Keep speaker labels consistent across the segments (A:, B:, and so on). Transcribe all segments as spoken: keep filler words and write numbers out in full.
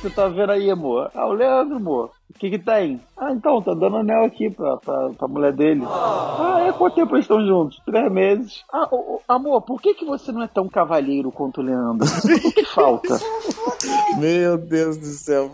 A: você tá vendo aí, amor? Ah, o Leandro, amor. O que que tem? Ah, então, tá dando anel aqui pra, pra, pra mulher dele. Ah, é? Quanto tempo eles estão juntos? Três meses. Ah, ô, ô, amor, por que que você não é tão cavalheiro quanto o Leandro? O que falta?
B: Meu Deus do céu.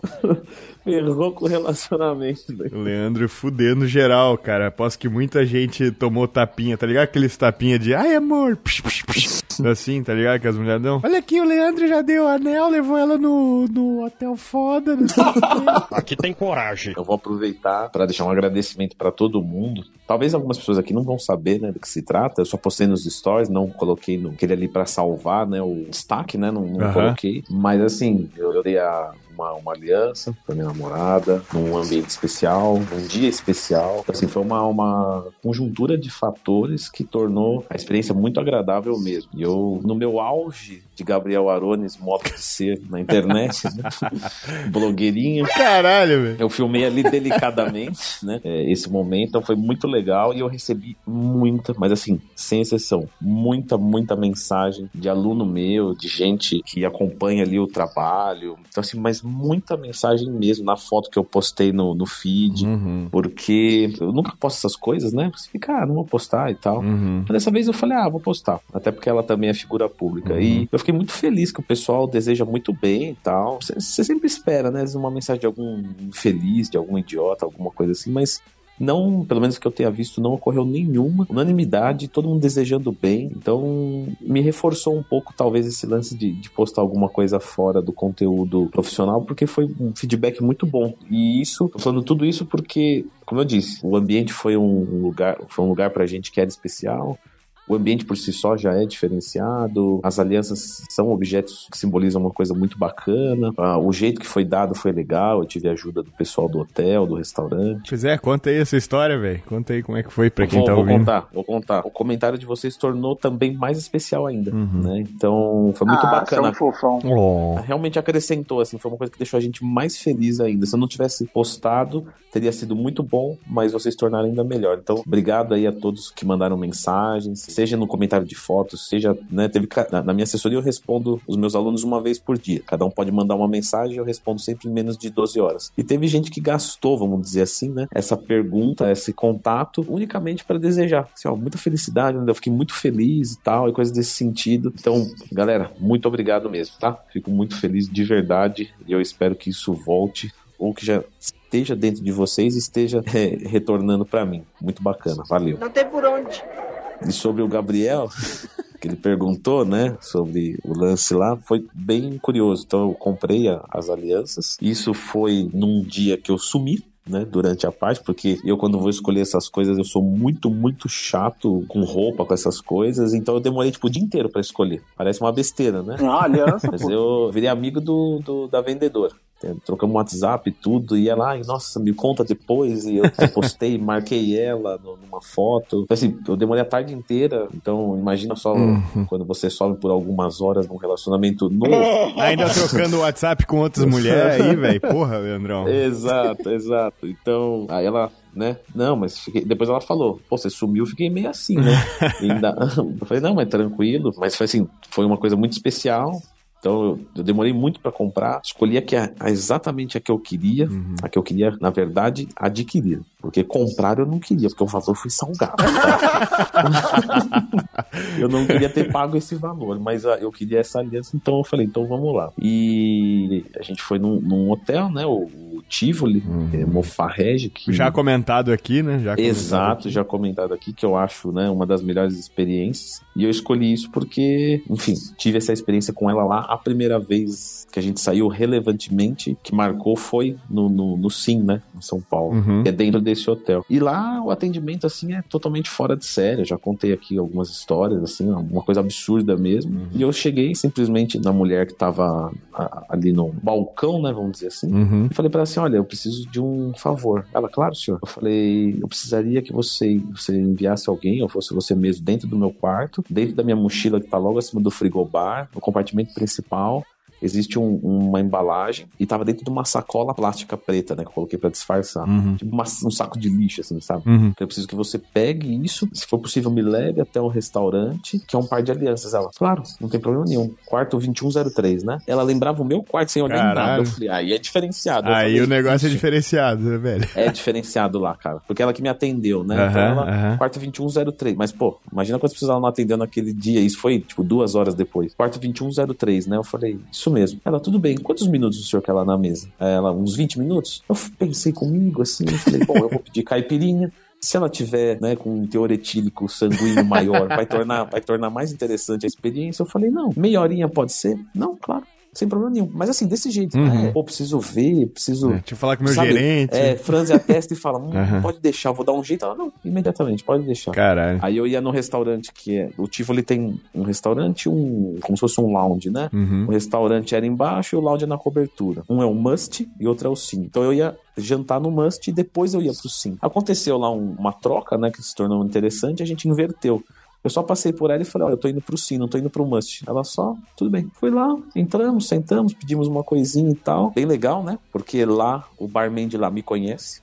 B: Ferrou com o relacionamento.
C: O Leandro fudendo geral, cara. Aposto que muita gente tomou tapinha, tá ligado? Aqueles tapinha de, ai, amor. Psh, psh, psh. Assim, tá ligado? Que as mulheres dão. Olha aqui, o Leandro já deu anel, levou ela no, no hotel foda, não sei o quê.
D: Aqui tem coragem.
B: Eu vou aproveitar para deixar um agradecimento para todo mundo. Talvez algumas pessoas aqui não vão saber, né, do que se trata. Eu só postei nos stories, não coloquei no aquele ali para salvar, né, o destaque, né, não, não uhum. coloquei. Mas assim, eu, eu dei a Uma, uma aliança pra minha namorada, num ambiente especial, num dia especial. Assim, foi uma, uma conjuntura de fatores que tornou a experiência muito agradável mesmo. E eu, no meu auge de Gabriel Arones, modo de ser na internet, né? blogueirinho.
C: Caralho, velho.
B: Eu filmei ali delicadamente, né? É, esse momento, então foi muito legal e eu recebi muita, mas assim, sem exceção, muita, muita mensagem de aluno meu, de gente que acompanha ali o trabalho. Então assim, mas muita mensagem mesmo na foto que eu postei no, no feed, uhum. porque eu nunca posto essas coisas, né? Você fica, ah, não vou postar e tal.
C: Uhum.
B: Mas dessa vez eu falei, ah, vou postar. Até porque ela também é figura pública. Uhum. E eu fiquei muito feliz que o pessoal deseja muito bem e tal. Você sempre espera, né? Às vezes uma mensagem de algum infeliz, de algum idiota, alguma coisa assim, mas não, pelo menos que eu tenha visto, não ocorreu nenhuma unanimidade, todo mundo desejando bem. Então, me reforçou um pouco, talvez, esse lance de, de postar alguma coisa fora do conteúdo profissional, porque foi um feedback muito bom. E isso, tô falando tudo isso porque, como eu disse, o ambiente foi um lugar, foi um lugar pra gente que era especial. O ambiente por si só já é diferenciado, as alianças são objetos que simbolizam uma coisa muito bacana, ah, o jeito que foi dado foi legal, eu tive a ajuda do pessoal do hotel, do restaurante.
C: Pois é, conta aí essa história, velho. Conta aí como é que foi pra quem
B: vou,
C: tá
B: vou
C: ouvindo.
B: Vou contar, vou contar. O comentário de vocês tornou também mais especial ainda, uhum. né? Então, foi muito
A: ah,
B: bacana.
A: É um fofão.
C: Oh.
B: Realmente acrescentou, assim, foi uma coisa que deixou a gente mais feliz ainda. Se eu não tivesse postado, teria sido muito bom, mas vocês tornaram ainda melhor. Então, obrigado aí a todos que mandaram mensagens, seja no comentário de fotos, seja, né, teve, na, na minha assessoria eu respondo os meus alunos uma vez por dia. Cada um pode mandar uma mensagem, eu respondo sempre em menos de doze horas. E teve gente que gastou, vamos dizer assim, né, essa pergunta, esse contato, unicamente para desejar. Assim, ó, muita felicidade, né? Eu fiquei muito feliz e tal, e coisas desse sentido. Então, galera, muito obrigado mesmo, tá? Fico muito feliz de verdade e eu espero que isso volte, ou que já esteja dentro de vocês e esteja é, retornando para mim. Muito bacana, valeu.
E: Não tem por onde.
B: E sobre o Gabriel, que ele perguntou, né, sobre o lance lá, foi bem curioso. Então eu comprei a, as alianças. Isso foi num dia que eu sumi, né, durante a parte, porque eu quando vou escolher essas coisas, eu sou muito, muito chato com roupa, com essas coisas, então eu demorei, tipo, o dia inteiro pra escolher. Parece uma besteira, né?
A: Não, aliança,
B: mas
A: pô.
B: eu virei amigo do, do, da vendedora. Trocamos um WhatsApp e tudo, e ela, ai, nossa, me conta depois, e eu postei, marquei ela numa foto. Então, assim, eu demorei a tarde inteira, então imagina só uhum. quando você sobe por algumas horas num relacionamento novo.
C: Ainda trocando o WhatsApp com outras mulheres aí, velho, porra, Leandrão.
B: Exato, exato. Então, aí ela, né, não, mas fiquei... depois ela falou, pô, você sumiu, eu fiquei meio assim, né? E ainda... Eu falei, não, mas tranquilo, mas foi assim, foi uma coisa muito especial. Então eu, eu demorei muito pra comprar, escolhi a que a, a exatamente a que eu queria, uhum. a que eu queria, na verdade, adquirir. Porque comprar eu não queria, porque o valor foi salgado. Eu não queria ter pago esse valor, mas uh, eu queria essa aliança, então eu falei, então vamos lá. E a gente foi num, num hotel, né, o, o Tivoli, uhum. é, Mofarrege. Que...
C: Já comentado aqui, né? Já
B: Exato,
C: aqui.
B: já comentado aqui, que eu acho, né, uma das melhores experiências. E eu escolhi isso porque, enfim, tive essa experiência com ela lá. A primeira vez que a gente saiu relevantemente, que marcou, foi no, no, no Sim, né, em São Paulo, uhum. que é dentro desse hotel. E lá o atendimento, assim, é totalmente fora de série. Eu já contei aqui algumas histórias, assim, uma coisa absurda mesmo. Uhum. E eu cheguei simplesmente na mulher que tava a, ali no balcão, né, vamos dizer assim, uhum. e falei pra ela assim, olha, eu preciso de um favor. Ela, claro, senhor. Eu falei, eu precisaria que você, você enviasse alguém, ou fosse você mesmo, dentro do meu quarto, dentro da minha mochila que tá logo acima do frigobar, no compartimento principal, existe um, uma embalagem e tava dentro de uma sacola plástica preta, né, que eu coloquei pra disfarçar.
C: Uhum.
B: Tipo uma, um saco de lixo, assim, sabe?
C: Uhum.
B: Eu preciso que você pegue isso, se for possível me leve até um restaurante, que é um par de alianças. Ela, claro, não tem problema nenhum. Quarto vinte e um zero três, né? Ela lembrava o meu quarto sem olhar em nada. Eu falei, aí é diferenciado. Eu
C: Aí
B: falei,
C: o negócio
B: isso
C: é diferenciado, né, velho?
B: é diferenciado lá, cara. Porque ela que me atendeu, né?
C: Uhum,
B: então ela,
C: uhum.
B: quarto vinte e um zero três. Mas, pô, imagina quantas pessoas ela não atendeu naquele dia. Isso foi, tipo, duas horas depois. Quarto vinte e um zero três, né? Eu falei, isso mesmo. Ela, tudo bem. Quantos minutos o senhor quer lá na mesa? Ela, uns vinte minutos? Eu pensei comigo, assim. Eu falei, bom, eu vou pedir caipirinha. Se ela tiver, né, com um teor etílico sanguíneo maior, vai tornar, vai tornar mais interessante a experiência. Eu falei, não, meia horinha pode ser? Não, claro. Sem problema nenhum. Mas assim, desse jeito.
C: Uhum.
B: Né? Pô, preciso ver, preciso...
C: É, deixa eu falar com o meu
B: sabe,
C: gerente.
B: É, franze a testa e fala, hum,
C: Uhum.
B: pode deixar, eu vou dar um jeito. Ela, não, imediatamente, pode deixar.
C: Caralho.
B: Aí eu ia no restaurante que é... O Tivoli tem um restaurante e um... Como se fosse um lounge, né?
C: Uhum.
B: O restaurante era embaixo e o lounge é na cobertura. Um é o must e outro é o sim. Então eu ia jantar no must e depois eu ia pro sim. Aconteceu lá um, uma troca, né? Que se tornou interessante e a gente inverteu. Eu só passei por ela e falei, olha, eu tô indo pro sim, não tô indo pro must. Ela só, tudo bem. Fui lá, entramos, sentamos, pedimos uma coisinha e tal. Bem legal, né? Porque lá, o barman de lá me conhece.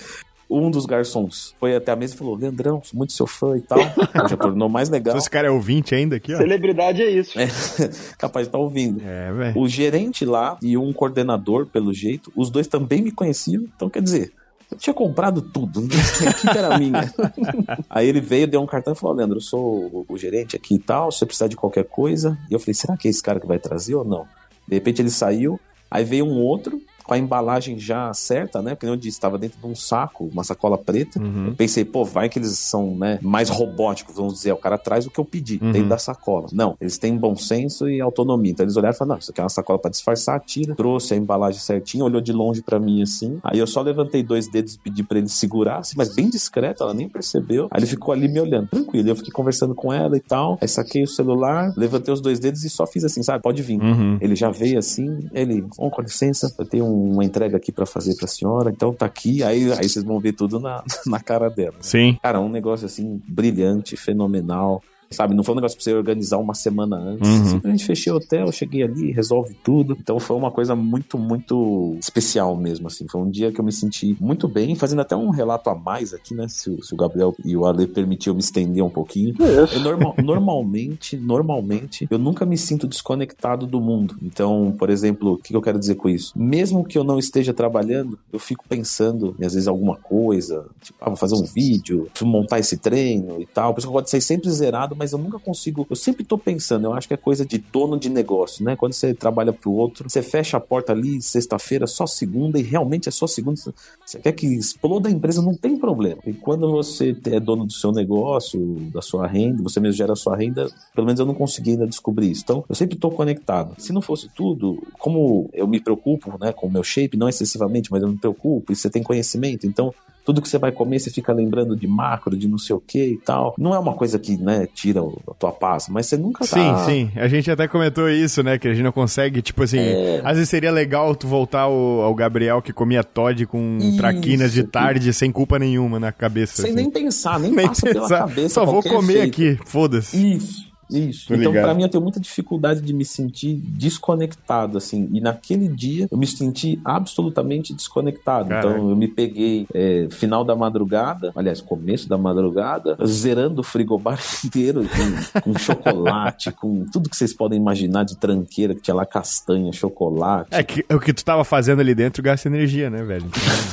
B: Um dos garçons foi até a mesa e falou, Leandrão, sou muito seu fã e tal. Já tornou mais legal.
C: Se esse cara é ouvinte ainda aqui, ó.
A: Celebridade é isso.
B: É, capaz de estar ouvindo.
C: É, velho.
B: O gerente lá e um coordenador, pelo jeito, os dois também me conheciam. Então, quer dizer... Eu tinha comprado tudo, a equipe era minha. Aí ele veio, deu um cartão e falou, Leandro, eu sou o, o gerente aqui e tal, se você precisar de qualquer coisa. E eu falei, será que é esse cara que vai trazer ou não? De repente ele saiu, aí veio um outro, com a embalagem já certa, né? Porque eu disse, estava dentro de um saco, uma sacola preta.
C: Uhum.
B: Eu pensei, pô, vai que eles são, né, mais robóticos, vamos dizer, o cara traz o que eu pedi,
C: Uhum.
B: dentro da sacola. Não, eles têm bom senso e autonomia. Então eles olharam e falaram, não, isso aqui é uma sacola pra disfarçar, tira. Trouxe a embalagem certinha, olhou de longe pra mim assim. Aí eu só levantei dois dedos e pedi pra ele segurar, assim, mas bem discreto, ela nem percebeu. Aí ele ficou ali me olhando, tranquilo. Eu fiquei conversando com ela e tal. Aí saquei o celular, levantei os dois dedos e só fiz assim, sabe? Pode vir.
C: Uhum.
B: Ele já veio assim, ele, oh, com licença, eu tenho uma entrega aqui pra fazer pra senhora, então tá aqui, aí, aí vocês vão ver tudo na, na cara dela.
C: Sim.
B: Cara, um negócio assim, brilhante, fenomenal. Sabe, não foi um negócio pra você organizar uma semana antes.
C: Uhum.
B: Simplesmente fechei o hotel, cheguei ali, resolve tudo. Então foi uma coisa muito, muito especial mesmo, assim. Foi um dia que eu me senti muito bem, fazendo até um relato a mais aqui, né? Se, o- se o Gabriel e o Ale permitiu me estender um pouquinho. Eu normal, normalmente, normalmente, eu nunca me sinto desconectado do mundo. Então, por exemplo, o que eu quero dizer com isso? Mesmo que eu não esteja trabalhando, eu fico pensando, às vezes, alguma coisa. Tipo, ah, vou fazer um vídeo, preciso montar esse treino e tal. Por isso que pode ser sempre zerado, mas eu nunca consigo, eu sempre tô pensando, eu acho que é coisa de dono de negócio, né? Quando você trabalha pro outro, você fecha a porta ali, sexta-feira, só segunda, e realmente é só segunda. Você quer que exploda a empresa, não tem problema. E quando você é dono do seu negócio, da sua renda, você mesmo gera a sua renda, pelo menos eu não consegui ainda descobrir isso. Então, eu sempre tô conectado. Se não fosse tudo, como eu me preocupo, né, com o meu shape, não excessivamente, mas eu me preocupo, e você tem conhecimento, então tudo que você vai comer, você fica lembrando de macro, de não sei o que e tal. Não é uma coisa que, né, tira a tua paz, mas você nunca
C: Sim,
B: tá...
C: sim. A gente até comentou isso, né? Que a gente não consegue, tipo assim...
B: É.
C: Às vezes seria legal tu voltar ao, ao Gabriel que comia Todd com
B: Isso.
C: traquinas de tarde sem culpa nenhuma na cabeça.
B: Sem
C: assim.
B: nem pensar, nem,
C: Nem
B: passa pela
C: pensar.
B: cabeça.
C: Só vou
B: qualquer
C: comer
B: efeito.
C: aqui, foda-se.
B: Isso, isso.
C: Tô
B: Então,
C: ligado.
B: pra mim, eu tenho muita dificuldade de me sentir desconectado, assim. E naquele dia, eu me senti absolutamente desconectado.
C: Caraca.
B: Então, eu me peguei é, final da madrugada, aliás, começo da madrugada, zerando o frigobar inteiro com, com chocolate, com tudo que vocês podem imaginar de tranqueira, que tinha lá castanha, chocolate.
C: É que o que tu tava fazendo ali dentro gasta energia, né, velho?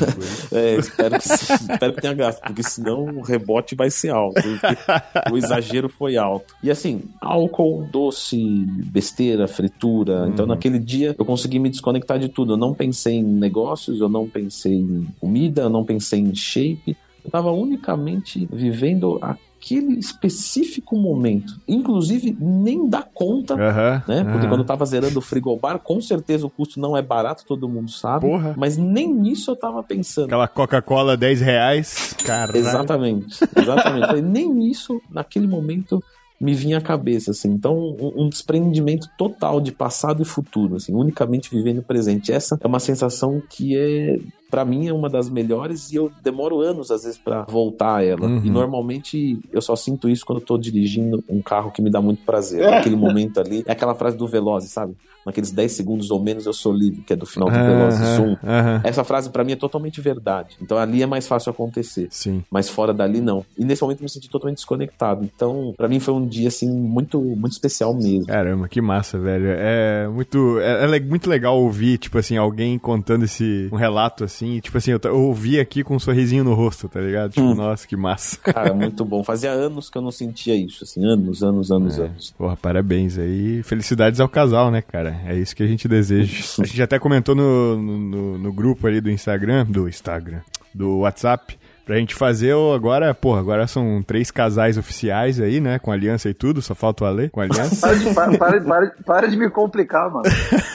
B: É, espero que, espero que tenha gasto, porque senão o rebote vai ser alto. Porque o exagero foi alto. E assim, álcool, doce, besteira, fritura.
C: Uhum.
B: Então, naquele dia, eu consegui me desconectar de tudo. Eu não pensei em negócios, eu não pensei em comida, eu não pensei em shape. Eu tava unicamente vivendo aquele específico momento. Inclusive, nem dá conta.
C: Aham.
B: Né? Porque
C: aham.
B: quando eu tava zerando o frigobar, com certeza o custo não é barato, todo mundo sabe.
C: Porra.
B: Mas nem nisso eu tava pensando.
C: Aquela Coca-Cola dez reais, caralho.
B: Exatamente, exatamente. Falei, nem isso, naquele momento, me vinha à cabeça, assim. Então, um, um desprendimento total de passado e futuro, assim, unicamente vivendo o presente. Essa é uma sensação que é, pra mim é uma das melhores e eu demoro anos, às vezes, pra voltar a ela. Uhum. E normalmente eu só sinto isso quando eu tô dirigindo um carro que me dá muito prazer. É. Aquele momento ali, é aquela frase do Velozes, sabe? Naqueles dez segundos ou menos eu sou livre, que é do final do uhum, Velozes um. Uhum. Essa frase pra mim é totalmente verdade. Então ali é mais fácil acontecer.
C: Sim.
B: Mas fora dali não. E nesse momento eu me senti totalmente desconectado. Então, pra mim foi um dia, assim, muito, muito especial mesmo.
C: Caramba, que massa, velho. É muito, é, é muito legal ouvir, tipo assim, alguém contando esse um relato assim, tipo assim, eu, eu ouvi aqui com um sorrisinho no rosto, tá ligado? Tipo, hum. nossa, que massa.
B: Cara, muito bom. Fazia anos que eu não sentia isso, assim, anos, anos, anos,
C: é.
B: anos.
C: Porra, parabéns aí. Felicidades ao casal, né, cara? É isso que a gente deseja. A gente até comentou no, no, no grupo ali do Instagram, do Instagram, do WhatsApp, pra gente fazer o, agora, porra, agora são três casais oficiais aí, né, com aliança e tudo, só falta o Ale com aliança.
A: para, de, para, para, para, para de me complicar, mano.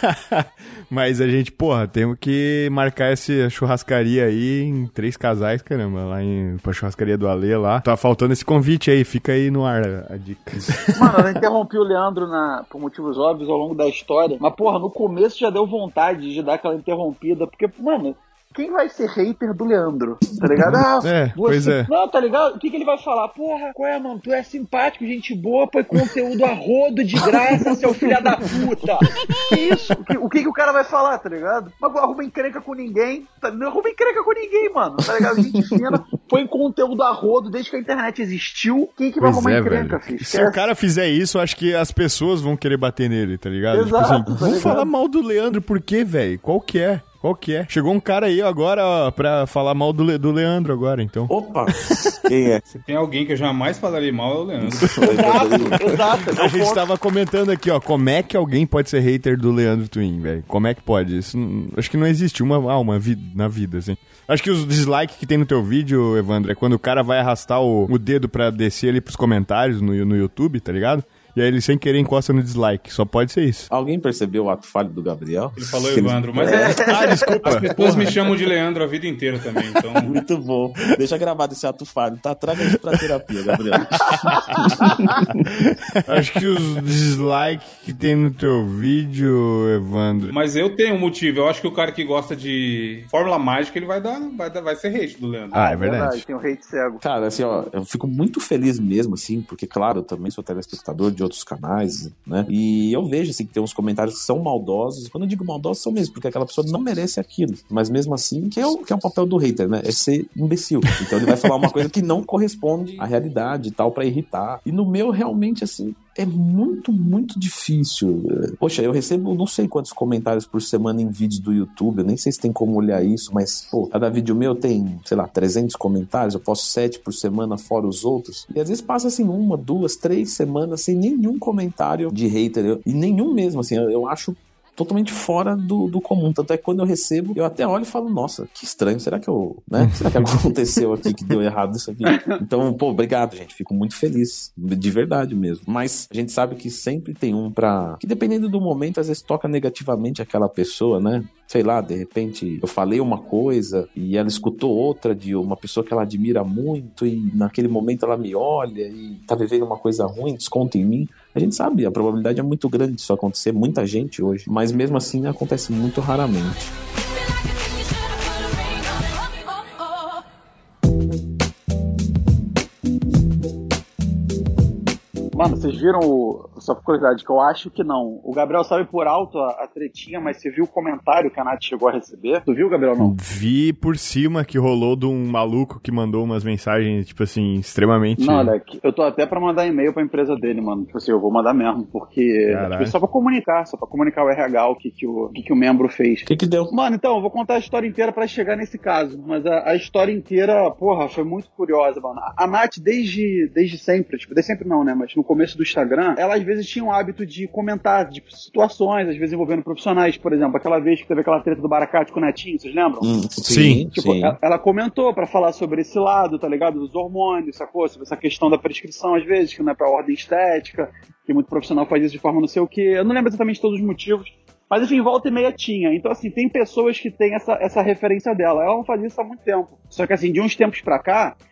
C: Mas a gente, porra, temos que marcar essa churrascaria aí em três casais, caramba, lá em, pra churrascaria do Ale lá. Tá faltando esse convite aí, fica aí no ar a, a dica.
A: Mano, eu interrompi o Leandro na, por motivos óbvios ao longo da história, mas porra, no começo já deu vontade de dar aquela interrompida, porque, mano... Quem vai ser hater do Leandro? Tá ligado? Ah,
C: é, você... pois é.
A: Não, tá ligado? O que, que ele vai falar? Porra, qual é, mano? Tu é simpático, gente boa, põe conteúdo a rodo de graça, seu filho da puta. Que isso? O que, o que que o cara vai falar, tá ligado? Mas arruma encrenca com ninguém. Tá? Não arruma encrenca com ninguém, mano. Tá ligado? Gente fina, põe conteúdo a rodo desde que a internet existiu. Quem que vai pois arrumar é, encrenca, filho?
C: Se o cara fizer isso, eu acho que as pessoas vão querer bater nele, tá ligado?
A: Exato,
C: tipo assim,
A: tá
C: vamos
A: ligado?
C: falar mal do Leandro, por quê, velho? Qual que é? Qual que é? Chegou um cara aí agora, ó, pra falar mal do, Le- do Leandro agora, então.
B: Opa! Quem é?
D: Se tem alguém que eu jamais falaria mal, é o Leandro.
A: Exato, exato.
C: A gente tava comentando aqui, ó, como é que alguém pode ser hater do Leandro Twin, velho? Como é que pode? Isso, acho que não existe uma alma vi- na vida, assim. Acho que os dislikes que tem no teu vídeo, Evandro, é quando o cara vai arrastar o, o dedo pra descer ali pros comentários no, no YouTube, tá ligado? E aí ele sem querer encosta no dislike. Só pode ser isso.
B: Alguém percebeu o ato falho do Gabriel?
D: Ele falou Evandro, mas é...
C: Ah, desculpa.
D: As pessoas Porra. me chamam de Leandro a vida inteira também, então...
B: Muito bom. Deixa gravado esse ato falho, tá? Traga isso pra terapia, Gabriel.
C: Acho que os dislikes que tem no teu vídeo, Evandro...
D: Mas eu tenho um motivo. Eu acho que o cara que gosta de Fórmula Mágica, ele vai dar, vai, dar, vai ser hate do Leandro.
C: Ah, é verdade. verdade.
A: Tem um hate cego.
B: Cara, assim, ó, eu fico muito feliz mesmo, assim, porque, claro, eu também sou telespectador de outros canais, né? E eu vejo, assim, que tem uns comentários que são maldosos. Quando eu digo maldosos, são mesmo, porque aquela pessoa não merece aquilo. Mas mesmo assim, que é o, que é o papel do hater, né? É ser imbecil. Então ele vai falar uma coisa que não corresponde à realidade e tal, pra irritar. E no meu, realmente, assim, é muito, muito difícil. Poxa, eu recebo não sei quantos comentários por semana em vídeos do YouTube. Eu nem sei se tem como olhar isso, mas, pô, cada vídeo meu tem, sei lá, trezentos comentários. Eu posto sete por semana, fora os outros. E às vezes passa, assim, uma, duas, três semanas sem nenhum comentário de hater. Eu, e nenhum mesmo, assim, eu, eu acho totalmente fora do, do comum. Tanto é que quando eu recebo, eu até olho e falo, nossa, que estranho, será que eu, né? Será que aconteceu aqui, que deu errado isso aqui? Então, pô, obrigado, gente, fico muito feliz, de verdade mesmo. Mas a gente sabe que sempre tem um pra... que dependendo do momento, às vezes toca negativamente aquela pessoa, né? Sei lá, de repente eu falei uma coisa e ela escutou outra de uma pessoa que ela admira muito e naquele momento ela me olha e tá vivendo uma coisa ruim, desconta em mim. A gente sabe, a probabilidade é muito grande disso acontecer, muita gente hoje, mas mesmo assim acontece muito raramente.
A: Mano, vocês viram o... Só por curiosidade, que eu acho que não. O Gabriel sabe por alto a, a tretinha, mas você viu o comentário que a Nath chegou a receber? Tu viu, Gabriel, não?
C: Vi por cima que rolou de um maluco que mandou umas mensagens, tipo assim, extremamente...
A: Não, Alec, eu tô até pra mandar e-mail pra empresa dele, mano. Tipo assim, eu vou mandar mesmo, porque... Tipo, só pra comunicar, só pra comunicar o R H o que, que, o, que, que o membro fez.
B: O que que deu?
A: Mano, então, eu vou contar a história inteira pra chegar nesse caso, mas a, a história inteira, porra, foi muito curiosa, mano. A, a Nath, desde, desde sempre, tipo, desde sempre não, né, mas no começo do Instagram, ela às vezes tinha o hábito de comentar de situações, às vezes envolvendo profissionais, por exemplo, aquela vez que teve aquela treta do Baracate com o Netinho, vocês lembram?
B: Hum, sim,
A: tipo,
B: sim.
A: Ela, ela comentou pra falar sobre esse lado, tá ligado? Dos hormônios, sacou? Sobre essa questão da prescrição, às vezes, que não é pra ordem estética, que muito profissional faz isso de forma não sei o quê. Eu não lembro exatamente todos os motivos, mas enfim, volta e meia tinha. Então, assim, tem pessoas que têm essa, essa referência dela. Ela não fazia isso há muito tempo. Só que, assim, de uns tempos pra cá,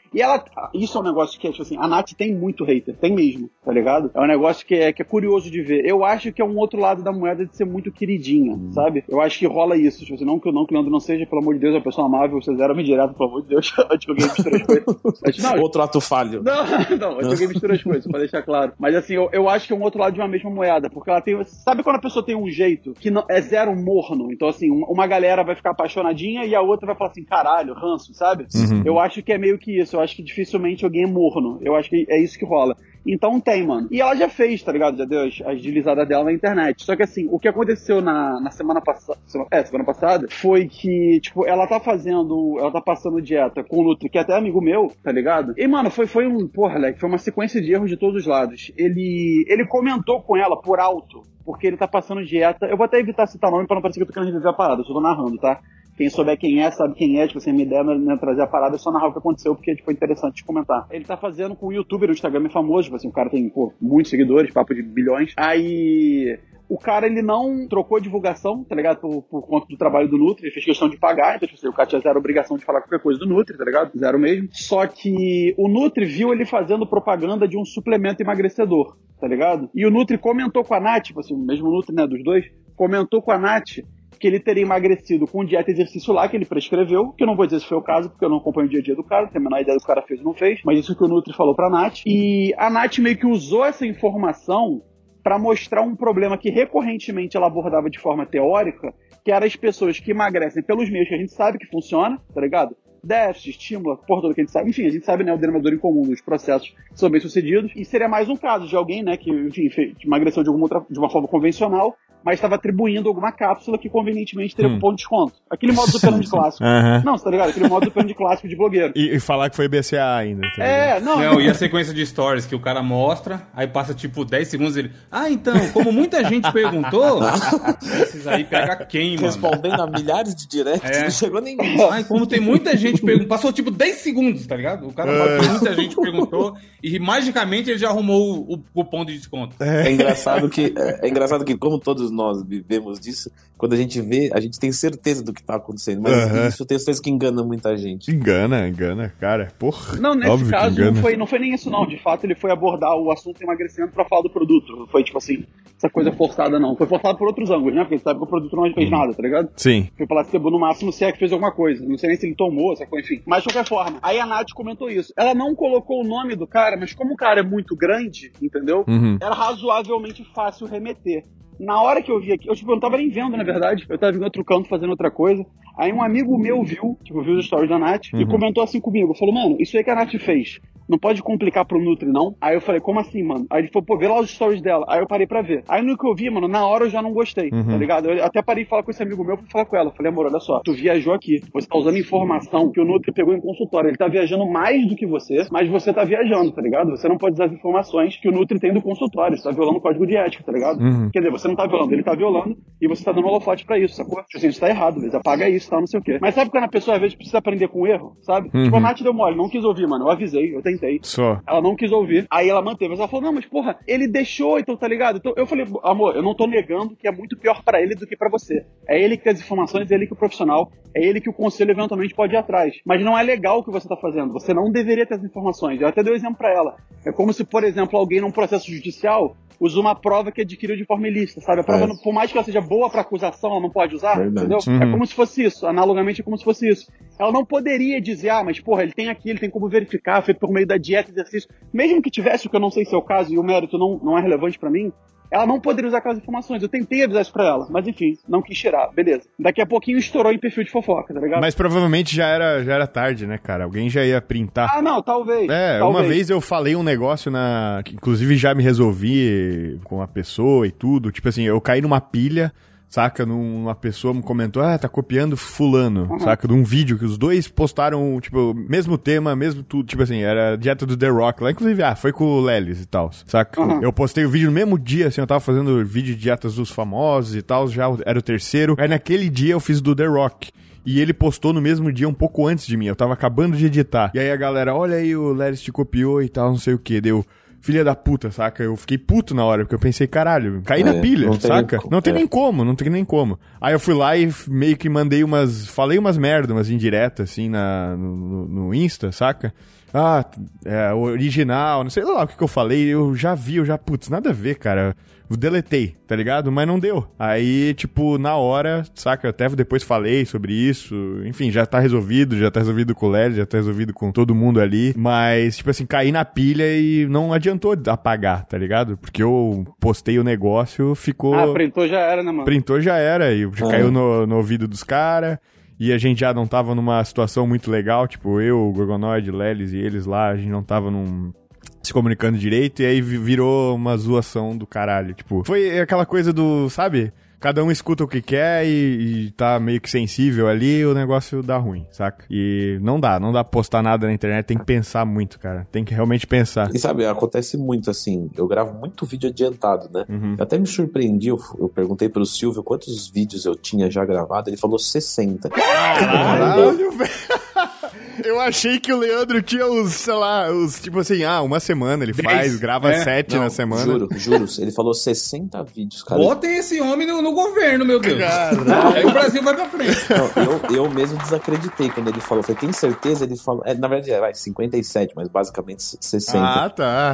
A: E ela, isso é um negócio que é, tipo assim, a Nath tem muito hater, tem mesmo, tá ligado? É um negócio que é, que é curioso de ver. Eu acho que é um outro lado da moeda de ser muito queridinha, hum. sabe? Eu acho que rola isso, tipo assim, não que, não que o Leandro não seja, pelo amor de Deus, é uma pessoa amável, vocês eram me direto, pelo amor de Deus, antes que alguém misture as coisas. Não,
B: outro ato falho.
A: Não, não, antes que alguém misture as coisas, pra deixar claro. Mas assim, eu, eu acho que é um outro lado de uma mesma moeda, porque ela tem, sabe quando a pessoa tem um jeito que não, é zero morno? Então assim, uma, uma galera vai ficar apaixonadinha e a outra vai falar assim, caralho, ranço, sabe? Uhum. Eu acho que é meio que isso, eu acho que dificilmente alguém é morno, eu acho que é isso que rola. Então tem, mano. E ela já fez, tá ligado? Já deu as, as deslizadas dela na internet. Só que assim, o que aconteceu na, na semana passada, é, semana passada, foi que, tipo, ela tá fazendo, ela tá passando dieta com o Nutri, que é até amigo meu, tá ligado? E, mano, foi, foi um, porra, Alec, foi uma sequência de erros de todos os lados. Ele, ele comentou com ela por alto, porque ele tá passando dieta. Eu vou até evitar citar nome pra não parecer que eu tô querendo reviver a parada, eu só tô narrando, tá? Quem souber quem é, sabe quem é, tipo assim, a minha ideia não é trazer a parada, é só narrar o que aconteceu, porque tipo, foi interessante de comentar. Ele tá fazendo com o youtuber, o Instagram é famoso, tipo assim, o cara tem, pô, muitos seguidores, papo de bilhões. Aí, o cara, ele não trocou divulgação, tá ligado, por, por conta do trabalho do Nutri, ele fez questão de pagar, então, tipo assim, o cara tinha zero obrigação de falar qualquer coisa do Nutri, tá ligado? Zero mesmo. Só que o Nutri viu ele fazendo propaganda de um suplemento emagrecedor, tá ligado? E o Nutri comentou com a Nath, tipo assim, o mesmo Nutri, né, dos dois, comentou com a Nath que ele teria emagrecido com dieta e exercício lá, que ele prescreveu, que eu não vou dizer se foi o caso, porque eu não acompanho o dia a dia do cara, não tenho a menor ideia do que o cara fez ou não fez, mas isso que o Nutri falou pra Nath. E a Nath meio que usou essa informação pra mostrar um problema que recorrentemente ela abordava de forma teórica, que era as pessoas que emagrecem pelos meios que a gente sabe que funciona, tá ligado? Déficit, estímulo, porra toda que a gente sabe. Enfim, a gente sabe, né, o denominador em comum dos processos que são bem-sucedidos. E seria mais um caso de alguém, né, que, enfim, emagreceu de, alguma outra, de uma forma convencional, mas estava atribuindo alguma cápsula que convenientemente teria hum. um ponto de desconto. Aquele modo do pirâmide clássico. Uhum. Não, você tá ligado? Aquele modo do pirâmide clássico de blogueiro.
C: E, e falar que foi B C A ainda. Tá
D: é, não. Não, e a sequência de stories que o cara mostra, aí passa tipo dez segundos e ele... Ah, então, como muita gente perguntou, esses aí pega quem, mano?
B: Respondendo a milhares de directs, é. não chegou nenhum.
D: Ai, como tem muita gente perguntando... Passou tipo dez segundos, tá ligado? O cara fala que muita gente perguntou e magicamente ele já arrumou o, o cupom de desconto.
B: É, é engraçado que, é, é engraçado que como todos nós vivemos disso, quando a gente vê, a gente tem certeza do que tá acontecendo, mas uhum. isso eu tenho certeza que engana muita gente.
C: Engana, engana, cara, porra.
A: Não, nesse caso não foi, não foi nem isso não, de fato ele foi abordar o assunto emagrecimento pra falar do produto, não foi tipo assim, essa coisa forçada não, foi forçado por outros ângulos, né, porque ele sabe que o produto não fez nada, tá ligado?
C: Sim.
A: Foi placebo no máximo se é que fez alguma coisa, não sei nem se ele tomou, sacou, enfim, mas de qualquer forma, aí a Nath comentou isso, ela não colocou o nome do cara, mas como o cara é muito grande, entendeu? Uhum. Era razoavelmente fácil remeter. Na hora que eu vi aqui, eu, tipo, eu não tava nem vendo, na verdade, eu tava em outro canto fazendo outra coisa, aí um amigo meu viu, tipo, viu os stories da Nath, uhum. e comentou assim comigo, falou, mano, isso aí que a Nath fez, não pode complicar pro Nutri, não? Aí eu falei, como assim, mano? Aí ele falou, pô, vê lá os stories dela. Aí eu parei pra ver. Aí no que eu vi, mano, na hora eu já não gostei, uhum. tá ligado? Eu até parei de falar com esse amigo meu, fui falar com ela. Falei, amor, olha só, tu viajou aqui, você tá usando informação que o Nutri pegou em consultório. Ele tá viajando mais do que você, mas você tá viajando, tá ligado? Você não pode usar as informações que o Nutri tem do consultório. Você tá violando o código de ética, tá ligado? Uhum. Quer dizer, você não tá violando, ele tá violando e você tá dando holofote pra isso, sacou? Tipo assim, isso tá errado, beleza? Apaga isso, tá, não sei o quê. Mas sabe quando a pessoa às vezes precisa aprender com o erro, sabe? Uhum. Tipo, a Nath deu mole, não quis ouvir, mano. Eu avisei, eu tentei.
C: Só.
A: Ela não quis ouvir. Aí ela manteve. Mas ela falou, não, mas porra, ele deixou, então tá ligado? Então eu falei, amor, eu não tô negando que é muito pior pra ele do que pra você. É ele que tem as informações, é ele que é o profissional, é ele que o conselho eventualmente pode ir atrás. Mas não é legal o que você tá fazendo. Você não deveria ter as informações. Eu até dei um exemplo pra ela. É como se, por exemplo, alguém num processo judicial usa uma prova que adquiriu de forma ilícita, sabe? A prova, é. por mais que ela seja boa pra acusação, ela não pode usar, verdade. Entendeu? Uhum. É como se fosse isso. Analogamente é como se fosse isso. Ela não poderia dizer, ah, mas porra, ele tem aqui, ele tem como verificar, feito por meio da dieta e exercício. Mesmo que tivesse, o que eu não sei se é o caso, e o mérito não, não é relevante pra mim, ela não poderia usar aquelas informações. Eu tentei avisar isso pra ela, mas enfim, não quis tirar. Beleza. Daqui a pouquinho estourou em perfil de fofoca, tá ligado?
C: Mas provavelmente já era, já era tarde, né, cara? Alguém já ia printar.
A: Ah, não, talvez.
C: É,
A: talvez.
C: Uma vez eu falei um negócio na... que inclusive já me resolvi com a pessoa e tudo. Tipo assim, eu caí numa pilha... Saca? Uma pessoa me comentou, ah, tá copiando fulano, uhum. saca? De um vídeo que os dois postaram, tipo, mesmo tema, mesmo tudo, tipo assim, era dieta do The Rock lá, inclusive, ah, foi com o Lelis e tal, saca? Uhum. Eu postei o vídeo no mesmo dia, assim, eu tava fazendo vídeo de dietas dos famosos e tal, já era o terceiro, aí naquele dia eu fiz do The Rock. E ele postou no mesmo dia, um pouco antes de mim, eu tava acabando de editar. E aí a galera, olha aí, o Lelis te copiou e tal, não sei o que, deu... Filha da puta, saca? Eu fiquei puto na hora, porque eu pensei, caralho, caí é, na pilha, não saca? Nem, não tem é. nem como, não tem nem como. Aí eu fui lá e meio que mandei umas... Falei umas merdas, umas indiretas, assim, na, no, no Insta, saca? ah, é, original, não sei lá o que, que eu falei, eu já vi, eu já, putz, nada a ver, cara. Eu deletei, tá ligado? Mas não deu. Aí, tipo, na hora, saca? Eu até depois falei sobre isso. Enfim, já tá resolvido, já tá resolvido com o Léo, já tá resolvido com todo mundo ali. Mas, tipo assim, caí na pilha e não adiantou apagar, tá ligado? Porque eu postei o negócio, ficou...
A: Ah, printou já era, né, mano?
C: Printou já era, e já ah. caiu no, no ouvido dos caras. E a gente já não tava numa situação muito legal, tipo, eu, o Gorgonoid, Lelis e eles lá, a gente não tava num... se comunicando direito, e aí virou uma zoação do caralho, tipo, foi aquela coisa do, sabe, cada um escuta o que quer e, e tá meio que sensível ali, o negócio dá ruim, saca? E não dá, não dá pra postar nada na internet, tem que pensar muito, cara, tem que realmente pensar.
B: E sabe, acontece muito assim, eu gravo muito vídeo adiantado, né? Uhum. Eu até me surpreendi, eu, eu perguntei pro Silvio quantos vídeos eu tinha já gravado, ele falou sessenta.
C: Caralho, velho! Eu achei que o Leandro tinha os, sei lá, os, tipo assim, ah, uma semana ele faz, dez, grava é. sete Não, na semana.
B: Juro, juro. Ele falou sessenta vídeos, cara.
D: Botem esse homem no, no governo, meu Deus. Caralho. Aí o Brasil vai pra frente.
B: Não, eu, eu mesmo desacreditei quando ele falou. Falei, tem certeza? Ele falou, é, na verdade, é, vai, cinquenta e sete, mas basicamente sessenta.
C: Ah, tá.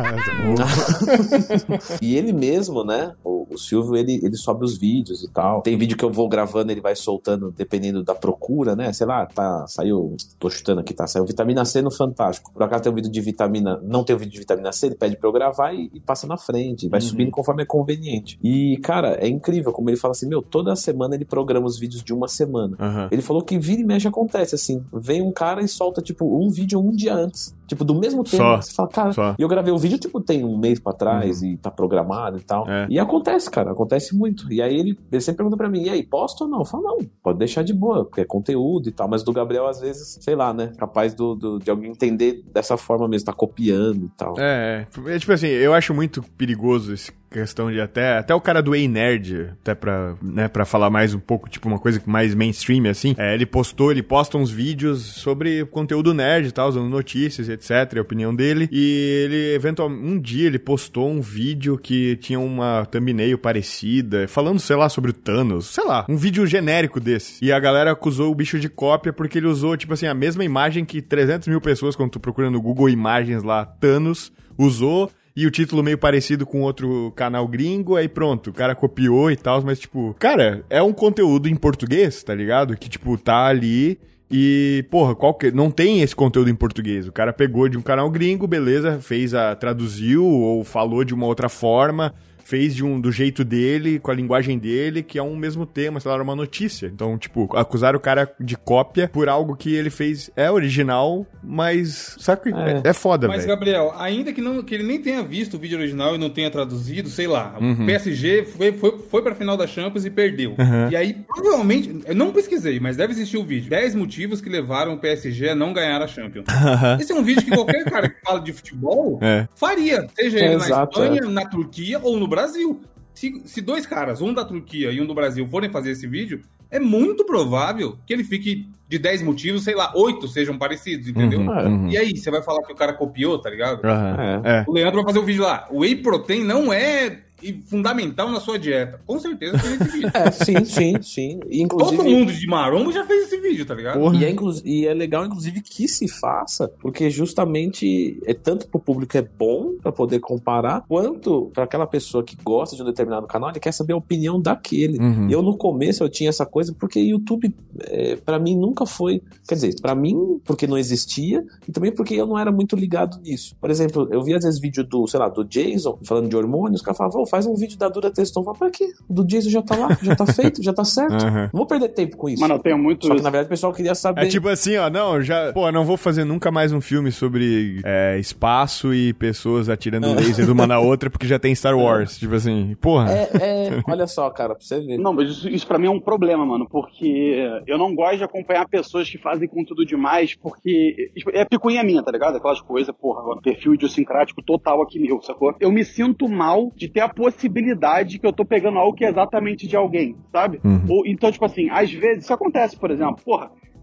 B: E ele mesmo, né, o, o Silvio, ele, ele sobe os vídeos e tal. Tem vídeo que eu vou gravando, ele vai soltando, dependendo da procura, né, sei lá, tá, saiu, tô chutando aqui, tá, saiu vitamina C no Fantástico. Por acaso tem um vídeo de vitamina, não tem um vídeo de vitamina C, ele pede pra eu gravar e, e passa na frente, vai uhum. subindo conforme é conveniente. E, cara, é incrível como ele fala assim, meu, toda semana ele programa os vídeos de uma semana. Uhum. Ele falou que vira e mexe acontece, assim, vem um cara e solta, tipo, um vídeo um dia antes. Tipo, do mesmo tema. Você fala, cara, Só. e eu gravei o vídeo, tipo, tem um mês pra trás uhum. e tá programado e tal. É. E acontece, cara, acontece muito. E aí ele, ele sempre pergunta pra mim, e aí, posta ou não? Eu falo, não, pode deixar de boa, porque é conteúdo e tal. Mas do Gabriel, às vezes, sei lá, né, capaz do, do, de alguém entender dessa forma mesmo, tá copiando e tal.
C: É, é, tipo assim, eu acho muito perigoso esse questão de até, até o cara do Ei Nerd, até pra, né, pra falar mais um pouco, tipo, uma coisa mais mainstream, assim, é, ele postou, ele posta uns vídeos sobre conteúdo nerd e tal, usando notícias, etcétera, a opinião dele, e ele, eventualmente, um dia ele postou um vídeo que tinha uma thumbnail parecida, falando, sei lá, sobre o Thanos, sei lá, um vídeo genérico desse, e a galera acusou o bicho de cópia porque ele usou, tipo assim, a mesma imagem que trezentas mil pessoas, quando tu procura no Google Imagens lá, Thanos, usou, e o título meio parecido com outro canal gringo, aí pronto, o cara copiou e tal, mas tipo, cara, é um conteúdo em português, tá ligado? Que tipo, tá ali e, porra, qual que... não tem esse conteúdo em português. O cara pegou de um canal gringo, beleza, fez a... traduziu ou falou de uma outra forma, fez de um, do jeito dele, com a linguagem dele, que é um mesmo tema, sei lá, uma notícia. Então, tipo, acusaram o cara de cópia por algo que ele fez é original, mas, saca? É, é foda, velho.
D: Mas, véio. Gabriel, ainda que, não, que ele nem tenha visto o vídeo original e não tenha traduzido, sei lá, uhum. o P S G foi, foi, foi pra final da Champions e perdeu. Uhum. E aí, provavelmente, eu não pesquisei, mas deve existir o vídeo. dez motivos que levaram o P S G a não ganhar a Champions. Uhum. Esse é um vídeo que qualquer cara que fala de futebol é. faria, seja é, ele na exato, Espanha, é. na Turquia ou no Brasil. Se, se dois caras, um da Turquia e um do Brasil, forem fazer esse vídeo, é muito provável que ele fique de dez motivos, sei lá, oito sejam parecidos, entendeu? Uhum, uhum. E aí, você vai falar que o cara copiou, tá ligado? Uhum, é. O Leandro vai fazer um vídeo lá. O Whey Protein não é fundamental na sua dieta. Com certeza fez esse vídeo.
B: É, sim, sim, sim.
D: Inclusive, todo mundo de marombo já fez esse vídeo, tá ligado?
B: E é, e é legal, inclusive, que se faça, porque justamente é tanto pro público é bom pra poder comparar, quanto pra aquela pessoa que gosta de um determinado canal, ele quer saber a opinião daquele. Uhum. Eu, no começo, eu tinha essa coisa, porque YouTube, é, pra mim, nunca foi... Quer dizer, pra mim, porque não existia, e também porque eu não era muito ligado nisso. Por exemplo, eu vi, às vezes, vídeo do, sei lá, do Jason, falando de hormônios, o cara falava, oh, faz um vídeo da Dura Testosterona. Pra quê? O do Jason já tá lá, já tá feito, já tá certo. Uhum. Não vou perder tempo com isso.
A: Mano, eu tenho muito...
B: Só que, na verdade, o pessoal queria saber...
C: É tipo assim, ó, não, já... Pô, não vou fazer nunca mais um filme sobre é, espaço e pessoas atirando é. laser uma na outra, porque já tem Star Wars. É. Tipo assim, porra.
B: É, é... Olha só, cara, pra você ver.
A: Não, mas isso, isso pra mim é um problema, mano, porque eu não gosto de acompanhar pessoas que fazem conteúdo demais, porque é picuinha minha, tá ligado? Aquelas coisas, porra, perfil idiosincrático total aqui meu, sacou? Eu me sinto mal de ter a possibilidade que eu tô pegando algo que é exatamente de alguém, sabe? Uhum. Ou, então, tipo assim, às vezes, isso acontece, por exemplo, porra,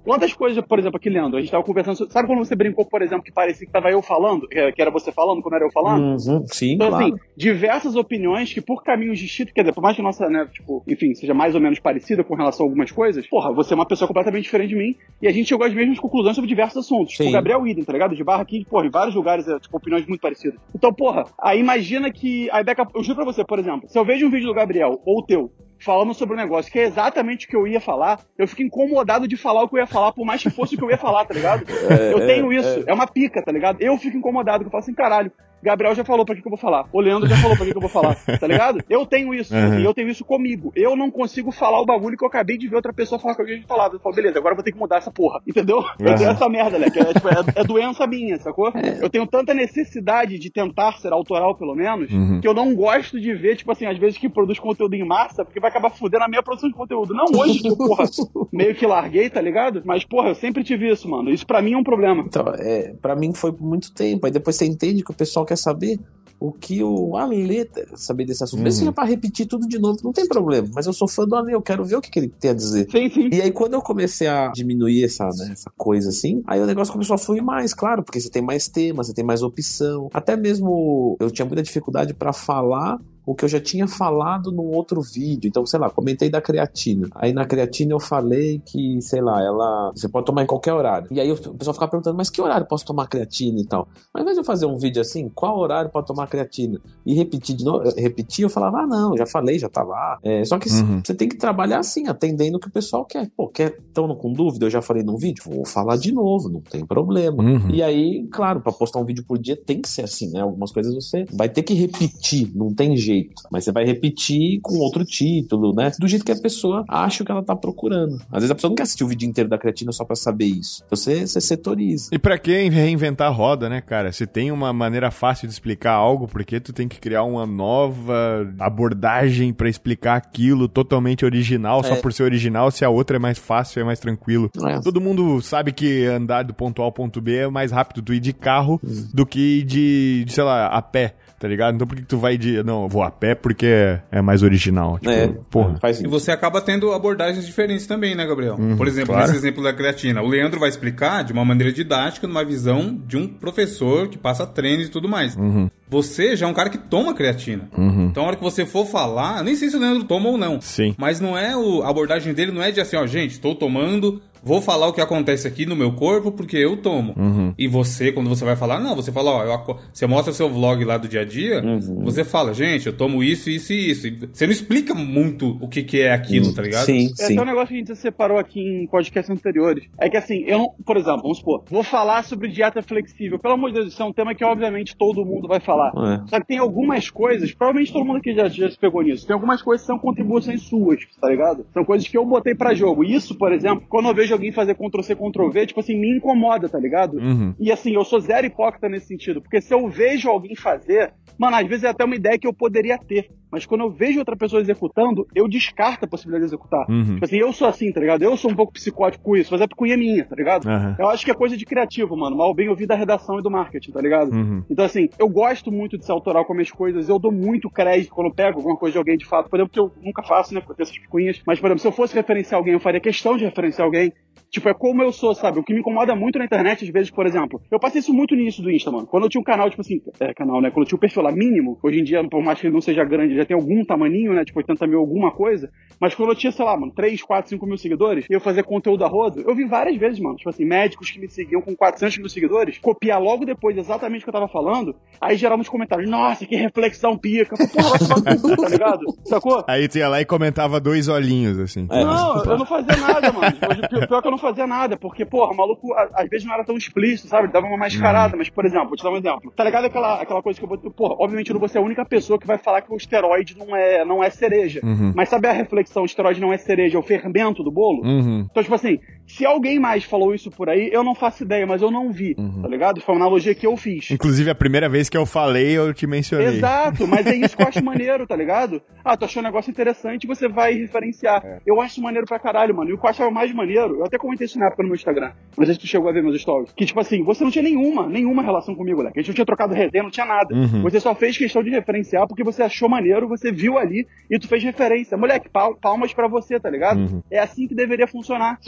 A: Quantas coisas, por exemplo, aqui, Leandro, a gente tava conversando, sabe quando você brincou, por exemplo, que parecia que tava eu falando, que era você falando, quando era eu falando?
B: Uhum, sim,
A: então,
B: claro.
A: assim, diversas opiniões que por caminhos distintos, quer dizer, por mais que a nossa, né, tipo, enfim, seja mais ou menos parecida com relação a algumas coisas, porra, você é uma pessoa completamente diferente de mim e a gente chegou às mesmas conclusões sobre diversos assuntos.
B: Sim.
A: O Gabriel Idem, tá ligado? De barra aqui, porra, em vários lugares, é, tipo, opiniões muito parecidas. Então, porra, aí imagina que, aí daqui a, eu juro pra você, por exemplo, se eu vejo um vídeo do Gabriel, ou o teu, falando sobre um negócio que é exatamente o que eu ia falar, eu fico incomodado de falar o que eu ia falar, por mais que fosse o que eu ia falar, tá ligado? É, eu tenho isso, é. é uma pica, tá ligado? Eu fico incomodado, que eu falo assim, caralho, Gabriel já falou pra que, que eu vou falar, o Leandro já falou pra que, que eu vou falar, tá ligado? Eu tenho isso, uhum. assim, eu tenho isso comigo. Eu não consigo falar o bagulho que eu acabei de ver outra pessoa falar que eu ia falar. Eu falo, beleza, agora eu vou ter que mudar essa porra, entendeu? Uhum. Eu tenho essa merda, né? Que é, tipo, é, é doença minha, sacou? É. Eu tenho tanta necessidade de tentar ser autoral, pelo menos, uhum. que eu não gosto de ver, tipo assim, às vezes que produz conteúdo em massa, porque vai acabar fudendo a minha produção de conteúdo. Não hoje que eu, porra, meio que larguei, tá ligado? Mas, porra, eu sempre tive isso, mano. Isso pra mim é um problema.
B: Então, é, pra mim foi por muito tempo. Aí depois você entende que o pessoal quer saber o que o Ale saber desse assunto. Uhum. Mesmo seja pra repetir tudo de novo, não tem problema. Mas eu sou fã do Ale, eu quero ver o que, que ele tem a dizer.
A: Sim, sim.
B: E aí, quando eu comecei a diminuir essa, né, essa coisa assim, aí o negócio começou a fluir mais, claro, porque você tem mais temas, você tem mais opção. Até mesmo eu tinha muita dificuldade pra falar o que eu já tinha falado num outro vídeo. Então, sei lá, comentei da creatina. Aí na creatina eu falei que, sei lá, ela você pode tomar em qualquer horário. E aí o pessoal ficava perguntando, mas que horário posso tomar creatina e tal? Mas ao invés de eu fazer um vídeo assim, qual horário pode tomar creatina? E repetir de novo, repetir, eu falava, ah, não, já falei, já tá lá. É, só que uhum. você tem que trabalhar assim, atendendo o que o pessoal quer. Pô, quer, tão com dúvida? Eu já falei num vídeo? Vou falar de novo, não tem problema. Uhum. E aí, claro, pra postar um vídeo por dia tem que ser assim, né? Algumas coisas você vai ter que repetir, não tem jeito. Mas você vai repetir com outro título, né? Do jeito que a pessoa acha que ela tá procurando. Às vezes a pessoa não quer assistir o vídeo inteiro da creatina só pra saber isso. Você, você setoriza.
C: E pra que reinventar a roda, né, cara? Se tem uma maneira fácil de explicar algo, por que tu tem que criar uma nova abordagem pra explicar aquilo totalmente original, é. só por ser original, se a outra é mais fácil, é mais tranquilo. É. Todo mundo sabe que andar do ponto A ao ponto B é mais rápido tu ir de carro hum. do que ir de, de, sei lá, a pé. Tá ligado? Então por que, que tu vai de... Não, eu vou a pé porque é, é mais original. Tipo,
B: é,
C: porra.
B: Faz
D: e você acaba tendo abordagens diferentes também, né, Gabriel? Uhum, por exemplo, claro. Nesse exemplo da creatina, o Leandro vai explicar de uma maneira didática, numa visão de um professor que passa treinos e tudo mais. Uhum. Você já é um cara que toma creatina. Uhum. Então, a hora que você for falar... Eu nem sei se o Leandro toma ou não.
C: Sim.
D: Mas não é o, a abordagem dele não é de assim, ó, gente, estou tomando... Vou falar o que acontece aqui no meu corpo porque eu tomo. Uhum. E você, quando você vai falar, não, você fala, ó, eu, você mostra o seu vlog lá do dia a dia, uhum. você fala, gente, eu tomo isso, isso e isso. E você não explica muito o que, que é aquilo, uhum. tá ligado?
B: Sim,
A: é
B: sim.
A: até um negócio que a gente separou aqui em podcasts anteriores. É que assim, eu não, por exemplo, vamos supor, vou falar sobre dieta flexível. Pelo amor de Deus, isso é um tema que obviamente todo mundo vai falar. É. Só que tem algumas coisas, provavelmente todo mundo aqui já, já se pegou nisso, tem algumas coisas que são contribuições suas, tá ligado? São coisas que eu botei pra jogo. Isso, por exemplo, quando eu vejo alguém fazer Ctrl-C, Ctrl-V, tipo assim, me incomoda, tá ligado? Uhum. E assim, eu sou zero hipócrita nesse sentido, porque se eu vejo alguém fazer, mano, às vezes é até uma ideia que eu poderia ter, mas quando eu vejo outra pessoa executando, eu descarto a possibilidade de executar. Uhum. Tipo assim, eu sou assim, tá ligado? Eu sou um pouco psicótico com isso, mas é picuinha minha, tá ligado? Uhum. Eu acho que é coisa de criativo, mano, mal bem ouvir da redação e do marketing, tá ligado? Uhum. Então assim, eu gosto muito de ser autoral com as minhas coisas, eu dou muito crédito quando eu pego alguma coisa de alguém de fato, por exemplo, que eu nunca faço, né, porque eu tenho essas picuinhas, mas por exemplo, se eu fosse referenciar alguém, eu faria questão de referenciar alguém. Tipo, é como eu sou, sabe? O que me incomoda muito na internet, às vezes, por exemplo, eu passei isso muito no início do Insta, mano. Quando eu tinha um canal, tipo assim, é, canal, né? Quando eu tinha um perfil lá mínimo, hoje em dia, por mais que ele não seja grande, já tem algum tamaninho, né? Tipo, oitenta mil, alguma coisa. Mas quando eu tinha, sei lá, mano, três, quatro, cinco mil seguidores, e eu fazia conteúdo a rodo, eu vi várias vezes, mano, tipo assim, médicos que me seguiam com quatrocentos mil seguidores, copiar logo depois exatamente o que eu tava falando, aí gerar uns comentários, nossa, que reflexão pica. Porra, vai tomar tudo, tá ligado? Sacou?
C: Aí tu ia lá e comentava dois olhinhos, assim.
A: É. Não, eu não fazia nada, mano. Tipo, pior que eu não fazia nada, porque Porque, porra, o maluco às vezes não era tão explícito, sabe? Ele dava uma mascarada, mas, por exemplo, vou te dar um exemplo. Tá ligado aquela, aquela coisa que eu botei? Porra, obviamente eu não vou ser a única pessoa que vai falar que o esteroide não é, não é cereja. Uhum. Mas sabe a reflexão, o esteroide não é cereja, é o fermento do bolo? Uhum. Então, tipo assim, se alguém mais falou isso por aí, eu não faço ideia, mas eu não vi, uhum. tá ligado? Foi uma analogia que eu fiz.
C: Inclusive, a primeira vez que eu falei, eu te mencionei.
A: Exato, mas é isso que eu acho maneiro, tá ligado? Ah, tu achou um negócio interessante, você vai referenciar. É. Eu acho maneiro pra caralho, mano. E o que eu achava mais maneiro, eu até comentei isso na época no meu Instagram, não sei se tu chegou a ver meus stories, que tipo assim, você não tinha nenhuma, nenhuma relação comigo, moleque. A gente não tinha trocado resenha, não tinha nada. Uhum. Você só fez questão de referenciar porque você achou maneiro, você viu ali e tu fez referência. Moleque, pal- palmas pra você, tá ligado? Uhum. É assim que deveria funcionar. Se você pegou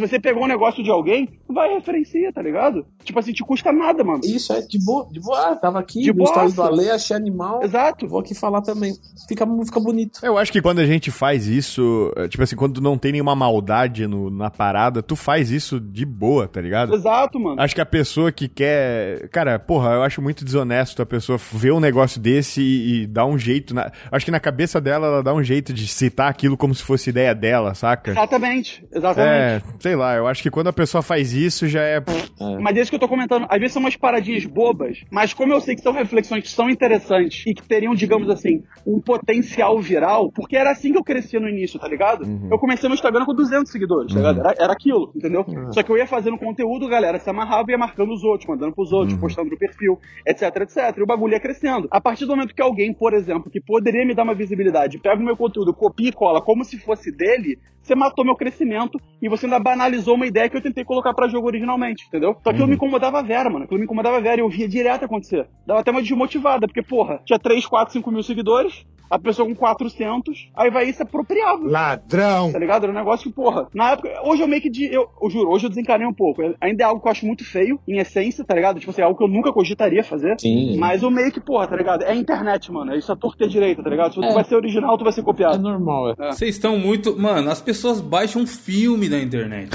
A: um negócio de alguém, vai e referencia, tá ligado? Tipo assim, te custa nada, mano.
B: Isso, é de boa, de boa. Ah, tava aqui,
A: de
B: no stories do Ale, achei animal.
A: Exato.
B: Vou aqui falar também. Fica, fica bonito.
C: Eu acho que quando a gente faz isso, tipo assim, quando não tem nenhuma maldade no, na parada, tu faz isso de boa, tá ligado?
A: Exato, mano.
C: Acho que a pessoa que quer... Cara, porra, eu acho muito desonesto a pessoa ver um negócio desse e, e dar um jeito... Na... Acho que na cabeça dela, ela dá um jeito de citar aquilo como se fosse ideia dela, saca?
A: Exatamente, exatamente.
C: É, sei lá, eu acho que quando a pessoa faz isso, já é...
A: é. Mas é isso que eu tô comentando. Às vezes são umas paradinhas bobas, mas como eu sei que são reflexões que são interessantes e que teriam, digamos assim, um potencial viral, porque era assim que eu crescia no início, tá ligado? Uhum. Eu comecei no Instagram com duzentos seguidores, tá ligado? Era, era aquilo, entendeu? Uhum. Só que eu ia fazendo conteúdo, galera se amarrava e ia marcando os outros, mandando pros outros, uhum. postando no perfil, etc, etc. E o bagulho ia crescendo. A partir do momento que alguém, por exemplo, que poderia me dar uma visibilidade, pega o meu conteúdo, copia e cola como se fosse dele, você matou meu crescimento e você ainda banalizou uma ideia que eu tentei colocar pra jogo originalmente, entendeu? Só que aquilo uhum. me incomodava a vera, mano. Aquilo me incomodava a vera e eu via direto acontecer. Dava até uma desmotivada, porque, porra, tinha três, quatro, cinco mil seguidores, a pessoa com quatrocentos, aí vai e se apropriava.
C: Ladrão!
A: Tá ligado? Era um negócio que, porra, na época, hoje eu meio que, de, eu, eu juro, hoje eu desencanei um pouco. Ainda é algo que eu acho muito feio, em essência, tá ligado? Tipo assim, é algo que eu nunca cogitaria fazer.
B: Sim.
A: Mas eu meio que, porra, tá ligado? É a internet, mano. É isso a torta e a direita, tá ligado? Se tu é. vai ser original, tu vai ser copiado.
B: É normal, é.
D: Vocês é. estão muito... Mano, as pessoas baixam um filme da internet.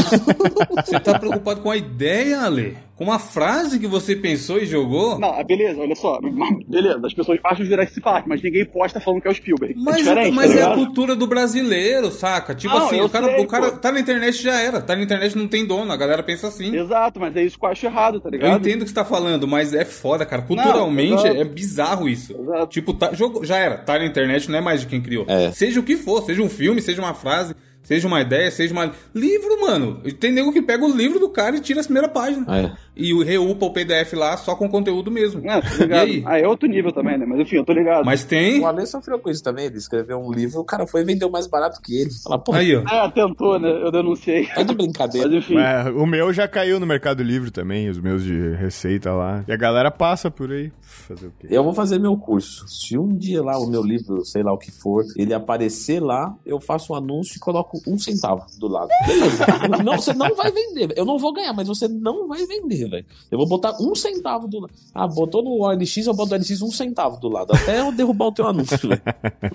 D: Você tá preocupado com a ideia, Ale? Com uma frase que você pensou e jogou?
A: Não, beleza, olha só. Beleza, as pessoas baixam o Jurassic Park, mas ninguém posta falando que é o Spielberg.
D: Mas,
A: é diferente,
D: mas
A: tá
D: é a cultura do brasileiro, saca? Tipo não, assim, o cara,
A: sei,
D: o cara tá na internet já era. Tá na internet não tem dono, a galera pensa assim.
A: Exato, mas é isso que eu acho errado, tá ligado?
D: Eu entendo o que você tá falando, mas é foda, cara. Culturalmente não, é bizarro isso. Exato. Tipo, tá, jogo, já era. Tá na internet, não é mais de quem criou. É. Seja o que for, seja um filme, seja uma frase... Seja uma ideia, seja uma... Livro, mano. Tem nego que pega o livro do cara e tira a primeira página. É. E reupa o P D F lá só com conteúdo mesmo.
A: Não, tô ligado. E aí? Ah, é outro nível também, né? Mas enfim, eu tô ligado.
D: Mas tem...
B: O Ale sofreu com isso também. Ele escreveu um livro, o cara foi e vendeu mais barato que ele. Fala, porra.
D: Aí, ó.
A: É, tentou, né? Eu denunciei.
B: É de brincadeira.
A: Mas enfim.
C: É, o meu já caiu no Mercado Livre também, os meus de receita lá. E a galera passa por aí. Fazer o quê?
B: Eu vou fazer meu curso. Se um dia lá o meu livro, sei lá o que for, ele aparecer lá, eu faço um anúncio e coloco um centavo do lado. Beleza. Não, você não vai vender. Eu não vou ganhar, mas você não vai vender, velho. Eu vou botar um centavo do lado. Ah, botou no O L X, eu boto no O L X um centavo do lado. Até eu derrubar o teu anúncio, velho.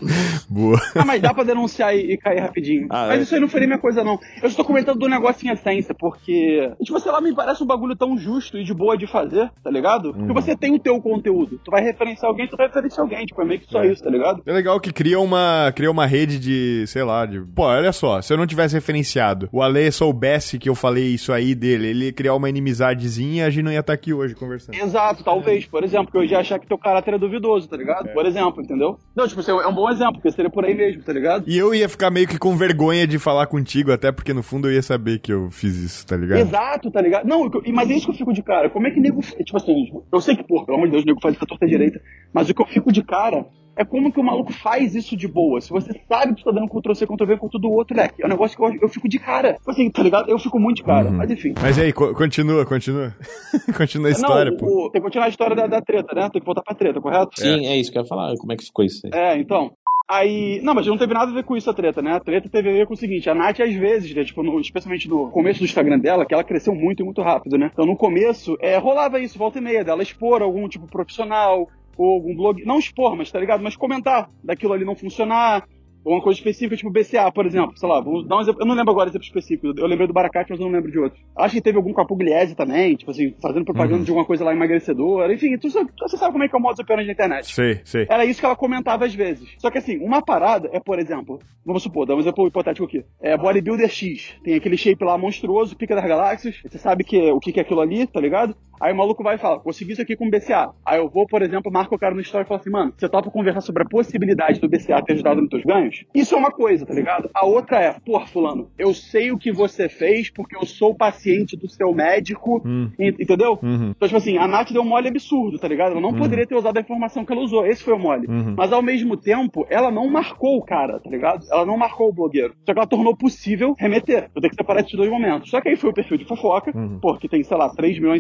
C: Boa.
A: Ah, mas dá pra denunciar e, e cair rapidinho. Ah, mas é. isso aí não foi nem minha coisa, não. Eu estou comentando do negócio em essência, porque, tipo, sei lá, me parece um bagulho tão justo e de boa de fazer, tá ligado? Porque hum. você tem o teu conteúdo. Tu vai referenciar alguém, tu vai referenciar alguém. Tipo, é meio que só é. isso, tá ligado?
C: É legal que cria uma, cria uma rede de, sei lá, de... Pô, olha só, se eu não tivesse referenciado, o Ale soubesse que eu falei isso aí dele, ele ia criar uma inimizadezinha e a gente não ia estar aqui hoje conversando.
A: Exato, talvez, por exemplo, porque eu ia achar que teu caráter é duvidoso, tá ligado? É. Por exemplo, entendeu? Não, tipo, é um bom exemplo, porque seria por aí mesmo, tá ligado?
C: E eu ia ficar meio que com vergonha de falar contigo, até porque no fundo eu ia saber que eu fiz isso, tá ligado?
A: Exato, tá ligado? Não, mas é isso que eu fico de cara. Como é que nego... Tipo assim, eu sei que, pô, pelo amor de Deus, o nego faz essa torta direita, mas o que eu fico de cara é como que o maluco faz isso de boa. Se você sabe que você tá dando Ctrl-C, Ctrl-V com tudo o outro, leque. É um negócio que eu, eu fico de cara. Assim, tá ligado? Eu fico muito de cara. Uhum. Mas enfim.
C: Mas aí, co- continua, continua. continua a história,
A: Não,
C: pô.
A: O, tem que continuar a história da, da treta, né? Tem que voltar pra treta, correto?
B: Sim, é, é isso que eu ia falar. Como é que ficou isso aí?
A: É, então... Aí, não, mas não teve nada a ver com isso a treta, né? A treta teve a ver com o seguinte, a Nath às vezes, né, tipo, no, especialmente no começo do Instagram dela, que ela cresceu muito e muito rápido, né? Então no começo, é, rolava isso, volta e meia, dela expor algum tipo profissional, ou algum blog, não expor, mas tá ligado? Mas comentar daquilo ali não funcionar, ou uma coisa específica, tipo B C A, por exemplo, sei lá, vamos dar um exemplo, eu não lembro agora exemplo específico, eu lembrei do Baracate, mas eu não lembro de outro. Acho que teve algum com a Pugliese também, tipo assim, fazendo propaganda uhum. de alguma coisa lá emagrecedora, enfim, tu, você sabe como é que é o modus operandi na internet.
C: Sei, sei.
A: Era isso que ela comentava às vezes. Só que assim, uma parada é, por exemplo, vamos supor, dá um exemplo hipotético aqui, é Bodybuilder X, tem aquele shape lá monstruoso, pica das galáxias, você sabe que, o que é aquilo ali, tá ligado? Aí o maluco vai e fala, consegui isso aqui com o B C A. Aí eu vou, por exemplo, marco o cara no story e falo assim, mano, você topa conversar sobre a possibilidade do B C A ter ajudado nos teus ganhos? Isso é uma coisa, tá ligado? A outra é, porra, fulano, eu sei o que você fez porque eu sou paciente do seu médico, hum. entendeu? Uhum. Então, tipo assim, a Nath deu um mole absurdo, tá ligado? Ela não uhum. poderia ter usado a informação que ela usou, esse foi o mole. Uhum. Mas ao mesmo tempo, ela não marcou o cara, tá ligado? Ela não marcou o blogueiro. Só que ela tornou possível remeter. Eu tenho que separar esses dois momentos. Só que aí foi o perfil de fofoca, uhum. pô, que tem, sei lá, três milhões de seguidores,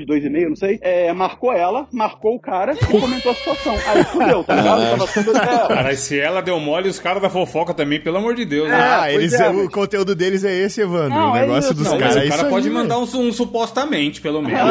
A: dois e meio, não sei, é, marcou ela, marcou o cara e comentou a situação. Aí fudeu, tá ligado? Tava tudo... É.
D: Cara, e se ela deu mole, os caras da fofoca também, pelo amor de Deus, né?
C: Ah,
A: É,
C: eles,
A: é,
C: o
A: mas...
C: conteúdo deles é esse, Evandro.
A: Não,
C: o negócio
A: é
C: dos
A: isso,
C: caras
D: Mas
C: é
D: o
C: isso
D: cara
C: aí,
D: pode
C: velho.
D: mandar um, um supostamente, pelo menos.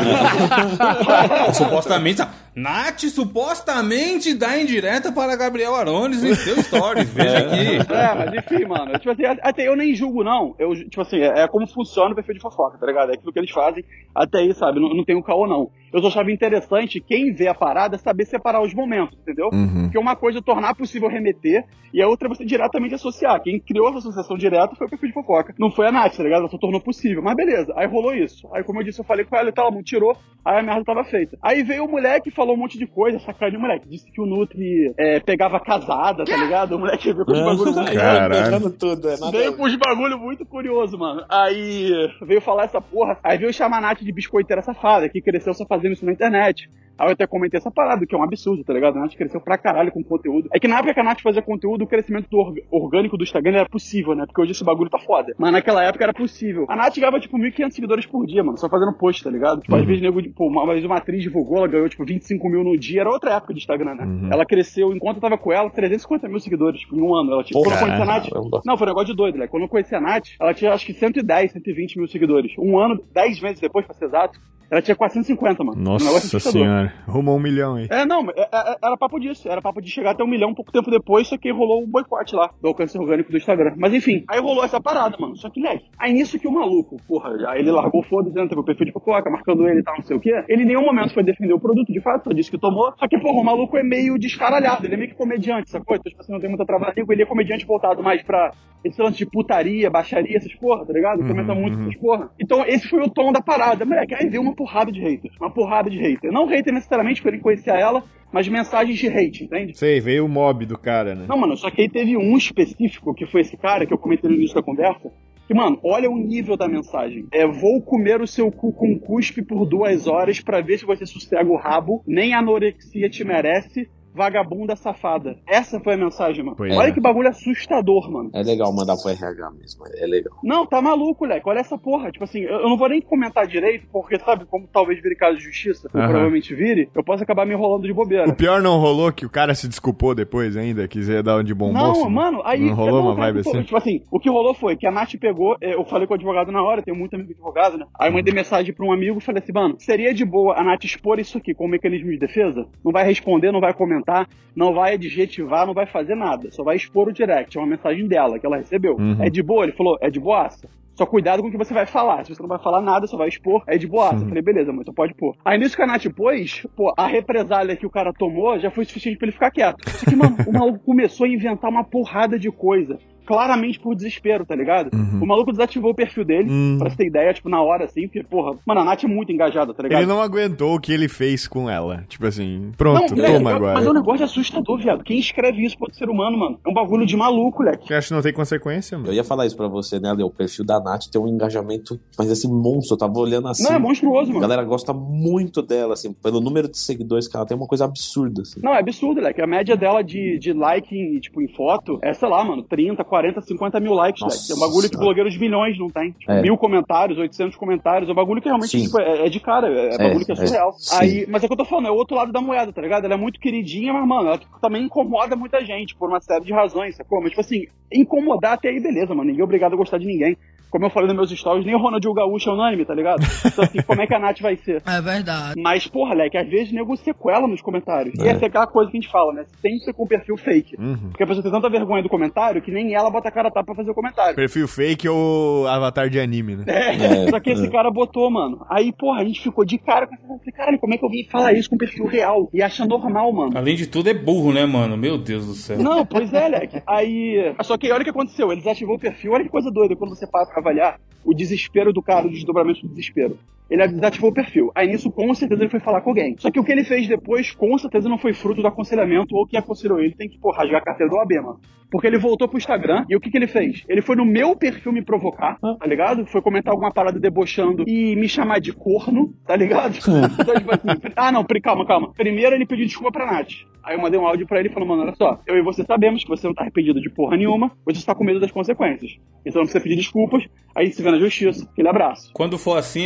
D: Supostamente. Nath supostamente dá indireta para Gabriel Arones em seu stories. Veja aqui.
A: É, mas enfim, mano. Tipo assim, até eu nem julgo, não. Eu, tipo assim, é, é como funciona o perfil de fofoca, tá ligado? É aquilo que eles fazem. Até aí, sabe? Não, não tem o caô, não. Eu só achava interessante quem vê a parada saber separar os momentos, entendeu?
C: Uhum.
A: Porque uma coisa é tornar possível remeter e a outra é você diretamente associar. Quem criou essa associação direta foi o perfil de fofoca. Não foi a Nath, tá ligado? Ela só tornou possível. Mas beleza, aí rolou isso. Aí, como eu disse, eu falei com ela e tal, não tirou. Aí a merda tava feita. Aí veio o moleque e falou um monte de coisa, sacanagem o moleque. Disse que o Nutri é, pegava casada, tá ligado? O moleque veio com os bagulho muito
C: Caralho.
B: tudo, é nada.
A: Veio com os bagulho muito curioso, mano. Aí veio falar essa porra. Aí veio chamar a Nath de biscoiteira safada, que cresceu só fazendo isso na internet. Aí eu até comentei essa parada, que é um absurdo, tá ligado? A Nath cresceu pra caralho com conteúdo. É que na época que a Nath fazia conteúdo, o crescimento do org- orgânico do Instagram era possível, né? Porque hoje esse bagulho tá foda. Mas naquela época era possível. A Nath ganhava, tipo, mil e quinhentos seguidores por dia, mano. Só fazendo post, tá ligado? Tipo,
C: Uhum.
A: às vezes, nego, pô, uma vez uma atriz divulgou, ela ganhou, tipo, vinte e cinco mil no dia. Era outra época de Instagram, né?
C: Uhum.
A: Ela cresceu, enquanto eu tava com ela, trezentos e cinquenta mil seguidores, tipo, em um ano. Ela, tipo, quando eu conheci a Nath...
B: Caramba.
A: Não, foi um negócio de doido, né? Quando eu conheci a Nath, ela tinha, acho que, cento e dez, cento e vinte mil seguidores. Um ano, dez meses depois, pra ser exato, ela tinha quatrocentos e cinquenta, mano. Um negócio
C: Nossa
A: assustador.
C: senhora. Rumou um milhão aí.
A: É, não, é, é, era papo disso. Era papo de chegar até um milhão pouco tempo depois, só que rolou um boicote lá do alcance orgânico do Instagram. Mas enfim, aí rolou essa parada, mano. Só que, né, aí nisso que o maluco, porra, já ele largou foda-se, né, teve o perfil de fofoca, marcando ele e tal, não sei o quê. Ele em nenhum momento foi defender o produto, de fato, só disse que tomou. Só que, porra, o maluco é meio descaralhado, ele é meio que comediante, sacou? Então, tipo assim, não tem muita trava língua, ele é comediante voltado mais pra esse lance de putaria, baixaria, essas porra, tá ligado? Ele comenta muito essas porra. Então, esse foi o tom da parada, moleque. Aí veio uma porrada de haters. Uma porrada de hater. Não hater necessariamente, porque ele conhecia ela, mas mensagens de hate, entende?
C: Sei, veio o mob do cara, né?
A: Não, mano, só que aí teve um específico, que foi esse cara, que eu comentei no início da conversa, que, mano, olha o nível da mensagem. É, vou comer o seu cu com cuspe por duas horas pra ver se você sossega o rabo, nem anorexia te merece, vagabunda safada. Essa foi a mensagem, mano.
C: Pois
A: olha
C: é.
A: que bagulho assustador, mano.
B: É legal mandar pro R H mesmo, é legal.
A: Não, tá maluco, moleque. Olha essa porra. Tipo assim, eu eu não vou nem comentar direito, porque, sabe, como talvez vire caso de justiça, ou
C: Aham.
A: provavelmente vire, eu posso acabar me enrolando de bobeira.
C: O pior não rolou que o cara se desculpou depois ainda, quiser dar um de bom
A: Não,
C: moço?
A: mano, aí...
C: Não rolou
A: não,
C: uma vibe
A: tipo,
C: assim?
A: Tipo assim, o que rolou foi que a Nath pegou, eu falei com o advogado na hora, tenho muito amigo advogado, né? Aí eu mandei mensagem pra um amigo e falei assim, mano, seria de boa a Nath expor isso aqui como mecanismo de defesa? Não vai responder, não vai comentar, não vai adjetivar, não vai fazer nada, só vai expor o direct, é uma mensagem dela que ela recebeu.
C: Uhum.
A: É de boa? Ele falou, é de boaça. Só cuidado com o que você vai falar. Se você não vai falar nada, só vai expor, é de boaça. Eu falei, beleza, mas tu pode pôr. Aí nisso que a Nath pôs, pô, a represália que o cara tomou já foi suficiente pra ele ficar quieto. Só que, mano, o maluco começou a inventar uma porrada de coisa. Claramente por desespero, tá ligado?
C: Uhum.
A: O maluco desativou o perfil dele,
C: Hum.
A: pra você ter ideia, tipo, na hora, assim, porque, porra, mano, a Nath é muito engajada, tá ligado?
C: Ele não aguentou o que ele fez com ela. Tipo assim, pronto,
A: moleque,
C: toma
A: eu-
C: agora.
A: Mas é um negócio assustador, viado. Quem escreve isso pro outro ser humano, mano? É um bagulho de maluco, moleque.
C: Você acha que não tem consequência,
B: Eu
C: mano?
B: ia falar isso pra você, né, Leo? O perfil da Nath tem um engajamento, mas assim, monstro. Eu tava olhando assim.
A: Não, é monstruoso,
B: A
A: mano.
B: galera gosta muito dela, assim, pelo número de seguidores que ela tem, é uma coisa absurda, assim.
A: Não, é absurdo, moleque. A média dela de, de like em, tipo, em foto é, sei lá, mano, trinta, quarenta, cinquenta mil likes,
B: Nossa
A: moleque. É um bagulho que
B: Senhora.
A: blogueiros bilhões não tem. Tipo,
B: É.
A: mil comentários, oitocentos comentários. É um bagulho que realmente
B: Sim.
A: tipo, é, é de cara. É, é bagulho que é
B: é,
A: surreal.
B: sim.
A: Aí, mas é o que eu tô falando, é o outro lado da moeda, tá ligado? Ela é muito queridinha, mas, mano, ela também incomoda muita gente por uma série de razões, sacou? Mas, tipo assim, incomodar até aí, beleza, mano. Ninguém é obrigado a gostar de ninguém. Como eu falei nos meus stories, nem o Ronaldinho Gaúcho é unânime, tá ligado? Então, assim, como é que a Nath vai ser?
E: É verdade.
A: Mas, porra, Leque, às vezes o nego sequela nos comentários. E
B: É.
A: essa é aquela coisa que a gente fala, né? Sempre com perfil fake.
C: Uhum.
A: Porque a pessoa tem tanta vergonha do comentário que nem ela bota a cara a tapa pra fazer o comentário.
C: Perfil fake ou avatar de anime, né?
A: É,
B: É,
A: só que esse
B: é.
A: cara botou, mano. Aí, porra, a gente ficou de cara com essa. Falei, caralho, como é que alguém fala isso com perfil real? E acha normal, mano.
D: Além de tudo, é burro, né, mano? Meu Deus do céu.
A: Não, pois é, Leque. Aí. Só que olha o que aconteceu. Ele desativou o perfil. Olha que coisa doida quando você para pra avaliar o desespero do cara, o desdobramento do desespero. Ele desativou o perfil. Aí nisso, com certeza, ele foi falar com alguém. Só que o que ele fez depois, com certeza, não foi fruto do aconselhamento ou quem aconselhou ele tem que, pô, rasgar a carteira do O A B, mano. Porque ele voltou pro Instagram e o que que ele fez? Ele foi no meu perfil me provocar, tá ligado? Foi comentar alguma parada debochando e me chamar de corno, tá ligado? Então, tipo assim, ah, não, pri- calma, calma. Primeiro ele pediu desculpa pra Nath. Aí eu mandei um áudio pra ele e falou, mano, olha só, eu e você sabemos que você não tá arrependido de porra nenhuma, você está com medo das consequências. Então não precisa pedir desculpas, aí se vê na justiça. Aquele abraço.
D: Quando for assim, Ale,
A: Ah.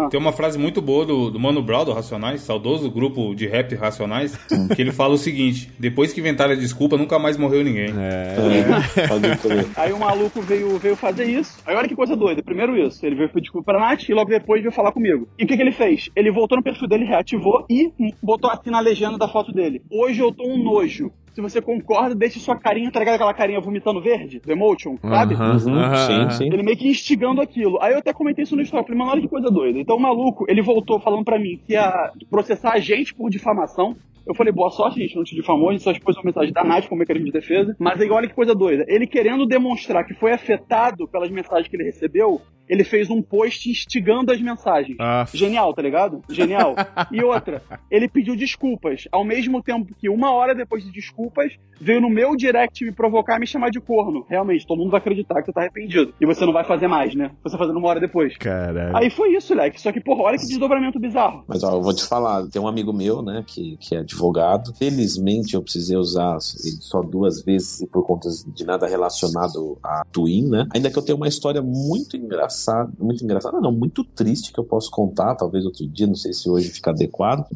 A: Ah.
D: Tem uma frase muito boa do, do Mano Brown, do Racionais, saudoso grupo de rap Racionais, que ele fala o seguinte: depois que inventaram a desculpa, nunca mais morreu ninguém.
C: É.
B: É, pode crer.
A: Aí o maluco veio, veio fazer isso. Aí olha que coisa doida. Primeiro isso, ele veio pedir desculpa pra Nath e logo depois veio falar comigo. E o que, que ele fez? Ele voltou no perfil dele, reativou e botou assim na legenda da foto dele: hoje eu tô um nojo. Se você concorda, deixe sua carinha, tá ligado? Aquela carinha vomitando verde, do emotion, sabe?
B: Uhum, sim, sim.
A: Ele meio que instigando aquilo. Aí eu até comentei isso no story. Falei, mano, olha que coisa doida. Então o maluco, ele voltou falando pra mim que ia processar a gente por difamação. Eu falei, boa sorte, gente, não te difamou, a gente só expôs uma mensagem da Nath como mecanismo de defesa. Mas aí olha que coisa doida. Ele querendo demonstrar que foi afetado pelas mensagens que ele recebeu, ele fez um post instigando as mensagens.
C: Ah.
A: Genial, tá ligado? Genial. E outra, ele pediu desculpas. Ao mesmo tempo que uma hora depois de desculpas, veio no meu direct me provocar e me chamar de corno. Realmente, todo mundo vai acreditar que você tá arrependido. E você não vai fazer mais, né? Você fazendo uma hora depois.
C: Caralho.
A: Aí foi isso, Leque. Só que, porra, olha que desdobramento bizarro.
B: Mas, ó, eu vou te falar, tem um amigo meu, né, que, que é advogado. Felizmente, eu precisei usar ele só duas vezes e por conta de nada relacionado a Twin, né? Ainda que eu tenha uma história muito engraçada, muito engraçada, não, muito triste que eu posso contar, talvez outro dia, não sei se hoje fica adequado,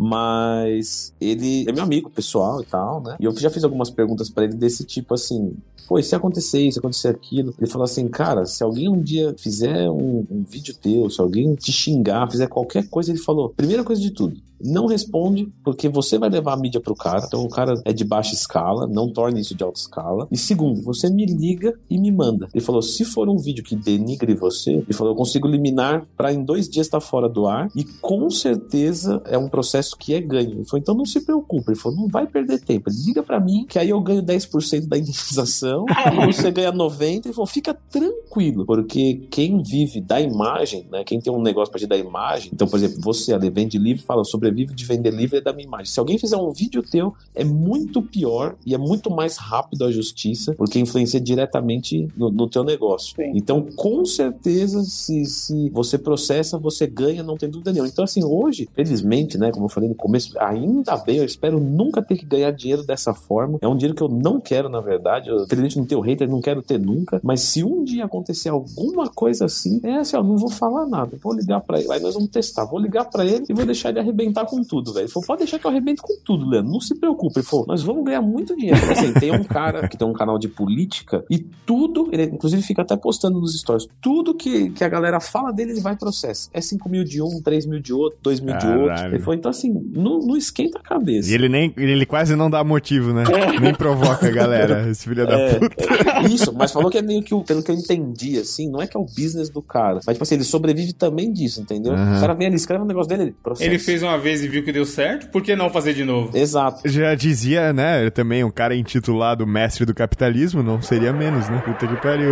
B: mas ele é meu amigo pessoal e tal, né? E eu já fiz algumas perguntas pra ele desse tipo assim: pô, e se acontecer isso, se acontecer aquilo? Ele falou assim, cara, se alguém um dia fizer um, um vídeo teu, se alguém te xingar, fizer qualquer coisa, ele falou, primeira coisa de tudo, não responde, porque você vai levar a mídia pro cara, então o cara é de baixa escala, não torne isso de alta escala. E segundo, você me liga e me manda. Ele falou, se for um vídeo que denigre você, ele falou, eu consigo eliminar pra em dois dias estar fora do ar, e com certeza é um processo que é ganho. Ele falou, então não se preocupe. Ele falou, não vai perder tempo, ele liga pra mim, que aí eu ganho dez por cento da indenização, e você ganha noventa por cento. Ele falou, fica tranquilo, porque quem vive da imagem, né, quem tem um negócio pra te dar imagem, então, por exemplo, você, Ale, vende livro, fala, sobrevive de vender livro é da minha imagem. Se alguém fizer um vídeo teu, é muito pior e é muito mais rápido a justiça, porque influencia diretamente no, no teu negócio.
A: Sim.
B: Então, com certeza, se, se você processa, você ganha, não tem dúvida nenhuma. Então, assim, hoje, felizmente, né, como eu falei no começo, ainda bem, eu espero nunca ter que ganhar dinheiro dessa forma. É um dinheiro que eu não quero, na verdade. Eu, felizmente, não tenho hater, não quero ter nunca, mas se um dia acontecer alguma coisa assim, é assim, ó, não vou falar nada, vou ligar pra ele, aí nós vamos testar, vou ligar pra ele e vou deixar ele arrebentar com tudo, velho. Ele falou, pode deixar que eu arrebento com tudo, Leandro, não se preocupe. Ele falou, nós vamos ganhar muito dinheiro. Assim, tem um cara que tem um canal de política e tudo, ele inclusive fica até postando nos stories, tudo que, que a galera fala dele, ele vai processo. É cinco mil de um, três mil de outro, dois mil
C: Caralho.
B: de outro. Ele falou, então assim, não, não esquenta a cabeça.
C: E ele nem, ele quase não dá motivo, né? Nem provoca a galera, esse filho da
B: É,
C: puta.
B: é, isso, mas falou que é meio que, o, pelo que eu entendi, assim, não é que é o business do cara, mas tipo assim, ele sobrevive também disso, entendeu?
C: Uhum.
B: O cara vem ali, escreve um negócio dele, ele processo.
D: Ele fez uma vez e viu que deu certo, por que não fazer de novo?
B: Exato.
C: Já dizia, né, também um cara intitulado Mestre do Capitalismo, não seria menos, né? Puta que pariu.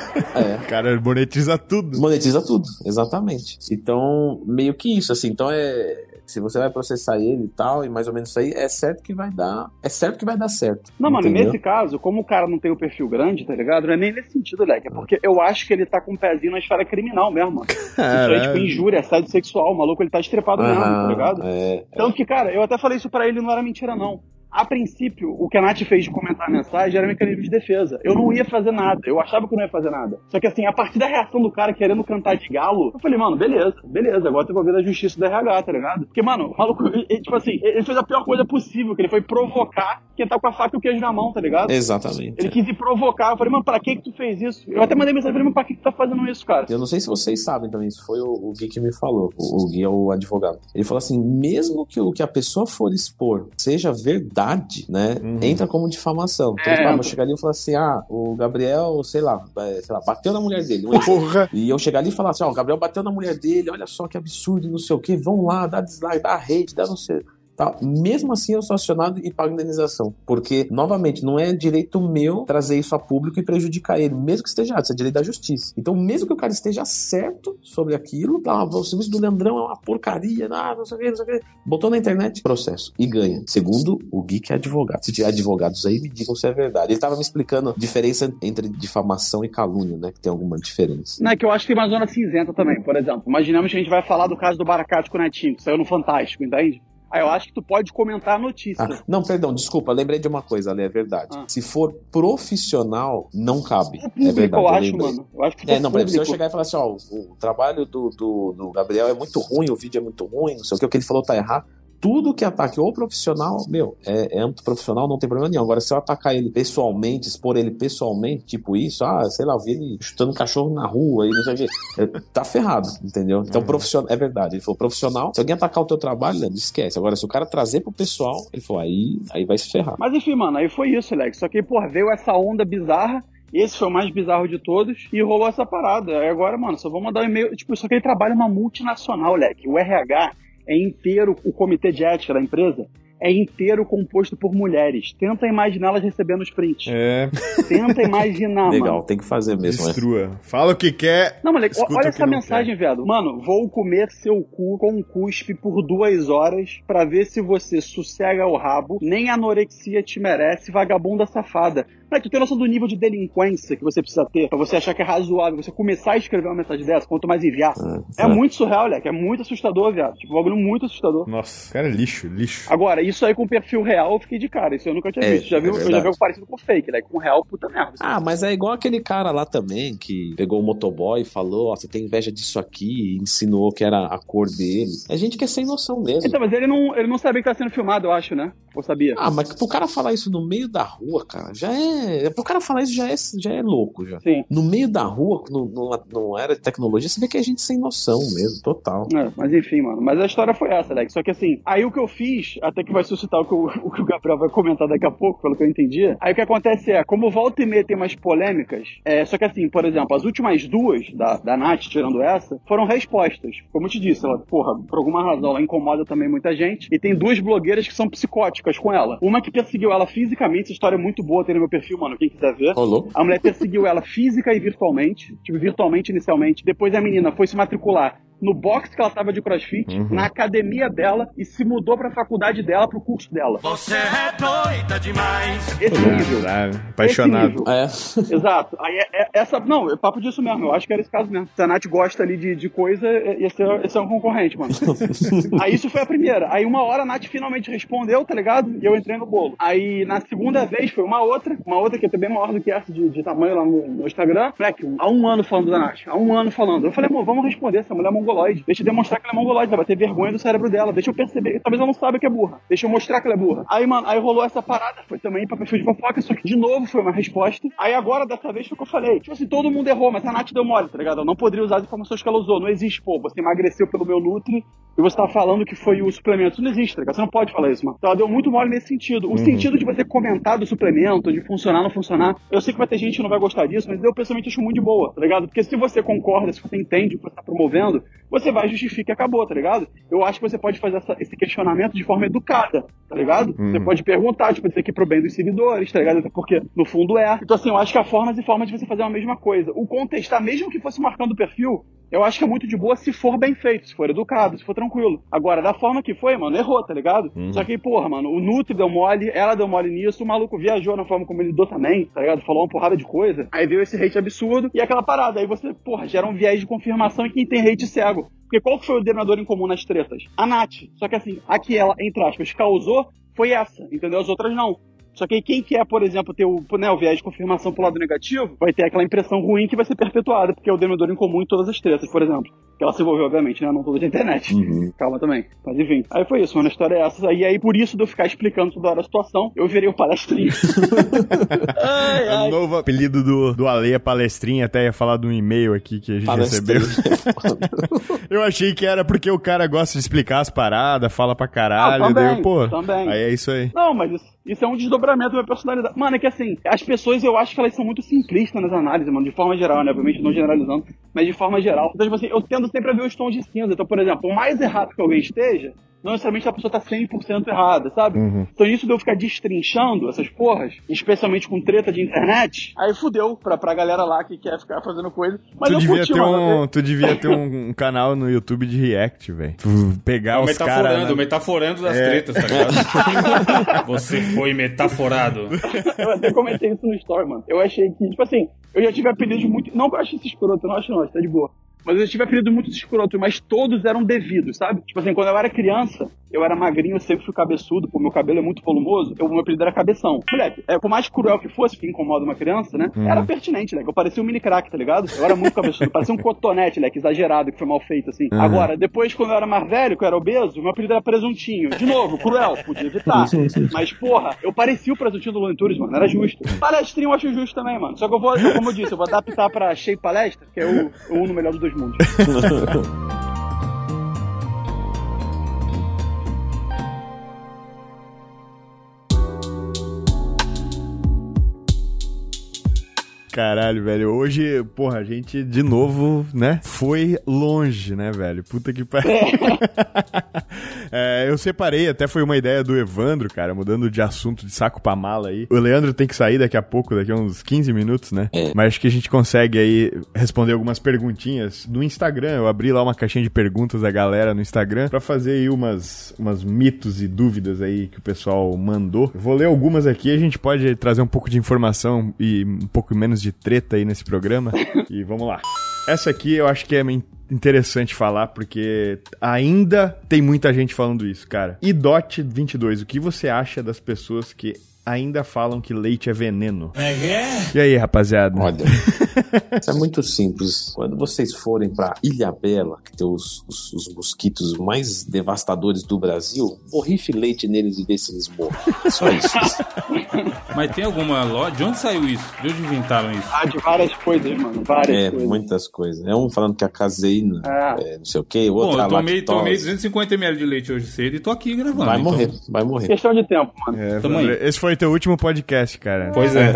B: É.
C: O cara monetiza tudo.
B: Monetiza tudo, exatamente. Então, meio que isso, assim, então é... Se você vai processar ele e tal, e mais ou menos isso aí, é certo que vai dar. É certo que vai dar certo.
A: Não, mano,
B: entendeu?
A: nesse caso, como o cara não tem o perfil grande, tá ligado? Não é nem nesse sentido, Leque. É porque eu acho que ele tá com um pezinho na esfera criminal mesmo, mano. Isso aí, tipo, injúria, assédio sexual. O maluco, ele tá estrepado mesmo, tá ligado?
B: É,
A: Tanto que, cara, eu até falei isso pra ele, não era mentira, não. A princípio, o que a Nath fez de comentar a mensagem era mecanismo de defesa. Eu não ia fazer nada. Eu achava que eu não ia fazer nada. Só que assim, a partir da reação do cara querendo cantar de galo, eu falei, mano, beleza, beleza, agora tem que ouvir da justiça do R H, tá ligado? Porque, mano, o maluco, ele, tipo assim, ele fez a pior coisa possível, que ele foi provocar quem tá com a faca e o queijo na mão, tá ligado?
B: exatamente.
A: Ele quis ir provocar. Eu falei, mano, pra que que tu fez isso? Eu até mandei mensagem pra ele, mas pra que que tu tá fazendo isso, cara?
B: Eu não sei se vocês sabem também, isso foi o, o Gui que me falou. O, o Gui é o advogado. Ele falou assim, mesmo que o que a pessoa for expor seja verdade, né? Uhum. Entra como difamação. Então,
A: É.
B: eu vou chegar ali e falar assim, ah, o Gabriel, sei lá, sei lá, bateu na mulher dele. Um exemplo.
C: Porra!
B: E eu chegar ali e falar assim, ó, o Gabriel bateu na mulher dele, olha só que absurdo, não sei o que, vão lá, dá dislike, dá hate, dá não sei... Tá. Mesmo assim eu sou acionado e pago indenização, porque, novamente, não é direito meu trazer isso a público e prejudicar ele, mesmo que esteja errado, isso é direito da justiça. Então, mesmo que o cara esteja certo sobre aquilo, ah, o serviço do Leandrão é uma porcaria, ah, não sei o que, não sei o que, botou na internet, processo, e ganha. Segundo o Gui, que é advogado. Se tiver advogados aí, me digam se é verdade. Ele tava me explicando a diferença entre difamação e calúnia, né, que tem alguma diferença.
A: Não, é que eu acho que tem uma zona cinzenta também, por exemplo. Imaginamos que a gente vai falar do caso do Baracate com o Netinho, que saiu no Fantástico, entende? Aí eu acho que tu pode comentar a notícia.
B: Ah, não, perdão, desculpa, lembrei de uma coisa ali, é verdade. Ah. Se for profissional, não cabe. É, público, é verdade,
A: eu,
B: eu
A: acho,
B: lembrei.
A: mano. Eu acho que
B: é, não, por exemplo, se eu chegar e falar assim, ó, o, o trabalho do, do, do Gabriel é muito ruim, o vídeo é muito ruim, não sei o que, o que ele falou tá errado. Tudo que ataque ou profissional, meu, é, é âmbito profissional, não tem problema nenhum. Agora, se eu atacar ele pessoalmente, expor ele pessoalmente, tipo isso, ah, sei lá, eu vi ele chutando cachorro na rua e não sei o quê, tá ferrado, entendeu? Então, uhum. profissional, é verdade, ele falou profissional, se alguém atacar o teu trabalho, né, esquece. Agora, se o cara trazer pro pessoal, ele falou, aí, aí vai se ferrar.
A: Mas enfim, mano, aí foi isso, Alex. Só que, porra, veio essa onda bizarra. Esse foi o mais bizarro de todos e rolou essa parada. Aí agora, mano, só vou mandar um e-mail. Tipo, só que ele trabalha numa multinacional, Leque. O R H é inteiro, o comitê de ética da empresa é inteiro composto por mulheres. Tenta imaginar elas recebendo os prints.
C: É.
A: Tenta imaginar,
B: Legal,
A: mano.
B: tem que fazer mesmo.
C: Destrua.
B: É.
C: Fala o que quer.
A: Não, moleque, olha essa mensagem,
C: quer.
A: velho. Mano, vou comer seu cu com um cuspe por duas horas pra ver se você sossega o rabo. Nem anorexia te merece, vagabunda safada. Moleque, tu tem noção do nível de delinquência que você precisa ter pra você achar que é razoável você começar a escrever uma mensagem dessa, quanto mais enviar. É, é, é muito surreal, moleque. É muito assustador, viado. Tipo, um bagulho muito assustador.
C: Nossa, cara, é lixo, lixo.
A: Agora, isso aí com perfil real, eu fiquei de cara. Isso eu nunca tinha
B: é,
A: visto. Já vi,
B: é
A: eu já vi algo parecido com fake, né? Com real, puta merda.
B: Ah, mas é igual aquele cara lá também, que pegou o motoboy e falou, ó, você tem inveja disso aqui, e insinuou que era a cor dele. É gente que é sem noção mesmo.
A: Então, mas ele não, ele não sabia que tá sendo filmado, eu acho, né? Ou sabia?
B: Ah, mas pro cara falar isso no meio da rua, cara, já é... Pro cara falar isso já é, já é louco, já.
A: Sim.
B: No meio da rua, no, no, no era de tecnologia, você vê que é gente sem noção mesmo, total.
A: É, mas enfim, mano. Mas a história foi essa, Alex. Só que assim, aí o que eu fiz, até que vai suscitar o que, eu, o que o Gabriel vai comentar daqui a pouco, pelo que eu entendi. Aí o que acontece é, como volta e meia tem umas polêmicas, é, só que assim, por exemplo, as últimas duas da, da Nath, tirando essa, foram respostas. Como eu te disse, ela, porra, por alguma razão, ela incomoda também muita gente. E tem duas blogueiras que são psicóticas com ela. Uma que perseguiu ela fisicamente, essa história é muito boa, tem no meu perfil, mano, quem quiser ver.
B: Rolou.
A: A mulher perseguiu ela física e virtualmente, tipo, virtualmente inicialmente. Depois a menina foi se matricular no box que ela tava de crossfit, uhum. na academia dela, e se mudou pra faculdade dela, pro curso dela. Você é doida demais! Esse nível.
C: Apaixonado.
A: Esse nível.
B: É.
A: Exato. Aí é, é, essa, não, é papo disso mesmo, eu acho que era esse caso mesmo. Se a Nath gosta ali de, de coisa, esse é, esse é um concorrente, mano. Aí isso foi a primeira. Aí uma hora a Nath finalmente respondeu, tá ligado? E eu entrei no bolo. Aí na segunda vez foi uma outra, uma outra que é bem maior do que essa de, de tamanho lá no, no Instagram. Moleque, há um ano falando da Nath, há um ano falando. Eu falei, amor, vamos responder essa mulher mongolóide. Deixa eu demonstrar que ela é mongolóide, ela vai ter vergonha do cérebro dela. Deixa eu perceber, talvez ela não saiba que é burra. Deixa eu mostrar que ela é burra. Aí, mano, aí rolou essa parada, foi também pra perfil de fofoca, só que de novo foi uma resposta. Aí agora, dessa vez, foi o que eu falei. Tipo assim, todo mundo errou, mas a Nath deu mole, tá ligado? Eu não poderia usar as informações que ela usou. Não existe, pô, você emagreceu pelo meu Nutri e você tá falando que foi o suplemento. Isso não existe, tá ligado? Você não pode falar isso, mano. Então ela deu muito mole nesse sentido. O uhum. sentido de você comentar do suplemento, de funcionar ou não funcionar, eu sei que vai ter gente que não vai gostar disso, mas eu pessoalmente acho muito de boa, tá ligado? Porque se você concorda, se você entende o que você tá promovendo, você vai justificar e acabou, tá ligado? Eu acho que você pode fazer essa, esse questionamento de forma educada, tá ligado? Uhum. Você pode perguntar, tipo, dizer que é pro bem dos seguidores, tá ligado? Porque no fundo é. Então assim, eu acho que há formas e formas de você fazer a mesma coisa. O contestar, mesmo que fosse marcando o perfil, eu acho que é muito de boa se for bem feito, se for educado, se for tranquilo. Agora, da forma que foi, mano, errou, tá ligado? Uhum. Só que, porra, mano, o Nutri deu mole, ela deu mole nisso, o maluco viajou na forma como ele lidou também, tá ligado? Falou uma porrada de coisa. Aí veio esse hate absurdo e aquela parada. Aí você, porra, gera um viés de confirmação e quem tem hate cego. Porque qual que foi o denominador em comum nas tretas? A Nath. Só que assim, a que ela, entre aspas, causou foi essa, entendeu? As outras não. Só que aí quem quer, por exemplo, ter o, né, o viés de confirmação pro lado negativo, vai ter aquela impressão ruim que vai ser perpetuada, porque é o denominador em comum em todas as tretas, por exemplo. Que ela se envolveu, obviamente, né? Não toda a internet. Uhum. Calma também. Mas enfim. Aí foi isso, mano. A história é essa. E aí, por isso de eu ficar explicando toda hora a situação, eu virei o palestrinho. ai, ai.
C: O novo apelido do, do Ale é palestrinha, até ia falar de um e-mail aqui que a gente recebeu. Eu achei que era porque o cara gosta de explicar as paradas, fala pra caralho. Ah, também, daí eu, pô, também. Aí é isso aí.
A: Não, mas isso, isso é um desdobramento da minha personalidade. Mano, é que assim, as pessoas, eu acho que elas são muito simplistas nas análises, mano, de forma geral, né? Obviamente não generalizando, mas de forma geral. Então, tipo assim, eu tendo sempre a ver os tons de cinza. Então, por exemplo, o mais errado que alguém esteja, não necessariamente a pessoa tá cem por cento errada, sabe? Uhum. Então isso de eu ficar destrinchando essas porras, especialmente com treta de internet, aí fudeu pra, pra galera lá que quer ficar fazendo coisa. Mas
C: tu,
A: eu
C: devia
A: curti,
C: ter
A: mano,
C: um, tu devia ter um, um canal no YouTube de react, velho. Tu pegar
D: é,
C: os caras...
D: Metaforando,
C: na...
D: metaforando das é. tretas, tá ligado? Você foi metaforado.
A: Eu até comentei isso no story, mano. Eu achei que, tipo assim, eu já tive apelidos muito... Não que eu ache isso escroto, não acho não, isso tá de boa. Mas eu tive apelidos muito escrotos, mas todos eram devidos, sabe? Tipo assim, quando eu era criança, eu era magrinho, eu sempre fui cabeçudo, pô, meu cabelo é muito volumoso, eu, meu apelido era Cabeção. Moleque, é, por mais cruel que fosse, que incomoda uma criança, né? Hum. Era pertinente, leque. Eu parecia um mini crack, tá ligado? Eu era muito cabeçudo, parecia um cotonete, leque, exagerado, que foi mal feito, assim. Uhum. Agora, depois, quando eu era mais velho, que eu era obeso, meu apelido era Presuntinho. De novo, cruel, podia evitar. Mas, porra, eu parecia o Presuntinho do Looney Tunes, mano, era justo. Palestrinho eu acho justo também, mano. Só que eu vou, como eu disse, eu vou adaptar pra Shea Palestra, que é o, o uno melhor dos dois mundos.
C: Caralho, velho. Hoje, porra, a gente de novo, né? Foi longe, né, velho? Puta que pariu. É, eu separei, até foi uma ideia do Evandro, cara, mudando de assunto de saco pra mala aí. O Leandro tem que sair daqui a pouco, daqui a uns quinze minutos, né? É. Mas acho que a gente consegue aí responder algumas perguntinhas no Instagram. Eu abri lá uma caixinha de perguntas da galera no Instagram pra fazer aí umas, umas mitos e dúvidas aí que o pessoal mandou. Eu vou ler algumas aqui, a gente pode trazer um pouco de informação e um pouco menos de treta aí nesse programa. E vamos lá. Essa aqui eu acho que é interessante falar, porque ainda tem muita gente falando isso, cara. Idot vinte e dois, o que você acha das pessoas que ainda falam que leite é veneno? É, é? E aí, rapaziada?
B: Olha, isso é muito simples. Quando vocês forem pra Ilhabela, que tem os, os, os mosquitos mais devastadores do Brasil, borrife leite neles e vê se eles morrem. Só isso.
D: Mas tem alguma loja? De onde saiu isso? De onde inventaram isso?
A: Ah, de várias coisas, mano. Várias
B: é,
A: coisas.
B: muitas coisas. É um falando que a caseína,
A: ah.
B: é, não sei o quê, outra
D: Bom, eu tomei,
B: lactose.
D: tomei duzentos e cinquenta mililitros de leite hoje cedo e tô aqui gravando.
B: Vai
D: então.
B: morrer, vai morrer.
A: Questão de tempo, mano.
C: É, esse foi teu último podcast, cara.
D: Pois é.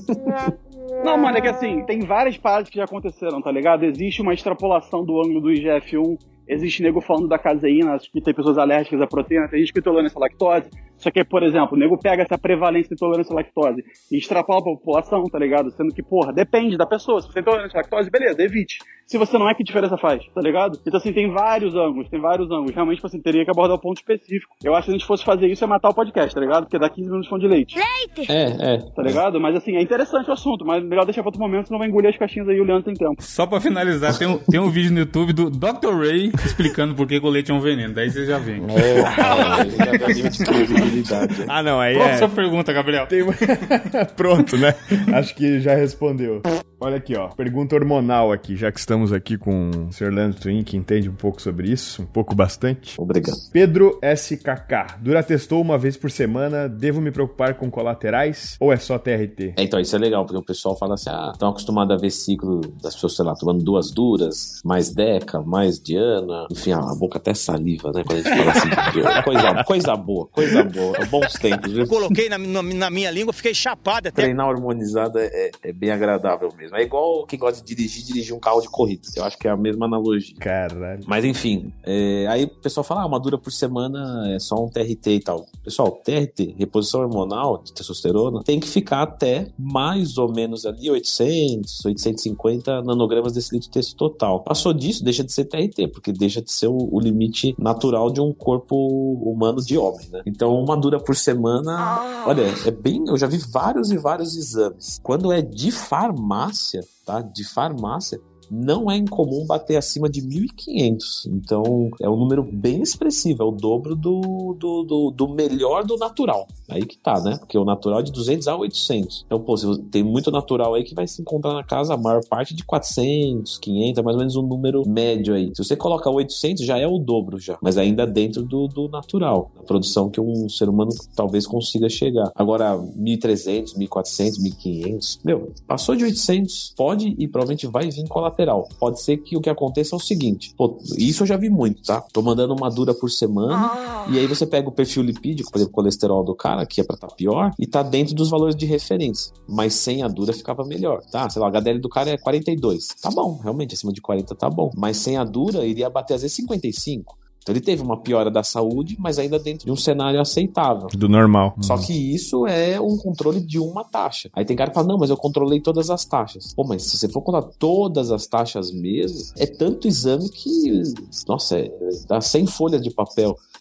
A: Não, mano, é que assim, tem várias paradas que já aconteceram, tá ligado? Existe uma extrapolação do ângulo do I G F um, existe nego falando da caseína, acho que tem pessoas alérgicas à proteína, tem gente que intolerância à lactose. Só que, por exemplo, o nego pega essa prevalência de intolerância à lactose e extrapola pra população, tá ligado? Sendo que, porra, depende da pessoa. Se você tem intolerância à lactose, beleza, evite. Se você não é, que diferença faz, tá ligado? Então, assim, tem vários ângulos, tem vários ângulos. Realmente, tipo assim, teria que abordar o ponto específico. Eu acho que se a gente fosse fazer isso, é matar o podcast, tá ligado? Porque dá quinze minutos de fome de leite.
B: Leite! É, é.
A: Tá ligado? Mas, assim, é interessante o assunto, mas melhor deixar pra outro momento, senão vai engolir as caixinhas aí, o Leandro tem tempo.
D: Só pra finalizar, tem um, tem um vídeo no YouTube do doutor Ray explicando por que o leite é um veneno. Daí você já vem.
B: É, é, já dá limite de credibilidade.
C: Ah, não, aí
D: Pronto,
C: é...
D: sua pergunta, Gabriel.
C: Tem... Pronto, né? Acho que já respondeu. Olha aqui, ó. Pergunta hormonal aqui, já que estamos aqui com o senhor Leandro Twin, que entende um pouco sobre isso, um pouco bastante.
B: Obrigado.
C: Pedro S K K. Duratestou uma vez por semana, devo me preocupar com colaterais ou é só T R T?
B: É, então, isso é legal, porque o pessoal fala assim, ah, estão acostumados a ver ciclo das pessoas, sei lá, tomando duas duras, mais Deca, mais Diana, enfim, a boca até saliva, né, quando a gente fala assim, coisa, coisa boa, coisa boa, bons tempos, viu?
E: Coloquei na, na, na minha língua, fiquei chapado até.
B: Treinar hormonizada é, é bem agradável mesmo. É igual quem gosta de dirigir, dirigir um carro de corrida. Eu acho que é a mesma analogia.
C: Caralho.
B: Mas enfim, é, aí o pessoal fala, ah, uma dura por semana é só um T R T e tal. Pessoal, T R T, reposição hormonal de testosterona, tem que ficar até mais ou menos ali oitocentos, oitocentos e cinquenta nanogramas desse litro de testo total. Passou disso, deixa de ser T R T, porque deixa de ser o, o limite natural de um corpo humano de homem, né? Então, uma dura por semana, olha, é bem, eu já vi vários e vários exames. Quando é de farmácia, tá? De farmácia, não é incomum bater acima de mil e quinhentos. Então, é um número bem expressivo. É o dobro do, do, do, do melhor do natural. Aí que tá, né? Porque o natural é de duzentos a oitocentos. Então, pô, tem muito natural aí que vai se encontrar na casa a maior parte de quatrocentos, quinhentos, é mais ou menos um número médio aí. Se você coloca oitocentos, já é o dobro já. Mas ainda dentro do, do natural. A produção que um ser humano talvez consiga chegar. Agora, mil e trezentos, mil e quatrocentos, mil e quinhentos. Meu, passou de oitocentos, pode e provavelmente vai vir colateral. Pode ser que o que aconteça é o seguinte, pô, isso eu já vi muito, tá? Tô mandando uma dura por semana ah. e aí você pega o perfil lipídico, por exemplo, o colesterol do cara, que é pra estar tá pior, e tá dentro dos valores de referência. Mas sem a dura ficava melhor, tá? Sei lá, o H D L do cara é quarenta e dois. Tá bom, realmente, acima de quarenta tá bom. Mas sem a dura, iria bater às vezes cinquenta e cinco. Então ele teve uma piora da saúde, mas ainda dentro de um cenário aceitável.
C: Do normal.
B: Só que isso é um controle de uma taxa. Aí tem cara que fala, não, mas eu controlei todas as taxas. Pô, mas se você for controlar todas as taxas mesmo, é tanto exame que, nossa, é, dá cem folhas de papel.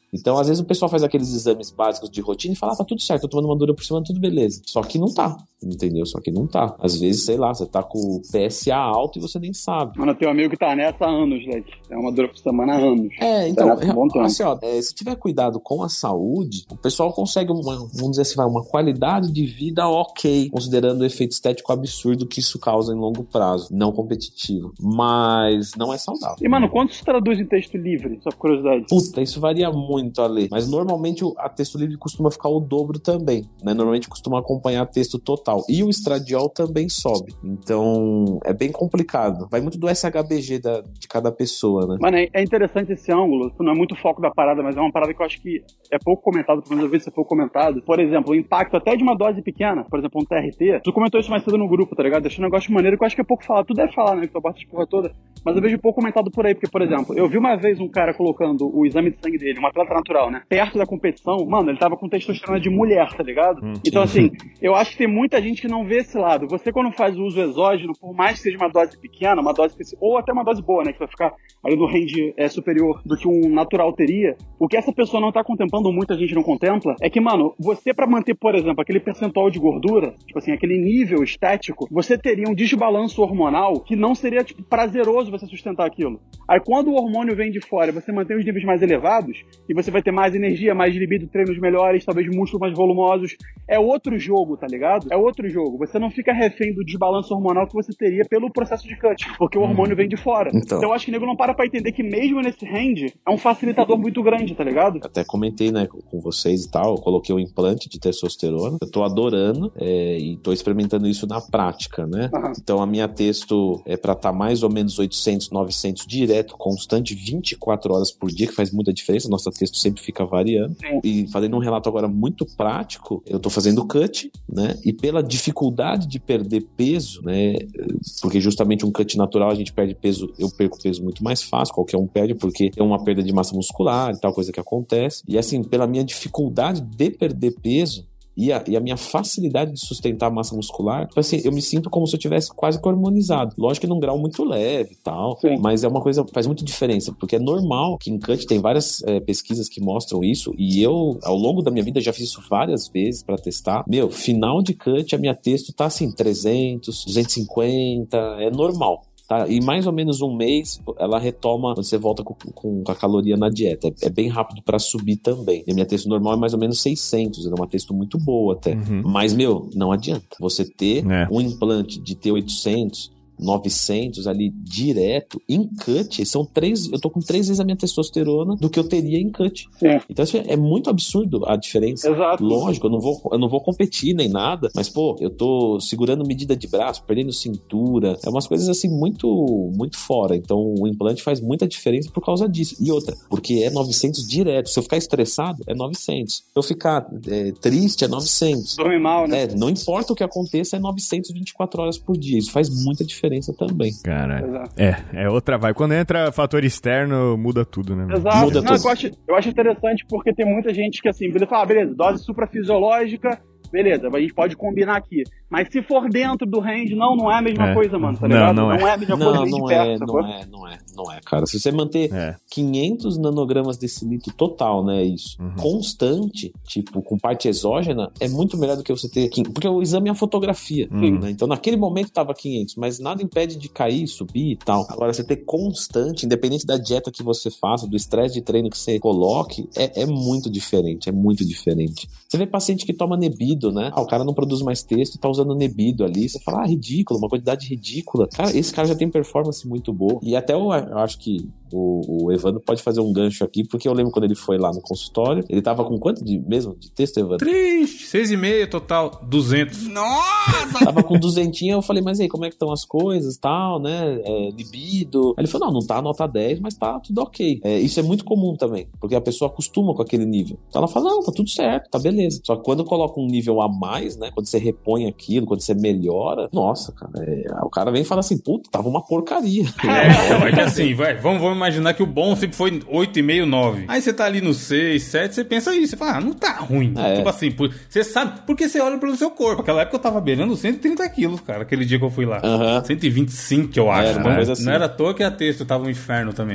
B: Então, às vezes, o pessoal faz aqueles exames básicos de rotina e fala, ah, tá tudo certo, tô tomando uma dura por semana, tudo beleza. Só que não tá, entendeu? Só que não tá. Às vezes, sei lá, você tá com o P S A alto e você nem sabe.
A: Mano, eu tenho um amigo que tá nessa há anos, Leque. É uma dura por semana há anos.
B: É, então,
A: tá um bom
B: assim, ó, é, se tiver cuidado com a saúde, o pessoal consegue, uma, vamos dizer assim, uma qualidade de vida ok, considerando o efeito estético absurdo que isso causa em longo prazo, não competitivo. Mas não é saudável.
A: E, mano, quanto se traduz em texto livre? Só por curiosidade.
B: Puta, isso varia muito a ler. Mas normalmente a texto livre costuma ficar o dobro também, né? Normalmente costuma acompanhar texto total. E o estradiol também sobe. Então, é bem complicado. Vai muito do S H B G da, de cada pessoa, né?
A: Mano, é interessante esse ângulo. Não é muito foco da parada, mas é uma parada que eu acho que é pouco comentado, pelo menos eu vi se for comentado. Por exemplo, o impacto até de uma dose pequena, por exemplo, um T R T. Tu comentou isso mais cedo no grupo, tá ligado? Deixou um negócio maneiro que eu acho que é pouco falado. Tu deve falar, né? Que tu bota essa porra toda. Mas eu vejo pouco comentado por aí, porque, por exemplo, eu vi uma vez um cara colocando o exame de sangue dele, uma atleta natural, né? Perto da competição, mano, ele tava com testosterona de mulher, tá ligado? Hum, então, assim, eu acho que tem muita gente que não vê esse lado. Você, quando faz o uso exógeno, por mais que seja uma dose pequena, uma dose ou até uma dose boa, né? Que vai ficar ali no range é, superior do que um natural teria, o que essa pessoa não tá contemplando, muita gente não contempla, é que, mano, você pra manter, por exemplo, aquele percentual de gordura, tipo assim, aquele nível estético, você teria um desbalanço hormonal que não seria, tipo, prazeroso você sustentar aquilo. Aí, quando o hormônio vem de fora, você mantém os níveis mais elevados, e você vai ter mais energia, mais libido, treinos melhores, talvez músculos mais volumosos. É outro jogo, tá ligado? É outro jogo. Você não fica refém do desbalanço hormonal que você teria pelo processo de cut, porque o hormônio vem de fora. Então, então eu acho que o nego não para pra entender que mesmo nesse range, é um facilitador muito grande, tá ligado?
B: Até comentei, né, com vocês e tal, eu coloquei um implante de testosterona, eu tô adorando é, e tô experimentando isso na prática, né? Uhum. Então a minha testo é pra estar tá mais ou menos oitocentos, novecentos direto, constante, vinte e quatro horas por dia, que faz muita diferença, nossa testo sempre fica variando. Sim. E fazendo um relato agora muito prático, eu tô fazendo cut, né? E pela dificuldade de perder peso, né? Porque justamente um cut natural a gente perde peso, eu perco peso muito mais fácil, qualquer um perde, porque é uma perda de massa muscular e tal, coisa que acontece. E assim, pela minha dificuldade de perder peso, E a, e a minha facilidade de sustentar a massa muscular, tipo assim, eu me sinto como se eu tivesse quase que hormonizado. Lógico que num grau muito leve e tal, Sim. mas é uma coisa que faz muita diferença, porque é normal que em cut tem várias é, pesquisas que mostram isso, e eu, ao longo da minha vida, já fiz isso várias vezes pra testar. Meu, final de cut, a minha testo tá assim, trezentos, duzentos e cinquenta, é normal. Tá? E mais ou menos um mês ela retoma, você volta com, com a caloria na dieta. É, é bem rápido pra subir também. E a minha testo normal é mais ou menos seiscentos, é uma testo muito boa até. Uhum. Mas, meu, não adianta. Você ter é. um implante de T oitocentos, novecentos ali direto em cut, são três, eu tô com três vezes a minha testosterona do que eu teria em cut. Sim. Então assim, é muito absurdo a diferença. Exato. Lógico, eu não vou, eu não vou competir nem nada, mas pô, eu tô segurando medida de braço, perdendo cintura, é umas coisas assim muito, muito fora. Então o implante faz muita diferença por causa disso. E outra, porque é novecentos direto. Se eu ficar estressado, é novecentos. Se eu ficar é, triste, é novecentos.
A: Dorme mal, né?
B: É, não importa o que aconteça, é novecentos e vinte e quatro horas por dia. Isso faz muita diferença também.
C: Cara, é, é outra vai. Quando entra fator externo, muda tudo, né?
A: Exato. Muda Não, tudo. Eu, acho, eu acho interessante porque tem muita gente que assim, beleza, fala, ah, beleza, dose suprafisiológica, beleza, a gente pode combinar aqui. Mas se for dentro do range, não, não é a mesma é. coisa, mano, tá ligado?
C: Não, não,
A: não é. é a mesma
B: não,
A: coisa
B: não
A: de
B: é,
A: perto.
B: Não é, não é, não é, cara. Se você manter é. quinhentos nanogramas desse litro total, né, isso, uhum. constante, tipo, com parte exógena, é muito melhor do que você ter... Porque o exame é a fotografia, uhum. né? Então, naquele momento tava quinhentos, mas nada impede de cair, subir e tal. Agora, você ter constante, independente da dieta que você faça, do estresse de treino que você coloque, é, é muito diferente, é muito diferente. Você vê paciente que toma Nebido, né? Ah, o cara não produz mais texto e tá usando Nebido ali. Você fala, ah, ridículo, uma quantidade ridícula. Cara, esse cara já tem performance muito boa. E até eu, eu acho que o, o Evandro pode fazer um gancho aqui, porque eu lembro quando ele foi lá no consultório, ele tava com quanto de, mesmo de texto, Evandro?
D: Triste, seis e meio total, duzentos.
B: Nossa! Tava com duzentinho, eu falei, mas aí, como é que estão as coisas, tal, né? É, libido. Aí ele falou, não, não tá nota dez, mas tá tudo ok. É, isso é muito comum também, porque a pessoa acostuma com aquele nível. Então ela fala, não, tá tudo certo, tá beleza. Só que quando coloca um nível a mais, né? Quando você repõe aquilo, quando você melhora, nossa, cara, é, o cara vem e fala assim, puta, tava uma porcaria.
D: É, é que assim, vai, vamos, vamos imaginar que o bom sempre foi oito e meio, nove. Aí você tá ali no seis, sete, você pensa isso, você fala, ah, não tá ruim. É. Tipo assim, você sabe, porque você olha pelo seu corpo. Naquela época eu tava beirando cento e trinta quilos, cara, aquele dia que eu fui lá. Uhum. cento e vinte e cinco, eu acho. É, então, assim. Não era à toa que a texto tava um inferno também.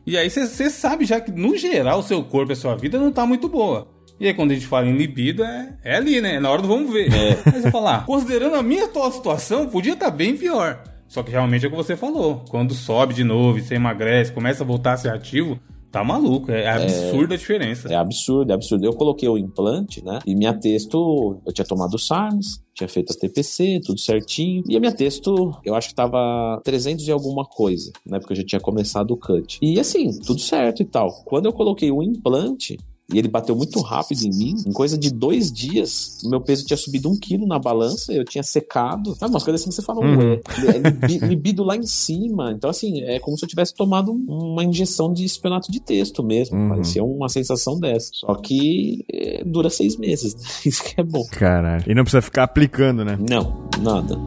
D: E aí você sabe já que, no geral, o seu corpo e a sua vida não tá muito boa. E aí, quando a gente fala em libido, é, é ali, né? É na hora do vamos ver. É. Aí você fala, ah, considerando a minha atual situação, podia estar bem pior. Só que realmente é o que você falou. Quando sobe de novo e você emagrece, começa a voltar a ser ativo, tá maluco. É absurda a diferença.
B: É absurdo, é absurdo. Eu coloquei o implante, né? E minha testo, eu tinha tomado o SARMs, tinha feito a T P C, tudo certinho. E a minha testo, eu acho que tava trezentos e alguma coisa, né? Porque eu já tinha começado o cut. E assim, tudo certo e tal. Quando eu coloquei o implante, e ele bateu muito rápido em mim, em coisa de dois dias, o meu peso tinha subido um quilo na balança, eu tinha secado. Sabe, umas coisas assim que você fala, uhum. ué, é libido lá em cima. Então, assim, é como se eu tivesse tomado uma injeção de espionato de texto mesmo. Uhum. Parecia uma sensação dessa. Só que é, dura seis meses, né? Isso que é bom.
C: Caralho. E não precisa ficar aplicando, né?
B: Não, nada.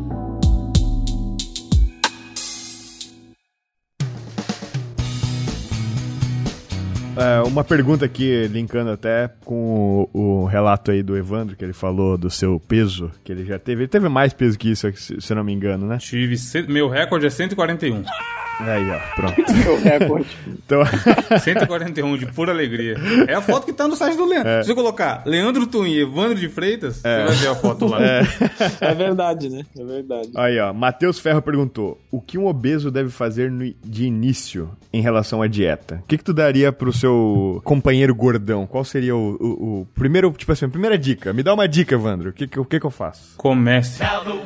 C: É, uma pergunta aqui, linkando até com o, o relato aí do Evandro, que ele falou do seu peso, que ele já teve. Ele teve mais peso que isso, se, se eu não me engano, né?
D: Tive. Meu recorde é cento e quarenta e um.
C: Aí, ó, pronto.
A: Meu recorde.
C: Então...
D: cento e quarenta e um, de pura alegria. É a foto que tá no site do Leandro. É. Se você colocar Leandro Twin e Evandro de Freitas, é. Você vai ver a foto lá.
B: É. É verdade, né? É verdade.
C: Aí, ó, Matheus Ferro perguntou, o que um obeso deve fazer no, de início em relação à dieta? O que que tu daria pro seu companheiro gordão? Qual seria o, o, o primeiro, tipo assim, a primeira dica? Me dá uma dica, Evandro. O que, que, o que que eu faço?
D: Comece.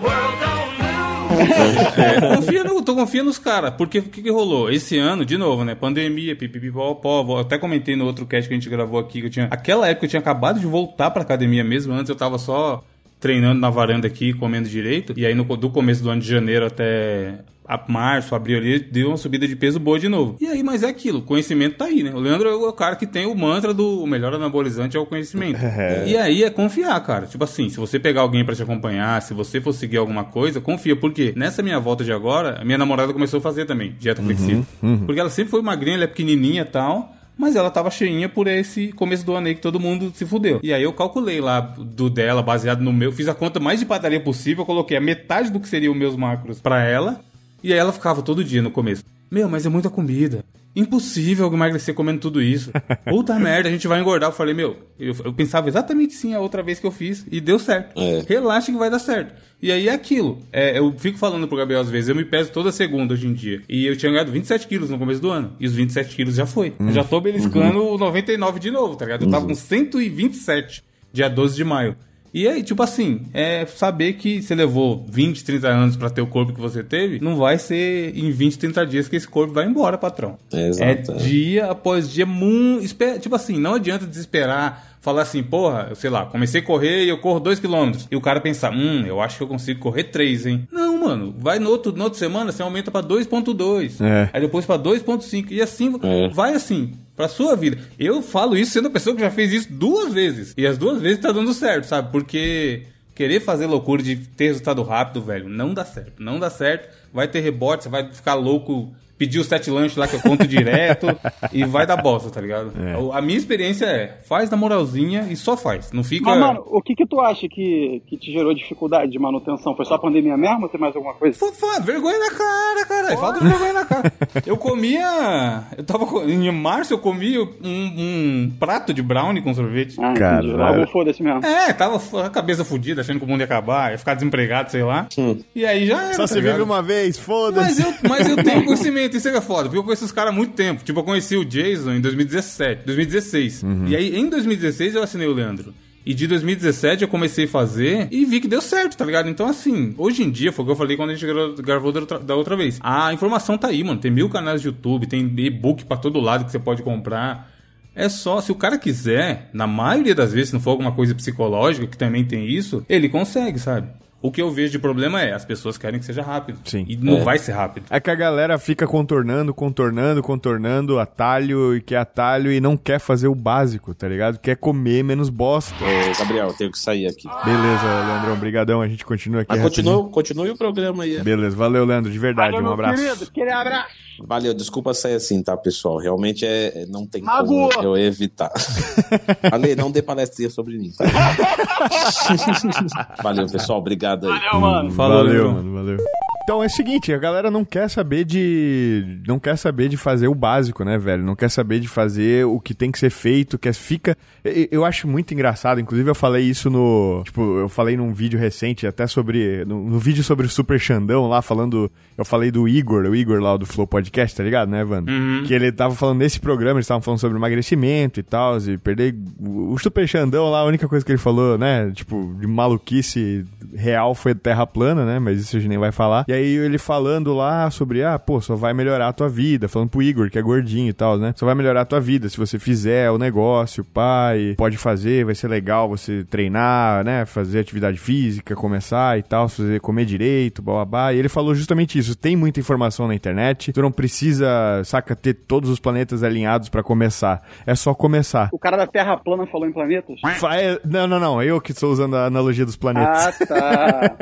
D: É, confia no, tô confia nos caras, porque o que, que rolou? Esse ano, de novo, né? Pandemia, pipipipó, eu até comentei no outro cast que a gente gravou aqui, que eu tinha. Aquela época eu tinha acabado de voltar pra academia mesmo, antes eu tava só treinando na varanda aqui, comendo direito, e aí no, do começo do ano de janeiro até a março, abril ali, deu uma subida de peso boa de novo. E aí, mas é aquilo, o conhecimento tá aí, né? O Leandro é o cara que tem o mantra do o melhor anabolizante é o conhecimento. É. E aí é confiar, cara. Tipo assim, se você pegar alguém pra te acompanhar, se você for seguir alguma coisa, confia. Porque nessa minha volta de agora, a minha namorada começou a fazer também, dieta uhum, flexível. Uhum. Porque ela sempre foi magrinha, ela é pequenininha e tal, mas ela tava cheinha por esse começo do ano aí que todo mundo se fudeu. E aí eu calculei lá do dela, baseado no meu, fiz a conta mais de padaria possível, coloquei a metade do que seriam os meus macros pra ela. E aí ela ficava todo dia no começo. Meu, mas é muita comida. Impossível emagrecer comendo tudo isso. Puta merda, a gente vai engordar. Eu falei, meu, eu, eu pensava exatamente sim a outra vez que eu fiz e deu certo. É. Relaxa que vai dar certo. E aí é aquilo. É, eu fico falando pro Gabriel às vezes, eu me peso toda segunda hoje em dia. E eu tinha ganhado vinte e sete quilos no começo do ano. E os vinte e sete quilos já foi. Hum. Eu já tô beliscando uhum. noventa e nove de novo, tá ligado? Eu tava uhum. com cento e vinte e sete, dia doze de maio. E aí, tipo assim, é saber que você levou vinte, trinta anos pra ter o corpo que você teve, não vai ser em vinte, trinta dias que esse corpo vai embora, patrão.
B: Exato.
D: É dia após dia, muito... Tipo assim, não adianta desesperar, falar assim, porra, eu sei lá, comecei a correr e eu corro dois quilômetros. E o cara pensar, hum, eu acho que eu consigo correr três, hein? Não, mano, vai no outro, na outra semana, você aumenta pra dois ponto dois. É. Aí depois pra dois ponto cinco. E assim, é. vai assim. Pra sua vida. Eu falo isso sendo a pessoa que já fez isso duas vezes. E as duas vezes tá dando certo, sabe? Porque querer fazer loucura de ter resultado rápido, velho, não dá certo. Não dá certo. Vai ter rebote, você vai ficar louco, pedir os sete lanches lá que eu conto direto e vai dar bosta, tá ligado? É. A minha experiência é, faz na moralzinha e só faz. Não fica...
A: Mas, mano, o que que tu acha que, que te gerou dificuldade de manutenção? Foi só a pandemia mesmo ou tem mais alguma coisa?
D: Foi, foi vergonha na cara, cara. Falta de vergonha na cara. Eu comia... Eu tava... Em março eu comi um, um prato de brownie com sorvete.
A: Ah, cara, foda-se mesmo.
D: É, tava a cabeça fodida, achando que o mundo ia acabar, ia ficar desempregado, sei lá. Hum. E aí já era,
C: só você tá vive uma vez, foda-se.
D: Mas eu, mas eu tenho conhecimento, isso é foda, porque eu conheço os caras há muito tempo. Tipo, eu conheci o Jason em dois mil e dezessete, dois mil e dezesseis. Uhum. E aí, em dois mil e dezesseis, eu assinei o Leandro. E de dois mil e dezessete eu comecei a fazer e vi que deu certo, tá ligado? Então, assim, hoje em dia, foi o que eu falei quando a gente gravou da outra, da outra vez. A informação tá aí, mano. Tem mil canais de YouTube, tem e-book pra todo lado que você pode comprar. É só, se o cara quiser, na maioria das vezes, se não for alguma coisa psicológica, que também tem isso, ele consegue, sabe? O que eu vejo de problema é, as pessoas querem que seja rápido. Sim. E não é. vai ser rápido.
C: É que a galera fica contornando, contornando, contornando, atalho e quer atalho e não quer fazer o básico, tá ligado? Quer comer menos bosta.
B: Ô, Gabriel, eu tenho que sair aqui.
C: Beleza, Leandrão, brigadão, a gente continua aqui.
B: Mas continue, continue o programa aí.
C: Beleza, valeu, Leandro, de verdade, valeu, um abraço.
A: Querido, aquele abraço.
B: Valeu, desculpa sair assim, tá, pessoal? Realmente é, não tem Magoa. Como eu evitar. Ale, não dê palestrinha sobre mim, tá? Valeu, pessoal, obrigado aí.
A: Valeu, mano.
C: Falou, valeu, mano, valeu. Então é o seguinte, a galera não quer saber de... Não quer saber de fazer o básico, né, velho? Não quer saber de fazer o que tem que ser feito, que fica... Eu acho muito engraçado, inclusive eu falei isso no... Tipo, eu falei num vídeo recente, até sobre... No, no vídeo sobre o Super Xandão lá, falando... Eu falei do Igor, o Igor lá do Flow Podcast, tá ligado, né, Evandro? Uhum. Que ele tava falando nesse programa, eles estavam falando sobre emagrecimento e tal, e perder... O Super Xandão lá, a única coisa que ele falou, né, tipo, de maluquice real foi terra plana, né, mas isso a gente nem vai falar. E aí ele falando lá sobre, ah, pô, só vai melhorar a tua vida, falando pro Igor, que é gordinho e tal, né? Só vai melhorar a tua vida se você fizer o negócio, pai, pode fazer, vai ser legal você treinar, né? Fazer atividade física, começar e tal, fazer, comer direito, blá, blá, blá. E ele falou justamente isso, tem muita informação na internet, tu não precisa, saca, ter todos os planetas alinhados pra começar. É só começar.
A: O cara da Terra plana falou em planetas?
C: Não, não, não, eu que estou usando a analogia dos planetas.
A: Ah, tá.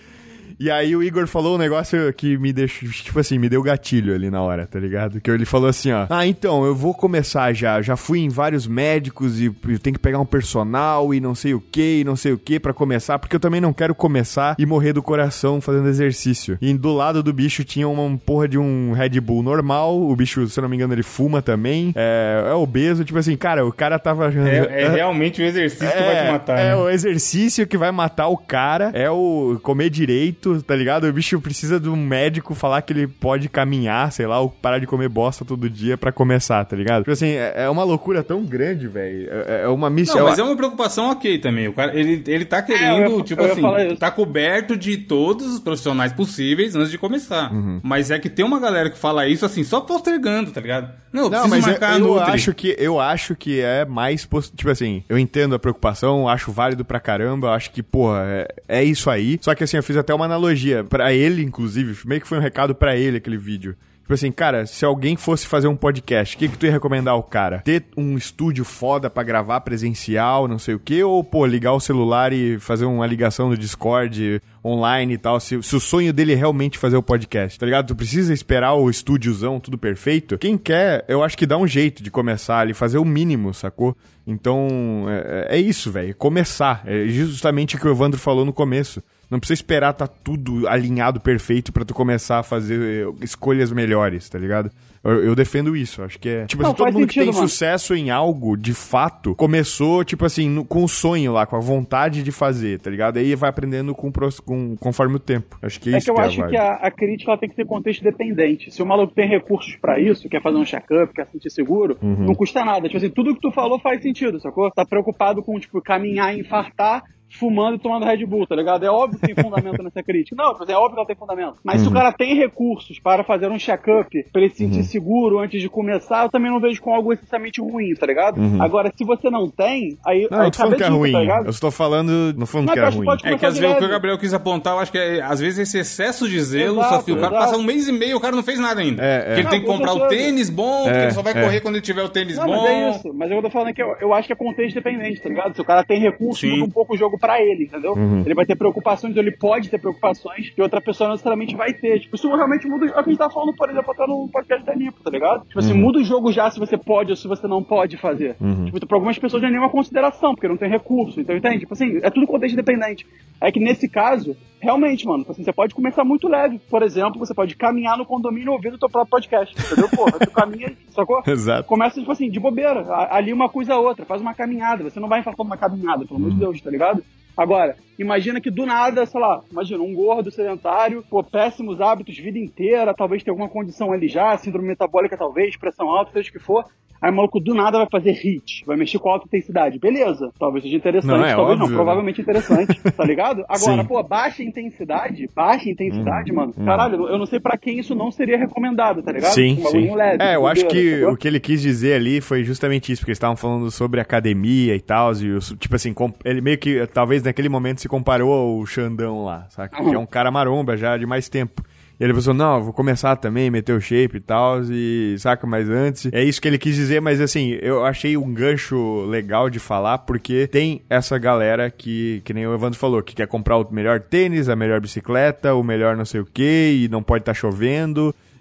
C: E aí o Igor falou um negócio que me deixou, tipo assim, me deu gatilho ali na hora, tá ligado? Que ele falou assim, ó, ah, então, eu vou começar já, já fui em vários médicos e eu tenho que pegar um personal e não sei o que, e não sei o que pra começar, porque eu também não quero começar e morrer do coração fazendo exercício. E do lado do bicho tinha uma porra de um Red Bull normal, o bicho, se eu não me engano, ele fuma também, é, é obeso, tipo assim, cara, o cara tava...
D: É, é realmente o exercício é, que vai te matar,
C: É,
D: né?
C: o exercício que vai matar o cara, é o comer direito, tá ligado? O bicho precisa de um médico falar que ele pode caminhar, sei lá, ou parar de comer bosta todo dia pra começar, tá ligado? Tipo assim, é, é uma loucura tão grande, velho. É, é uma missão.
D: Não, mas é uma preocupação ok também. O cara, ele, ele tá querendo, é, eu, tipo eu assim, tá coberto de todos os profissionais possíveis antes de começar. Uhum. Mas é que tem uma galera que fala isso assim, só postergando, tá ligado? Não, eu
C: Não, mas marcar eu, eu acho que eu acho que é mais, tipo assim, eu entendo a preocupação, acho válido pra caramba, acho que, porra, é, é isso aí. Só que assim, eu fiz até uma analogia pra ele, inclusive, meio que foi um recado pra ele aquele vídeo. Tipo assim, cara, se alguém fosse fazer um podcast, o que que tu ia recomendar ao cara? Ter um estúdio foda pra gravar presencial, não sei o quê, ou, pô, ligar o celular e fazer uma ligação no Discord online e tal, se, se o sonho dele é realmente fazer o podcast, tá ligado? Tu precisa esperar o estúdiozão, tudo perfeito. Quem quer, eu acho que dá um jeito de começar ali, fazer o mínimo, sacou? Então, é, é isso, velho, começar. É justamente o que o Evandro falou no começo. Não precisa esperar tá tudo alinhado perfeito pra tu começar a fazer escolhas melhores, tá ligado? Eu, eu defendo isso, acho que é... Tipo
A: Não,
C: assim, todo mundo
A: sentido,
C: que tem
A: mano.
C: sucesso em algo, de fato, começou, tipo assim, no, com o sonho lá, com a vontade de fazer, tá ligado? Aí vai aprendendo com, com, conforme o tempo. Acho que é,
A: é
C: isso
A: que eu
C: que é
A: acho
C: a
A: que a, a crítica ela tem que ser contexto dependente. Se o maluco tem recursos pra isso, quer fazer um check-up, quer sentir seguro, uhum. não custa nada. Tipo assim, tudo que tu falou faz sentido, sacou? Tá preocupado com, tipo, caminhar e infartar, fumando e tomando Red Bull, tá ligado? É óbvio que tem fundamento nessa crítica. Não, é óbvio que ela tem fundamento. Mas uhum. se o cara tem recursos para fazer um check-up, pra ele se sentir uhum. seguro antes de começar, eu também não vejo com algo excessivamente ruim, tá ligado? Uhum. Agora, se você não tem, aí...
C: Não,
A: aí
C: eu tô falando que é
A: dica,
C: ruim.
A: Tá
C: eu estou falando no fundo
A: não,
C: que é ruim.
D: É que às vezes o que o Gabriel quis apontar, eu acho que é, às vezes esse excesso de zelo,
A: exato,
D: só que o cara
A: exato.
D: passa um mês e meio, o cara não fez nada ainda.
C: É, é.
D: Porque ele
A: não,
D: tem que comprar o tênis bom,
C: é,
D: porque ele só vai
C: é.
D: correr quando ele tiver o tênis
A: não,
D: bom.
A: Mas é isso. Mas eu tô falando que eu, eu acho que é contexto dependente, tá ligado? Se o cara tem recursos,
D: Sim.
A: muda um pouco o jogo pra ele, entendeu? Uhum. Ele vai ter preocupações, ele pode ter preocupações que outra pessoa não necessariamente vai ter. Tipo, isso realmente muda. É o que a gente tá falando, por exemplo, até no podcast da Nipo, tá ligado? Tipo assim,
C: uhum.
A: muda o jogo já se você pode ou se você não pode fazer. Uhum. Tipo, pra algumas pessoas não é nenhuma consideração, porque não tem recurso. Então, entende? Tipo assim, é tudo contexto dependente. É que nesse caso, realmente, mano, assim, você pode começar muito leve. Por exemplo, você pode caminhar no condomínio ouvindo o teu próprio podcast, entendeu? Porra, tu caminha, sacou?
C: Exato. Começa,
A: tipo assim, de bobeira. Ali uma coisa a outra. Faz uma caminhada. Você não vai infartar uma caminhada, pelo amor de Deus, tá ligado? Agora, imagina que do nada, sei lá, imagina um gordo sedentário, pô, péssimos hábitos vida inteira, talvez tenha alguma condição ali já, síndrome metabólica talvez, pressão alta, seja o que for. Aí o maluco do nada vai fazer hit, vai mexer com alta intensidade. Beleza, talvez seja interessante,
C: não, é
A: talvez
C: óbvio,
A: não, provavelmente interessante, tá ligado? Agora,
C: Sim.
A: pô, baixa intensidade, baixa intensidade,
C: hum,
A: mano,
C: hum.
A: caralho, eu não sei pra quem isso não seria recomendado, tá ligado?
C: Sim,
A: um
C: sim.
A: Leve,
C: é, eu
A: bobeira,
C: acho que
A: entendeu?
C: o que ele quis dizer ali foi justamente isso, porque eles estavam falando sobre academia e tal, e o, tipo assim, ele meio que, talvez naquele momento se comparou ao Xandão lá, saca? Uhum. Que é um cara maromba já de mais tempo. E ele pensou, não, eu vou começar também, meter o shape e tal, e saca, mas antes... É isso que ele quis dizer, mas assim, eu achei um gancho legal de falar, porque tem essa galera que, que nem o Evandro falou, que quer comprar o melhor tênis, a melhor bicicleta, o melhor não sei o quê, e não pode estar tá chovendo,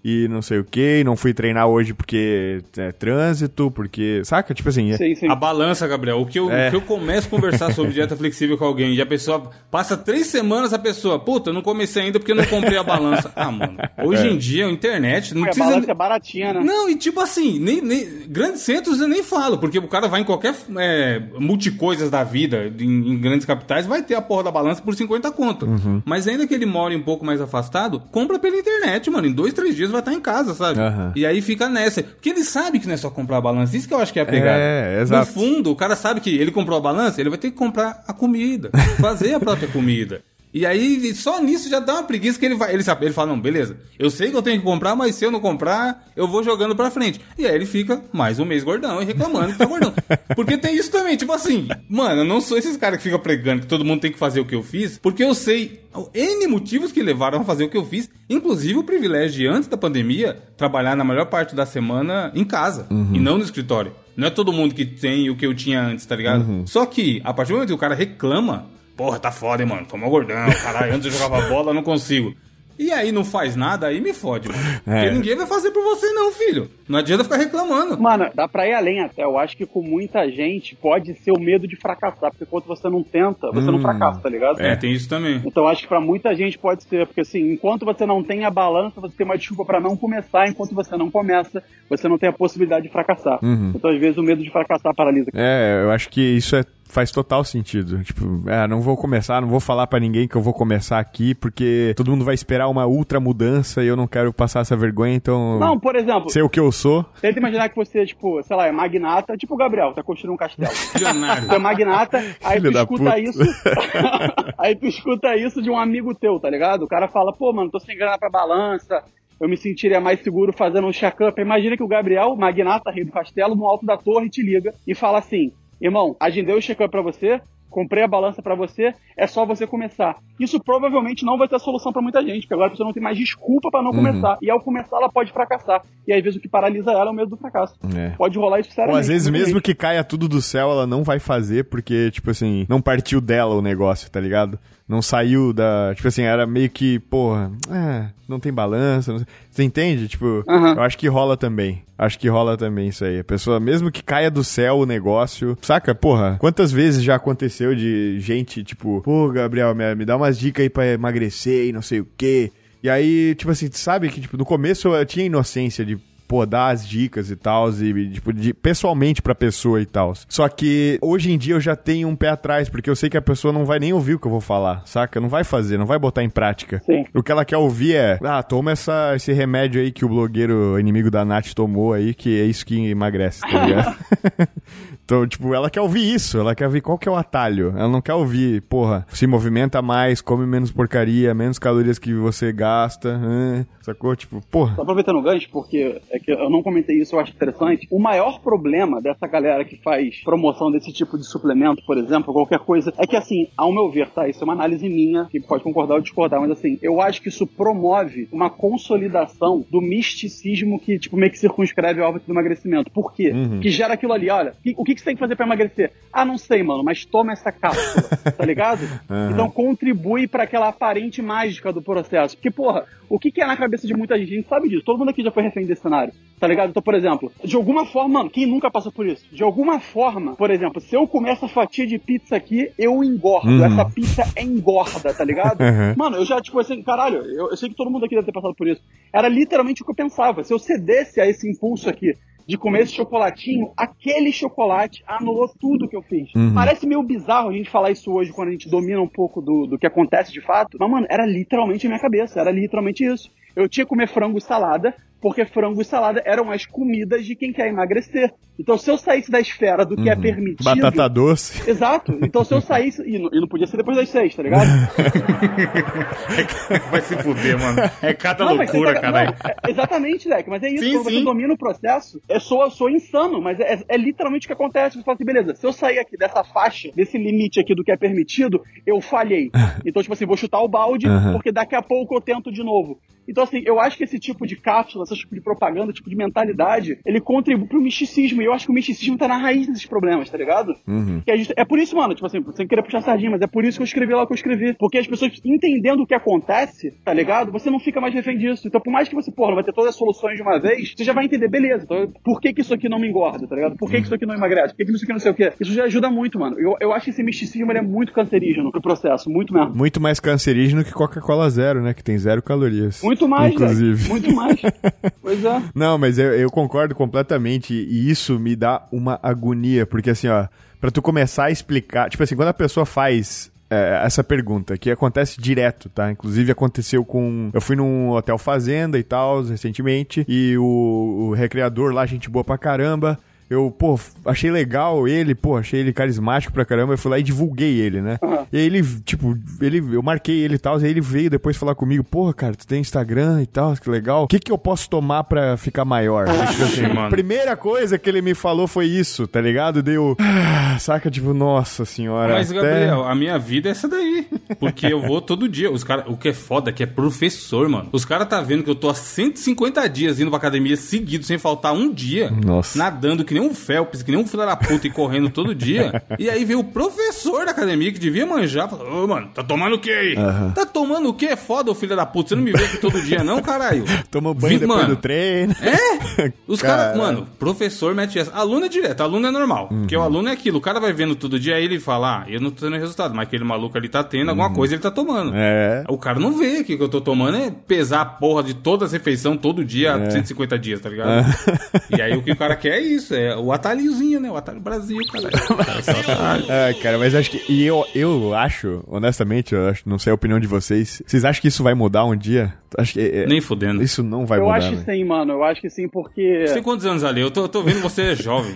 C: e não sei o que, e não fui treinar hoje porque é trânsito, porque, saca? Tipo assim...
D: Sim, sim. A balança, Gabriel, o que, eu, é. o que eu começo a conversar sobre dieta flexível com alguém e a pessoa passa três semanas, a pessoa, puta, eu não comecei ainda porque eu não comprei a balança. Ah, mano, hoje é. em dia a internet... Não
A: a
D: precisa...
A: balança é baratinha, né?
D: Não, e tipo assim, nem, nem, grandes centros eu nem falo, porque o cara vai em qualquer é, multicoisas da vida, em, em grandes capitais, vai ter a porra da balança por cinquenta conto. Uhum. Mas ainda que ele more um pouco mais afastado, compra pela internet, mano. Em dois, três dias vai estar em casa, sabe? Uhum. E aí fica nessa. Porque ele sabe que não é só comprar a balança. Isso que eu acho que é a pegada.
C: É, exato.
D: No fundo, o cara sabe que ele comprou a balança, ele vai ter que comprar a comida. Fazer a própria comida. E aí, só nisso já dá uma preguiça que ele vai. Ele sabe, ele fala, não, beleza, eu sei que eu tenho que comprar, mas se eu não comprar, eu vou jogando pra frente. E aí ele fica mais um mês gordão e reclamando que tá gordão. Porque tem isso também, tipo assim, mano, eu não sou esses caras que ficam pregando que todo mundo tem que fazer o que eu fiz, porque eu sei N motivos que levaram a fazer o que eu fiz, inclusive o privilégio de, antes da pandemia, trabalhar na maior parte da semana em casa, uhum. e não no escritório. Não é todo mundo que tem o que eu tinha antes, tá ligado? Uhum. Só que, a partir do momento que o cara reclama, porra, tá foda, hein, mano, tô mal gordão, caralho, antes eu jogava bola, eu não consigo. E aí não faz nada, aí me fode, mano. É. Porque ninguém vai fazer por você não, filho. Não adianta ficar reclamando.
A: Mano, dá pra ir além até. Eu acho que com muita gente pode ser o medo de fracassar. Porque quando você não tenta, você hum. não fracassa, tá ligado?
D: É, tem isso também.
A: Então acho que pra muita gente pode ser. Porque assim, enquanto você não tem a balança, você tem uma desculpa pra não começar. Enquanto você não começa, você não tem a possibilidade de fracassar. Uhum. Então às vezes o medo de fracassar paralisa.
C: É, eu acho que isso é... faz total sentido. Tipo, é, não vou começar, não vou falar pra ninguém que eu vou começar aqui, porque todo mundo vai esperar uma ultra mudança e eu não quero passar essa vergonha, então...
A: Não, por exemplo...
C: Sei o que eu sou.
A: Tenta imaginar que você, tipo, sei lá, é magnata, tipo o Gabriel, tá construindo um castelo. Você é magnata, aí
C: Filho
A: tu escuta
C: puta.
A: isso... aí tu escuta isso de um amigo teu, tá ligado? O cara fala, pô, mano, tô sem grana pra balança... eu me sentiria mais seguro fazendo um check-up. Imagina que o Gabriel, magnata, rei do castelo, no alto da torre, te liga e fala assim, irmão, agendei o check-up pra você, comprei a balança pra você, é só você começar. Isso provavelmente não vai ter a solução pra muita gente, porque agora a pessoa não tem mais desculpa pra não uhum. começar. E ao começar, ela pode fracassar. E às vezes o que paralisa ela é o medo do fracasso. É. Pode rolar isso seriamente.
C: Ou às vezes mesmo que caia tudo do céu, ela não vai fazer, porque, tipo assim, não partiu dela o negócio, tá ligado? Não saiu da... Tipo assim, era meio que, porra, é, não tem balança. Não sei. Você entende? Tipo, uhum. eu acho que rola também. Acho que rola também isso aí. A pessoa, mesmo que caia do céu o negócio... Saca? Porra, quantas vezes já aconteceu de gente, tipo... Pô, Gabriel, me, me dá umas dicas aí pra emagrecer e não sei o quê. E aí, tipo assim, sabe que, tipo, no começo eu tinha inocência de... pô, dar as dicas e tal, e tipo, de, pessoalmente pra pessoa e tal. Só que hoje em dia eu já tenho um pé atrás, porque eu sei que a pessoa não vai nem ouvir o que eu vou falar, saca? Não vai fazer, não vai botar em prática.
A: Sim.
C: O que ela quer ouvir é, ah, toma essa, esse remédio aí que o blogueiro inimigo da Nath tomou aí, que é isso que emagrece, tá ligado? Então, tipo, ela quer ouvir isso, ela quer ver qual que é o atalho. Ela não quer ouvir, porra, se movimenta mais, come menos porcaria, menos calorias que você gasta, né? Sacou? Tipo, porra.
A: Tô aproveitando o gancho, porque é que eu não comentei isso, eu acho interessante. O maior problema dessa galera que faz promoção desse tipo de suplemento, por exemplo, qualquer coisa, é que assim, ao meu ver, tá? Isso é uma análise minha, que pode concordar ou discordar, mas assim, eu acho que isso promove uma consolidação do misticismo que, tipo, meio que circunscreve o hábito do emagrecimento. Por quê? Uhum. Que gera aquilo ali, olha, o que, que você tem que fazer pra emagrecer? Ah, não sei, mano, mas toma essa cápsula, tá ligado? Uhum. Então contribui pra aquela aparente mágica do processo. Porque, porra, o que, que é na cabeça de muita gente? A gente sabe disso, todo mundo aqui já foi refém desse cenário, tá ligado? Então, por exemplo, de alguma forma, mano, quem nunca passou por isso? De alguma forma, por exemplo, se eu comer essa fatia de pizza aqui, eu engordo. Uhum. Essa pizza é engorda, tá ligado? Uhum. Mano, eu já, tipo assim, caralho, eu, eu sei que todo mundo aqui deve ter passado por isso. Era literalmente o que eu pensava. Se eu cedesse a esse impulso aqui de comer esse chocolatinho, aquele chocolate anulou tudo que eu fiz. Uhum. Parece meio bizarro a gente falar isso hoje, quando a gente domina um pouco do, do que acontece de fato. Mas, mano, era literalmente a minha cabeça. Era literalmente isso. Eu tinha que comer frango e salada, porque frango e salada eram as comidas de quem quer emagrecer. Então, se eu saísse da esfera do que uhum. é permitido...
C: Batata doce.
A: Exato. Então, se eu saísse... E não, e não podia ser depois das seis, tá ligado?
D: Vai se fuder, mano. É cada não, loucura, caralho.
A: É, exatamente, Leque. Mas é isso.
D: Sim,
A: quando
D: sim.
A: você domina o processo, eu sou, eu sou insano, mas é, é, é literalmente o que acontece. Você fala assim, beleza, se eu sair aqui dessa faixa, desse limite aqui do que é permitido, eu falhei. Então, tipo assim, vou chutar o balde, uhum. porque daqui a pouco eu tento de novo. Então, assim, eu acho que esse tipo de cápsula, esse tipo de propaganda, esse tipo de mentalidade, ele contribui pro misticismo. misticismo, e eu acho que o misticismo tá na raiz desses problemas, tá ligado?
C: Uhum.
A: Que a gente, é por isso, mano, tipo assim, sem querer puxar sardinha, mas é por isso que eu escrevi lá o que eu escrevi. Porque as pessoas entendendo o que acontece, tá ligado? Você não fica mais refém disso. Então, por mais que você, porra, não vai ter todas as soluções de uma vez, você já vai entender, beleza, então, por que que isso aqui não me engorda, tá ligado? Por que que isso aqui não emagrece? Por que que isso aqui não sei o quê? Isso já ajuda muito, mano. Eu, eu acho que esse misticismo, ele é muito cancerígeno pro processo, muito mesmo.
C: Muito mais cancerígeno que Coca-Cola Zero, né? Que tem zero calorias.
A: Muito mais,
C: inclusive.
A: Véio. Muito mais. Pois é.
C: Não, mas eu, eu concordo completamente e isso me dá uma agonia, porque assim, ó, pra tu começar a explicar, tipo assim, quando a pessoa faz é, essa pergunta, que acontece direto, tá? Inclusive aconteceu com... Eu fui num hotel fazenda e tal, recentemente, e o, o recreador lá, gente boa pra caramba... Eu, pô, achei legal ele, pô, achei ele carismático pra caramba, eu fui lá e divulguei ele, né? Uhum. E aí ele, tipo, ele, eu marquei ele e tal, aí ele veio depois falar comigo, porra, cara, tu tem Instagram e tal, que legal. O que que eu posso tomar pra ficar maior? Tipo assim, a primeira coisa que ele me falou foi isso, tá ligado? Deu, ah, saca, tipo, nossa senhora.
D: Mas,
C: até...
D: Gabriel, a minha vida é essa daí, porque eu vou todo dia. Os cara, o que é foda é que é professor, mano. Os caras tá vendo que eu tô há cento e cinquenta dias indo pra academia seguido, sem faltar um dia,
C: nossa,
D: nadando que nem um Phelps, que nem um filho da puta e correndo todo dia. E aí veio o professor da academia que devia manjar, falou, ô, mano, tá tomando o que aí? Uhum. Tá tomando o que? É foda, ô filho da puta, você não me vê aqui todo dia não, caralho?
C: Toma banho Vi, depois
D: mano,
C: do treino.
D: É? Os caras, mano, professor mete essa. Aluno é direto, aluno é normal. Uhum. Porque o aluno é aquilo, o cara vai vendo todo dia, aí ele fala, ah, eu não tô tendo resultado, mas aquele maluco ali tá tendo, alguma uhum. coisa ele tá tomando.
C: É.
D: O cara não vê que o que eu tô tomando é pesar a porra de todas as refeições todo dia, é. cento e cinquenta dias, tá ligado? É. E aí o que o cara quer é isso, é o atalhozinho, né? O atalho Brasil, caralho.
C: É, cara, mas acho que... E eu, eu acho, honestamente, eu acho, não sei a opinião de vocês, vocês acham que isso vai mudar um dia? Acho que... É,
D: nem fudendo.
C: Isso não vai
A: eu
C: mudar,
A: Eu acho que
C: né?
A: sim, mano. Eu acho que sim, porque...
D: Você tem quantos anos ali? Eu tô, eu tô vendo você é jovem.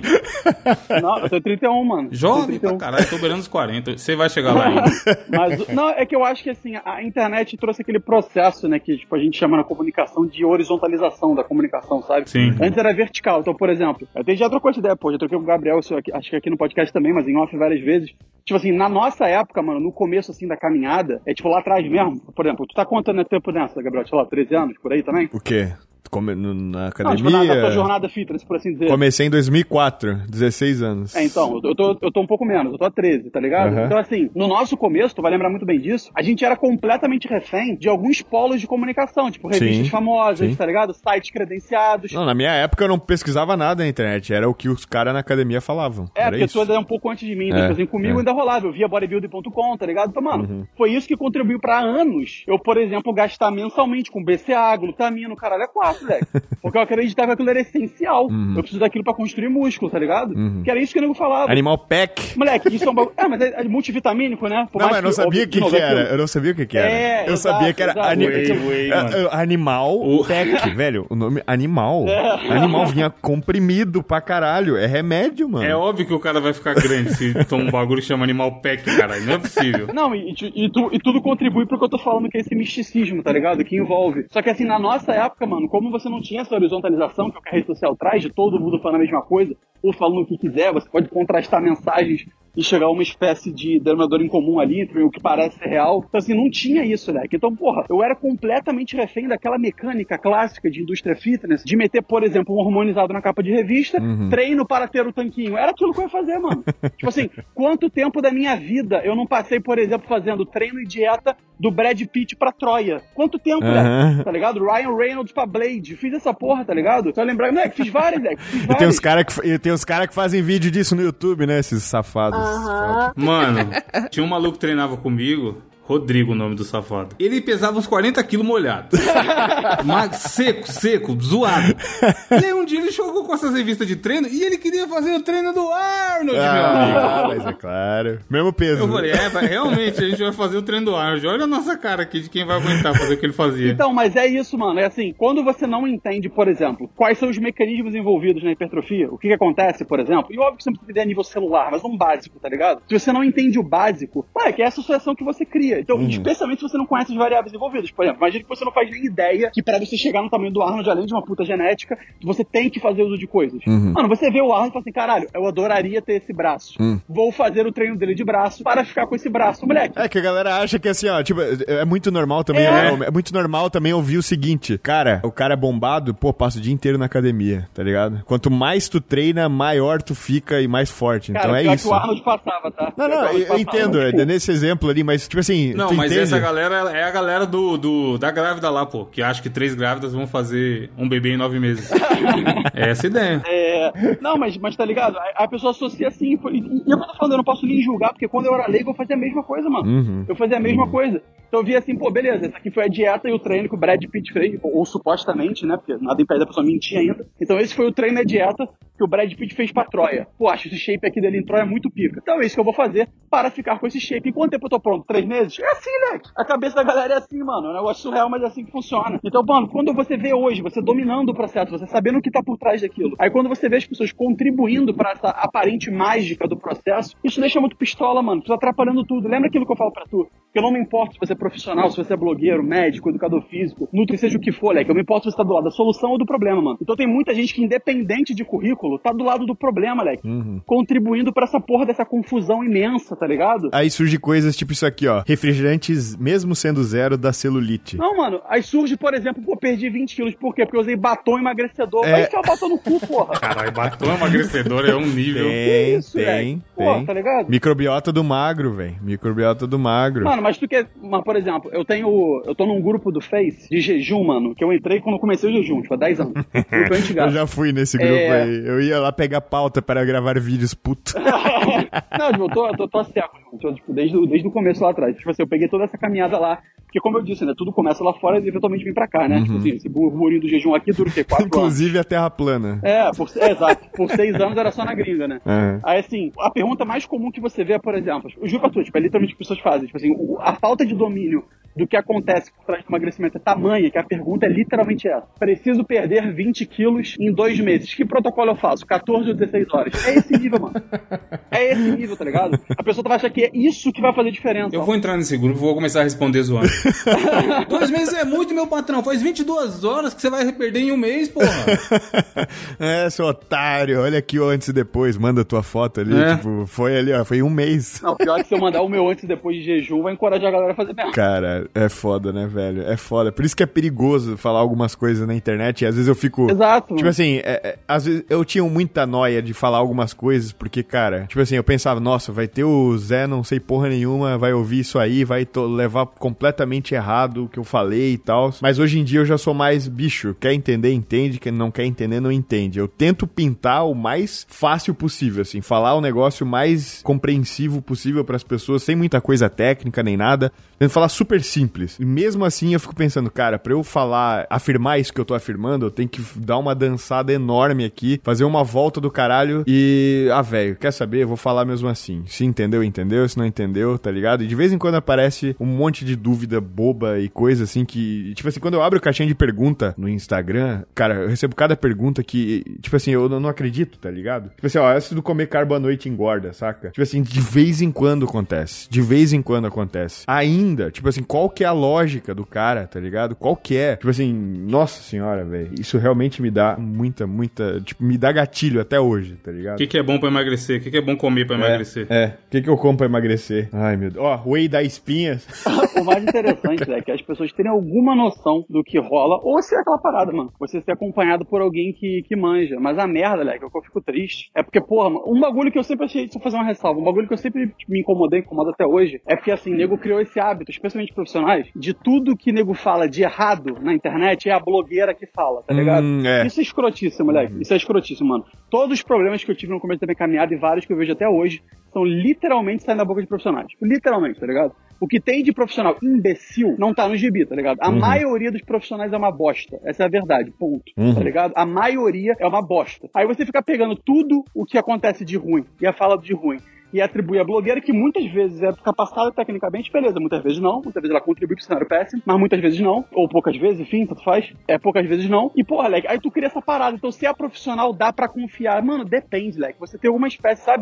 A: Não, eu tenho trinta e um, mano.
D: Jovem pra caralho, eu tô beirando os quarenta. Você vai chegar lá ainda.
A: Mas, não, é que eu acho que, assim, a internet trouxe aquele processo, né, que tipo, a gente chama na comunicação de horizontalização da comunicação, sabe?
D: Sim.
A: Antes era vertical. Então, por exemplo, eu já trocou essa ideia, pô, já troquei com o Gabriel, aqui, acho que aqui no podcast também, mas em off várias vezes. Tipo assim, na nossa época, mano, no começo, assim, da caminhada, é tipo lá atrás mesmo, por exemplo, tu tá contando tempo nessa, Gabriel, sei lá, treze anos, por aí também?
C: O quê? Come, no, na academia?
A: Não, tipo, na, na tua jornada fitness, por assim dizer.
C: Comecei em dois mil e quatro, dezesseis anos.
A: É, então, eu tô, eu tô um pouco menos, eu tô a treze, tá ligado? Uhum. Então, assim, no nosso começo, tu vai lembrar muito bem disso, a gente era completamente refém de alguns polos de comunicação, tipo revistas sim, famosas, sim. tá ligado? Sites credenciados.
C: Não, na minha época eu não pesquisava nada na internet, era o que os caras na academia falavam.
A: É,
C: era
A: porque
C: isso.
A: tu é um pouco antes de mim, né?
C: É,
A: tipo assim, comigo
C: é.
A: ainda rolava, eu via bodybuilding ponto com, tá ligado? Então, mano,
C: uhum.
A: foi isso que contribuiu pra anos eu, por exemplo, gastar mensalmente com B C A, glutamina, caralho, é quatro, velho. Porque eu acreditava que aquilo era essencial. Uhum. Eu preciso daquilo pra construir músculo, tá ligado? Uhum. Que era isso que o nego falava.
C: Animal Pack.
A: Moleque, isso é um bagulho... É, mas é multivitamínico, né?
C: Por não, mas eu não sabia o que, que, que era. Eu não sabia o que, que era.
A: É,
C: eu
A: exato,
C: sabia que era
A: exato.
C: ani...
D: Way, way,
C: uh, Animal o... Pack, velho. O nome Animal. É. Animal vinha comprimido pra caralho. É remédio, mano.
D: É óbvio que o cara vai ficar grande se toma um bagulho que chama Animal Pack, caralho. Não é possível.
A: Não, e, e, tu, e tudo contribui pro que eu tô falando, que é esse misticismo, tá ligado? Que envolve. Só que assim, na nossa época, mano, como você não tinha essa horizontalização que a rede social traz, de todo mundo falando a mesma coisa, ou falando o que quiser, você pode contrastar mensagens e chegar a uma espécie de denominador em comum ali, entre o que parece ser real. Então, assim, não tinha isso, né? Então, porra, eu era completamente refém daquela mecânica clássica de indústria fitness, de meter, por exemplo, um hormonizado na capa de revista, uhum. treino para ter o tanquinho. Era aquilo que eu ia fazer, mano. Tipo assim, quanto tempo da minha vida eu não passei, por exemplo, fazendo treino e dieta do Brad Pitt pra Troia? Quanto tempo, uhum. né? Tá ligado? Ryan Reynolds pra Blade. Fiz essa porra, tá ligado? Só lembrar, né? Fiz várias, né? Fiz várias.
C: E tem os caras que, tem os cara que fazem vídeo disso no YouTube, né? Esses safados.
F: Uhum.
D: Mano, tinha um maluco que treinava comigo, Rodrigo, o nome do safado. Ele pesava uns quarenta quilos molhado. Mas seco, seco, zoado. E aí um dia ele chegou com essas revistas de treino e ele queria fazer o treino do Arnold,
C: ah,
D: meu amigo.
C: Ah, mas é claro. Mesmo peso.
D: Eu falei, é, realmente, a gente vai fazer o treino do Arnold. Olha a nossa cara aqui de quem vai aguentar fazer o que ele fazia.
A: Então, mas é isso, mano. É assim, quando você não entende, por exemplo, quais são os mecanismos envolvidos na hipertrofia, o que, que acontece, por exemplo, e óbvio que você não precisa entender a nível celular, mas um básico, tá ligado? Se você não entende o básico, ué, que é essa associação que você cria. teoria. Então,
C: uhum.
A: especialmente se você não conhece as variáveis envolvidas. Por exemplo, imagina que você não faz nem ideia que pra você chegar no tamanho do Arnold, além de uma puta genética, você tem que fazer uso de coisas.
C: Uhum.
A: Mano, você vê o Arnold e fala assim, caralho, eu adoraria ter esse braço. Uhum. Vou fazer o treino dele de braço para ficar com esse braço, moleque.
C: É que a galera acha que assim, ó, tipo, é muito normal também, é, é muito normal também ouvir o seguinte, cara, o cara é bombado, pô, passa o dia inteiro na academia, tá ligado? Quanto mais tu treina, maior tu fica e mais forte. Cara, então é isso.
A: Que o Arnold passava, tá?
C: Não, não, eu, eu entendo, é nesse exemplo ali, mas tipo assim,
D: não, mas entende? Essa galera é a galera do, do, da grávida lá, pô, que acha que três grávidas vão fazer um bebê em nove meses. É essa a ideia.
A: É, não, mas, mas tá ligado? A, a pessoa associa assim, e, e eu tô falando, eu não posso nem julgar, porque quando eu era leigo eu fazia a mesma coisa, mano. Uhum. Eu fazia a mesma uhum. coisa. Então eu via assim, pô, beleza, essa aqui foi a dieta e o treino que o Brad Pitt fez, ou, ou supostamente, né, porque nada impede a pessoa mentir ainda. Então esse foi o treino e a dieta que o Brad Pitt fez pra Troia. Pô, acho esse shape aqui dele em Troia muito pica. Então é isso que eu vou fazer para ficar com esse shape. Em quanto tempo eu tô pronto? Três meses? É assim, né? A cabeça da galera é assim, mano. É um negócio surreal, mas é assim que funciona. Então, mano, quando você vê hoje, você dominando o processo, você sabendo o que tá por trás daquilo, aí quando você vê as pessoas contribuindo pra essa aparente mágica do processo, isso deixa muito pistola, mano. Tu tá atrapalhando tudo. Lembra aquilo que eu falo pra tu? Que eu não me importo se você é profissional, se você é blogueiro, médico, educador físico, nutri, seja o que for, Leque. Eu me importo se você tá do lado da solução ou do problema, mano. Então tem muita gente que, independente de currículo, tá do lado do problema, Leque. Uhum. Contribuindo pra essa porra dessa confusão imensa, tá ligado?
C: Aí surge coisas tipo isso aqui, ó. Refrigerantes, mesmo sendo zero, da celulite.
A: Não, mano. Aí surge, por exemplo, pô, perdi vinte quilos. Por quê? Porque eu usei batom emagrecedor. É... Vai enfiar o batom no cu, porra.
D: Caralho, batom emagrecedor é um nível.
C: Tem,
A: isso,
C: tem,
A: tem.
C: Pô,
A: tá ligado?
C: Microbiota do magro, velho. Microbiota do magro.
A: Mano, mas tu quer... Mas, por exemplo, eu tenho... Eu tô num grupo do Face de jejum, mano, que eu entrei quando comecei o jejum, tipo, há dez anos.
C: Eu já fui nesse grupo é... aí. Eu ia lá pegar pauta para gravar vídeos, puto.
A: Não, tipo, eu tô, eu tô, tô seco, tipo, desde, desde o começo lá atrás. Tipo assim, eu peguei toda essa caminhada lá, porque como eu disse, né, tudo começa lá fora e eventualmente vem pra cá, né? Uhum. Tipo assim, esse burburinho do jejum aqui dura o quê? Quatro
C: Inclusive
A: anos.
C: a terra plana.
A: É, por, é, exato. Por seis anos era só na gringa, né?
C: Uhum.
A: Aí, assim, a pergunta mais comum que você vê é, por exemplo, eu juro pra tu, tipo, é literalmente o que as pessoas fazem. Tipo assim, a falta de domínio do que acontece por trás do emagrecimento é tamanha, que a pergunta é literalmente essa. Preciso perder vinte quilos em dois meses. Que protocolo eu faço? quatorze ou dezesseis horas? É esse nível, mano. É esse nível, tá ligado? A pessoa vai achar que é isso que vai fazer diferença.
D: Eu ó. vou entrar nesse grupo e vou começar a responder zoando. Dois meses é muito, meu patrão. Faz vinte e duas horas que você vai perder em um mês, porra.
C: É, seu otário. Olha aqui o antes e depois. Manda tua foto ali. É. Tipo, foi ali, ó. Foi um mês.
A: Não, pior é que se eu mandar o meu antes e depois de jejum, vai encorajar a galera a fazer mesmo.
C: Cara, é foda, né, velho? É foda. Por isso que é perigoso falar algumas coisas na internet e às vezes eu fico...
A: Exato.
C: Tipo assim, é, é, às vezes eu tinha muita noia de falar algumas coisas porque, cara, tipo assim, eu pensava, nossa, vai ter o Zé não sei porra nenhuma, vai ouvir isso aí, vai to- levar completamente errado o que eu falei e tal. Mas hoje em dia eu já sou mais bicho. Quer entender, entende. Quem não quer entender, não entende. Eu tento pintar o mais fácil possível, assim, falar o negócio mais compreensivo possível pras pessoas, sem muita coisa técnica nem nada. Tento falar super simples. E mesmo assim eu fico pensando, cara, pra eu falar, afirmar isso que eu tô afirmando, eu tenho que dar uma dançada enorme aqui, fazer uma volta do caralho e... Ah, velho, quer saber? Eu vou falar mesmo assim. Se entendeu, entendeu. Se não entendeu, tá ligado? E de vez em quando aparece um monte de dúvida boba e coisa assim que... Tipo assim, quando eu abro caixinha de pergunta no Instagram, cara, eu recebo cada pergunta que... Tipo assim, eu não acredito, tá ligado? Tipo assim, ó, essa do comer carbo à noite engorda, saca? Tipo assim, de vez em quando acontece. De vez em quando acontece. Ainda, tipo assim, qual que é a lógica do cara, tá ligado? Qual que é? Tipo assim, nossa senhora, velho. Isso realmente me dá muita, muita... Tipo, me dá gatilho até hoje, tá ligado?
D: O que, que é bom pra emagrecer? O que, que é bom comer pra
C: é,
D: emagrecer?
C: É, o que, que eu como pra emagrecer? Ai, meu Deus. Ó, whey dá espinhas.
A: O mais interessante é que as pessoas terem alguma noção do que rola, ou se é aquela parada, mano. Você ser acompanhado por alguém que, que manja. Mas a merda, Leque, é que eu fico triste. É porque, porra, mano, um bagulho que eu sempre achei, deixa eu fazer uma ressalva, um bagulho que eu sempre me incomodei, incomodo até hoje, é porque, assim, nego criou esse hábito, especialmente profissionais, de tudo que nego fala de errado na internet é a blogueira que fala, tá ligado?
C: Hum, é.
A: Isso é escrotíssimo, moleque. Isso é escrotíssimo, mano. Todos os problemas que eu tive no começo da minha caminhada e vários que eu vejo até hoje são literalmente saindo da boca de profissionais. Literalmente, tá ligado? O que tem de profissional imbecil não tá no gibi, tá ligado? A uhum. maioria dos profissionais é uma bosta. Essa é a verdade, ponto. Uhum. Tá ligado? A maioria é uma bosta. Aí você fica pegando tudo o que acontece de ruim e a fala de ruim e atribui a blogueira, que muitas vezes é capacitada tecnicamente, beleza, muitas vezes não, muitas vezes ela contribui pro cenário péssimo, mas muitas vezes não, ou poucas vezes, enfim, tanto faz, é poucas vezes não, e porra, Leque, aí tu cria essa parada, então se é profissional, dá pra confiar, mano, depende, Leque, você tem alguma espécie, sabe,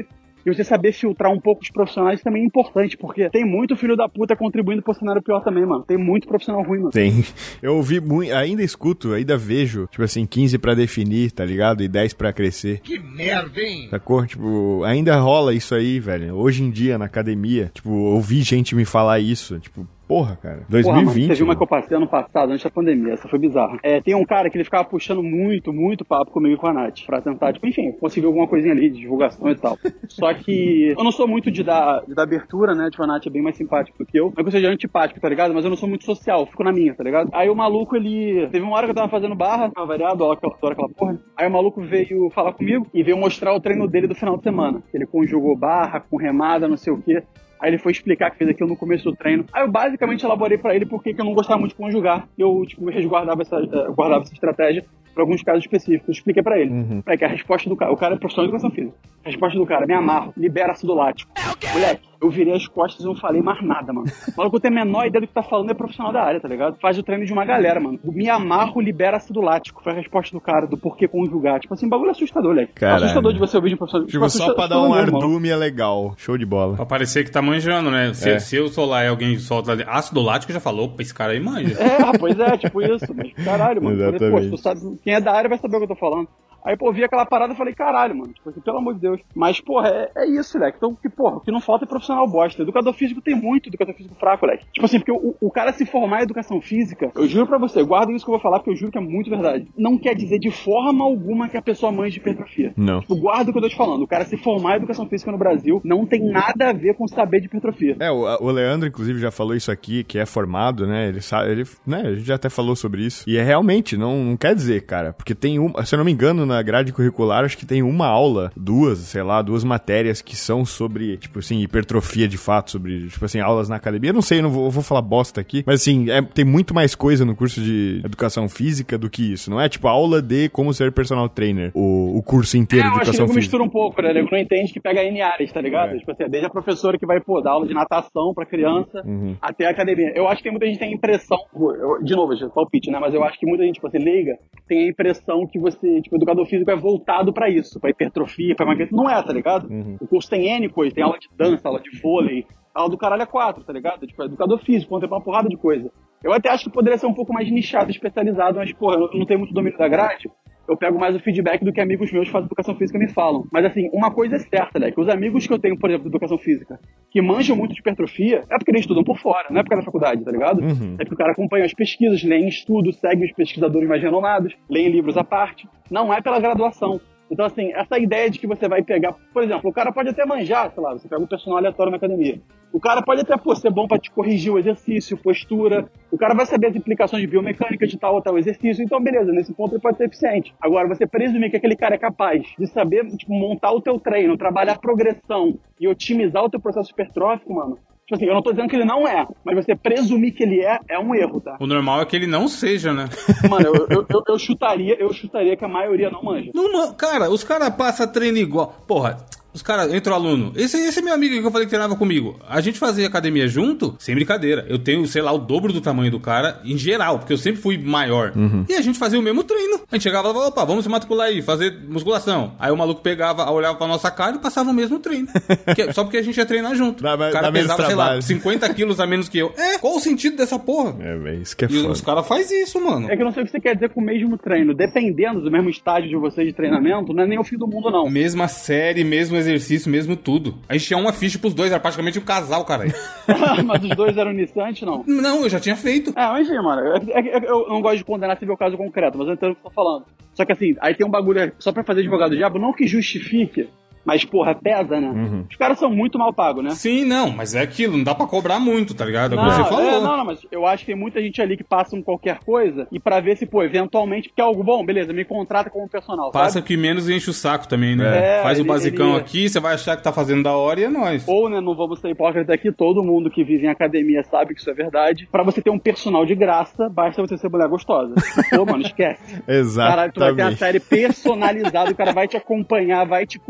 A: E você saber filtrar um pouco os profissionais também é importante, porque tem muito filho da puta contribuindo pro cenário pior também, mano. Tem muito profissional ruim, mano.
C: Tem. Eu ouvi muito, ainda escuto, ainda vejo, tipo assim, quinze pra definir, tá ligado? E dez pra crescer.
E: Que merda, hein?
C: Sacou? Tipo, ainda rola isso aí, velho. Hoje em dia, na academia, tipo, ouvi gente me falar isso, tipo, porra, cara. dois mil e vinte.
A: Porra, mano, teve uma
C: mano.
A: que eu passei ano passado, antes da pandemia. Essa foi bizarra. É, tem um cara que ele ficava puxando muito, muito papo comigo e com a Nath. Pra tentar, tipo, enfim, conseguir alguma coisinha ali de divulgação e tal. Só que eu não sou muito de dar, de dar abertura, né? Tipo, a Nath é bem mais simpática do que eu. Não é que eu seja antipático, tá ligado? Mas eu não sou muito social, eu fico na minha, tá ligado? Aí o maluco, ele... Teve uma hora que eu tava fazendo barra, tava variado, ó, aquela, aquela porra. Aí o maluco veio falar comigo e veio mostrar o treino dele do final de semana. Ele conjugou barra com remada, não sei o quê. Aí ele foi explicar que fez aquilo no começo do treino. Aí eu basicamente elaborei pra ele porque que eu não gostava muito de conjugar. Eu, tipo, resguardava essa, guardava essa estratégia pra alguns casos específicos. Eu expliquei pra ele. Uhum. É que a resposta do cara... O cara é profissional de educação física. A resposta do cara, me amarro, libera ácido lático. É o quê? Moleque, eu virei as costas e não falei mais nada, mano. O maluco tem a menor ideia do que tá falando, é profissional da área, tá ligado? Faz o treino de uma galera, mano. Me amarro, libera ácido lático. Foi a resposta do cara, do porquê conjugar. Tipo assim, bagulho assustador, moleque.
C: Caralho.
A: Assustador de você ouvir de um profissional.
C: Tipo, só pra dar um ardume é legal. Show de bola.
D: Pra parecer que tá manjando, né? Se,
C: É.
D: se eu sou lá e alguém solta ali, ácido lático, já falou, opa, esse cara aí manja.
A: É, pois é, tipo isso. Mas caralho, mano. Falei, pô,
C: Exatamente.
A: tu sabe, quem é da área vai saber o que eu tô falando. Aí, pô, vi aquela parada e falei, caralho, mano, tipo assim, pelo amor de Deus. Mas, porra, é, é isso, leque. Então, que, porra, o que não falta é profissional bosta. Educador físico tem muito educador físico fraco, leque. Tipo assim, porque o, o cara se formar em educação física, eu juro pra você, guardem isso que eu vou falar, porque eu juro que é muito verdade. Não quer dizer de forma alguma que a pessoa manja de hipertrofia.
C: Não.
A: Tipo, guarda o que eu tô te falando. O cara se formar em educação física no Brasil não tem nada a ver com saber de hipertrofia.
C: É, o, o Leandro, inclusive, já falou isso aqui, que é formado, né? Ele sabe, ele, né? A gente já até falou sobre isso. E é realmente, não, não quer dizer, cara. Porque tem uma, se eu não me engano, na grade curricular, acho que tem uma aula, duas, sei lá, duas matérias que são sobre, tipo assim, hipertrofia de fato, sobre, tipo assim, aulas na academia. Eu não sei, eu não vou, eu vou falar bosta aqui, mas assim, é, tem muito mais coisa no curso de educação física do que isso. Não é tipo aula de como ser personal trainer, o, o curso inteiro
A: É,
C: de
A: eu acho que
C: educação
A: ele
C: física.
A: mistura um pouco, né? Ele não entende que pega N áreas, tá ligado?
C: É.
A: Tipo assim, desde a professora que vai, pô, dar aula de natação pra criança,
C: Uhum.
A: até a academia. Eu acho que muita gente tem a impressão, eu, de novo, é palpite, né? Mas eu acho que muita gente, tipo assim, leiga, tem a impressão que você, tipo, o educador físico é voltado pra isso, pra hipertrofia, pra emagrecimento. Não é, tá ligado?
C: Uhum.
A: O curso tem N coisas, tem aula de dança, aula de vôlei, aula do caralho é quatro, tá ligado? Tipo, é educador físico, contempla uma porrada de coisa. Eu até acho que poderia ser um pouco mais nichado, especializado, mas, porra, eu não tenho muito domínio da grade. Eu pego mais o feedback do que amigos meus que fazem educação física me falam. Mas assim, uma coisa é certa, né? Que os amigos que eu tenho, por exemplo, de educação física, que manjam muito de hipertrofia, é porque eles estudam por fora, não é porque é da faculdade, tá ligado?
C: Uhum.
A: É porque o cara acompanha as pesquisas, lê em estudos, segue os pesquisadores mais renomados, lê em livros à parte. Não é pela graduação. Então, assim, essa ideia de que você vai pegar... Por exemplo, o cara pode até manjar, sei lá, você pega um personal aleatório na academia. O cara pode até, pô, ser bom pra te corrigir o exercício, postura. O cara vai saber as implicações de biomecânica de tal ou tal exercício. Então, beleza, nesse ponto ele pode ser eficiente. Agora, você presumir que aquele cara é capaz de saber, tipo, montar o teu treino, trabalhar progressão e otimizar o teu processo hipertrófico, mano... Tipo assim, eu não tô dizendo que ele não é, mas você presumir que ele é, é um erro, tá?
D: O normal é que ele não seja, né?
A: Mano, eu, eu, eu, eu chutaria, eu chutaria que a maioria não manja.
D: Não, man- cara, os caras passam treino igual. Porra, os caras, entra o aluno. Esse, esse é meu amigo que eu falei que treinava comigo. A gente fazia academia junto, sem brincadeira. Eu tenho, sei lá, o dobro do tamanho do cara, em geral, porque eu sempre fui maior. Uhum. E a gente fazia o mesmo treino. A gente chegava e falava, opa, vamos se matricular aí, fazer musculação. Aí o maluco pegava, olhava pra nossa cara e passava o mesmo treino. Que- só porque a gente ia treinar junto.
C: Dá-
D: o cara
C: dá menos
D: pesava, sei lá,
C: trabalho.
D: cinquenta quilos a menos que eu. É, qual o sentido dessa porra?
C: É, velho, isso que é
D: E
C: foda.
D: os caras fazem isso, mano.
A: É que eu não sei o que você quer dizer com o mesmo treino. Dependendo do mesmo estágio de vocês de treinamento, não é nem o fim do mundo, não.
D: Mesma série, mesmo exercício, mesmo tudo. A gente tinha uma ficha pros dois, era praticamente um casal, cara.
A: Mas os dois eram iniciantes, não.
D: Não, eu já tinha feito.
A: É, mas enfim, mano, é, é, é, eu não gosto de condenar se ver o caso concreto, mas eu entendo o que você tá falando. Só que assim, aí tem um bagulho, só pra fazer advogado do diabo, não que justifique, mas porra, pesa, né?
C: Uhum.
A: Os caras são muito mal pagos, né?
D: Sim, não, mas é aquilo, não dá pra cobrar muito, tá ligado? É o que
A: Não,
D: você falou.
A: é, não, não, mas eu acho que tem muita gente ali que passa um qualquer coisa e pra ver se, pô, eventualmente quer algo bom, beleza, me contrata como personal,
D: Passa
A: sabe?
D: que menos enche o saco também, né?
A: É,
D: Faz o
A: ele-
D: basicão
A: ele-
D: aqui, você vai achar que tá fazendo da hora e é nóis.
A: Ou, né, não vamos ser hipócritas aqui, todo mundo que vive em academia sabe que isso é verdade. Pra você ter um personal de graça, basta você ser mulher gostosa. Pô, mano, esquece. Caralho, tu vai ter uma
C: Exatamente.
A: série personalizada, o cara vai te acompanhar, vai te corrigir.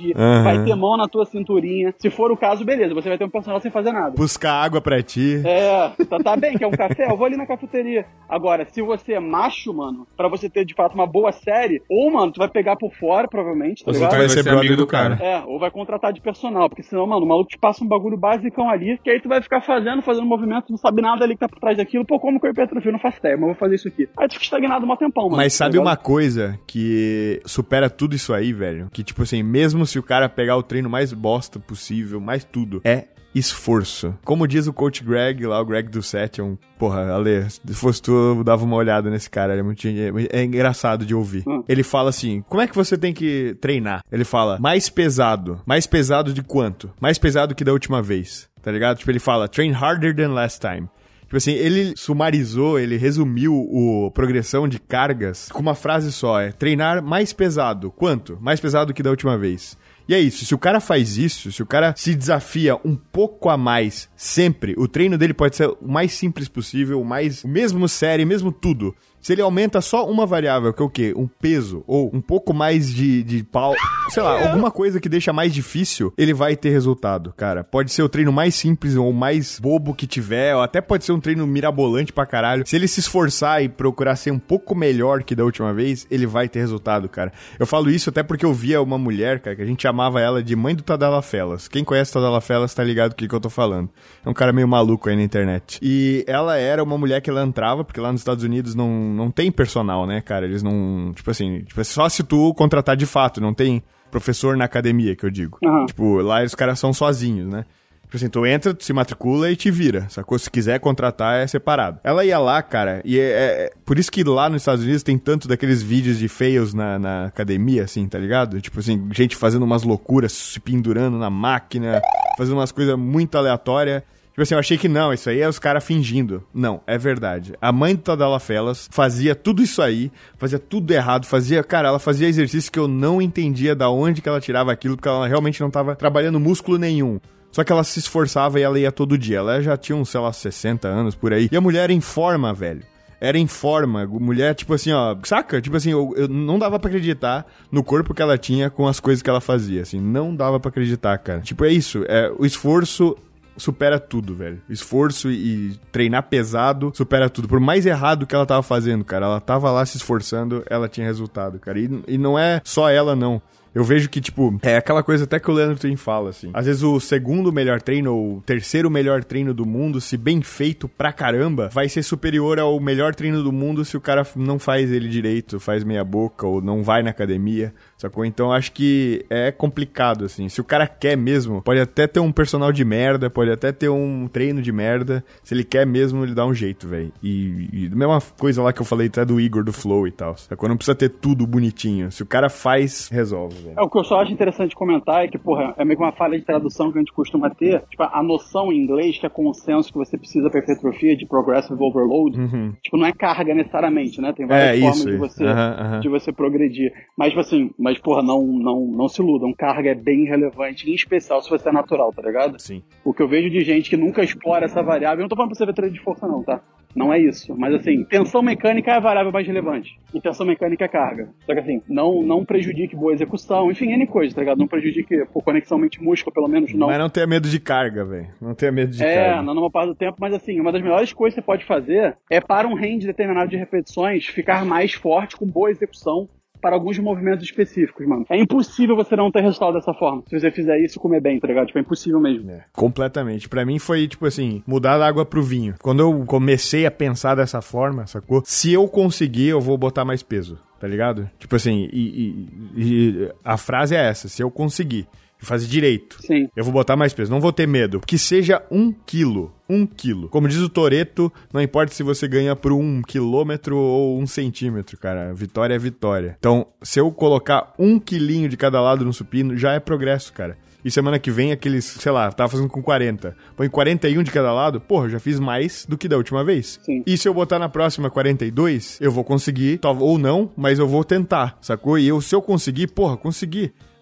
A: ti, uhum. vai ter mão na tua cinturinha. Se for o caso, beleza, você vai ter um personal sem fazer nada.
C: Buscar água pra ti.
A: É, tá, tá bem, quer um café? Eu vou ali na cafeteria. Agora, se você é macho, mano, pra você ter de fato uma boa série, ou, mano, tu vai pegar por fora, provavelmente, tá
C: ou
A: ligado?
C: Vai, vai ser, ser amigo do cara.
A: É, ou vai contratar de personal, porque senão, mano, o maluco te passa um bagulho basicão ali, que aí tu vai ficar fazendo, fazendo movimento, não sabe nada ali que tá por trás daquilo. Pô, como que eu hipertrofio? Não faço ideia, mas vou fazer isso aqui. Aí tu fica estagnado um tempão, mano.
C: Mas sabe uma coisa que supera tudo isso aí, velho? Que, tipo assim, mesmo se o cara pegar o treino mais bosta possível, mais tudo, é esforço. Como diz o coach Greg, lá o Greg do set, é um... Porra, Ale, se fosse tu, eu dava uma olhada nesse cara, ele é, muito, é engraçado de ouvir. Hum. Ele fala assim, como é que você tem que treinar? Ele fala, mais pesado. Mais pesado de quanto? Mais pesado que da última vez, tá ligado? Tipo, ele fala, train harder than last time. Tipo assim, ele sumarizou, ele resumiu a progressão de cargas com uma frase só, é treinar mais pesado. Quanto? Mais pesado que da última vez. E é isso, se o cara faz isso, se o cara se desafia um pouco a mais sempre, o treino dele pode ser o mais simples possível, o mais, o mesmo série, mesmo tudo. Se ele aumenta só uma variável, que é o quê? Um peso, ou um pouco mais de, de pau, sei lá, alguma coisa que deixa mais difícil, ele vai ter resultado, cara. Pode ser o treino mais simples ou mais bobo que tiver, ou até pode ser um treino mirabolante pra caralho. Se ele se esforçar e procurar ser um pouco melhor que da última vez, ele vai ter resultado, cara. Eu falo isso até porque eu via uma mulher, cara, que a gente chamava ela de mãe do Tadala Fellas. Quem conhece Tadala Fellas tá ligado do que, que eu tô falando. É um cara meio maluco aí na internet. E ela era uma mulher que ela entrava, porque lá nos Estados Unidos não... não tem personal, né, cara? Eles não... Tipo assim, tipo, só se tu contratar de fato, não tem professor na academia, que eu digo. Uhum. Tipo, lá os caras são sozinhos, né? Tipo assim, tu entra, tu se matricula e te vira, sacou? Se quiser contratar, é separado. Ela ia lá, cara, e é, é... Por isso que lá nos Estados Unidos tem tanto daqueles vídeos de fails na, na academia, assim, tá ligado? Tipo assim, gente fazendo umas loucuras, se pendurando na máquina, fazendo umas coisas muito aleatórias. Tipo assim, eu achei que não, isso aí é os caras fingindo. Não, é verdade. A mãe do Tadala Fellas fazia tudo isso aí, fazia tudo errado, fazia, cara, ela fazia exercício que eu não entendia da onde que ela tirava aquilo, porque ela realmente não tava trabalhando músculo nenhum. Só que ela se esforçava e ela ia todo dia. Ela já tinha uns, sei lá, sessenta anos por aí. E a mulher em forma, velho. Era em forma. Mulher, tipo assim, ó... Saca? Tipo assim, eu, eu não dava pra acreditar no corpo que ela tinha com as coisas que ela fazia, assim. Não dava pra acreditar, cara. Tipo, é isso. É, o esforço... supera tudo, velho. Esforço e, e treinar pesado supera tudo. Por mais errado que ela tava fazendo, cara, ela tava lá se esforçando, ela tinha resultado, cara. E, e não é só ela, não. Eu vejo que, tipo, é aquela coisa até que o Leandro Twin fala, assim. Às vezes o segundo melhor treino ou o terceiro melhor treino do mundo, se bem feito pra caramba, vai ser superior ao melhor treino do mundo se o cara não faz ele direito, faz meia boca ou não vai na academia, sacou? Então acho que é complicado, assim. Se o cara quer mesmo, pode até ter um personal de merda, pode até ter um treino de merda. Se ele quer mesmo, ele dá um jeito, velho. E, e a mesma coisa lá que eu falei até do Igor, do Flow e tal, sacou? Não precisa ter tudo bonitinho. Se o cara faz, resolve.
A: É, o que eu só acho interessante comentar é que, porra, é meio que uma falha de tradução que a gente costuma ter. Tipo, a noção em inglês, que é consenso que você precisa pra hipertrofia de progressive overload, uhum. tipo, não é carga necessariamente, né? Tem várias é, formas isso, de, você, uhum, uhum. de você progredir. Mas, tipo assim, mas, porra, não, não, não se iludam. Carga é bem relevante, em especial se você é natural, tá ligado?
C: Sim.
A: O que eu vejo de gente que nunca explora essa variável, eu não tô falando pra você ver treino de força, não, tá? Não é isso. Mas, assim, tensão mecânica é a variável mais relevante. E tensão mecânica é carga. Só que, assim, não, não prejudique boa execução. Enfim, N coisa, tá ligado? Não prejudique por conexão mente-músculo, pelo menos não.
C: Mas não tenha medo de carga, velho. Não tenha medo de
A: é,
C: carga.
A: É, não numa parte do tempo. Mas, assim, uma das melhores coisas que você pode fazer é, para um range determinado de repetições, ficar mais forte com boa execução para alguns movimentos específicos, mano. É impossível você não ter resultado dessa forma. Se você fizer isso, comer bem, tá ligado? Tipo, é impossível mesmo.
C: É, completamente. Pra mim foi, tipo assim, mudar da água pro vinho. Quando eu comecei a pensar dessa forma, sacou? Se eu conseguir, eu vou botar mais peso, tá ligado? Tipo assim, e, e, e a frase é essa, se eu conseguir fazer direito,
A: sim,
C: eu vou botar mais peso, não vou ter medo. Que seja um quilo. Um quilo. Como diz o Toretto, não importa se você ganha por um quilômetro ou um centímetro, cara. Vitória é vitória. Então, se eu colocar um quilinho de cada lado no supino, já é progresso, cara. E semana que vem, aqueles, sei lá, tava fazendo com quarenta. Põe quarenta e um de cada lado, porra, eu já fiz mais do que da última vez.
A: Sim.
C: E se eu botar na próxima quarenta e dois, eu vou conseguir, ou não, mas eu vou tentar, sacou? E eu, se eu conseguir, porra, consegui.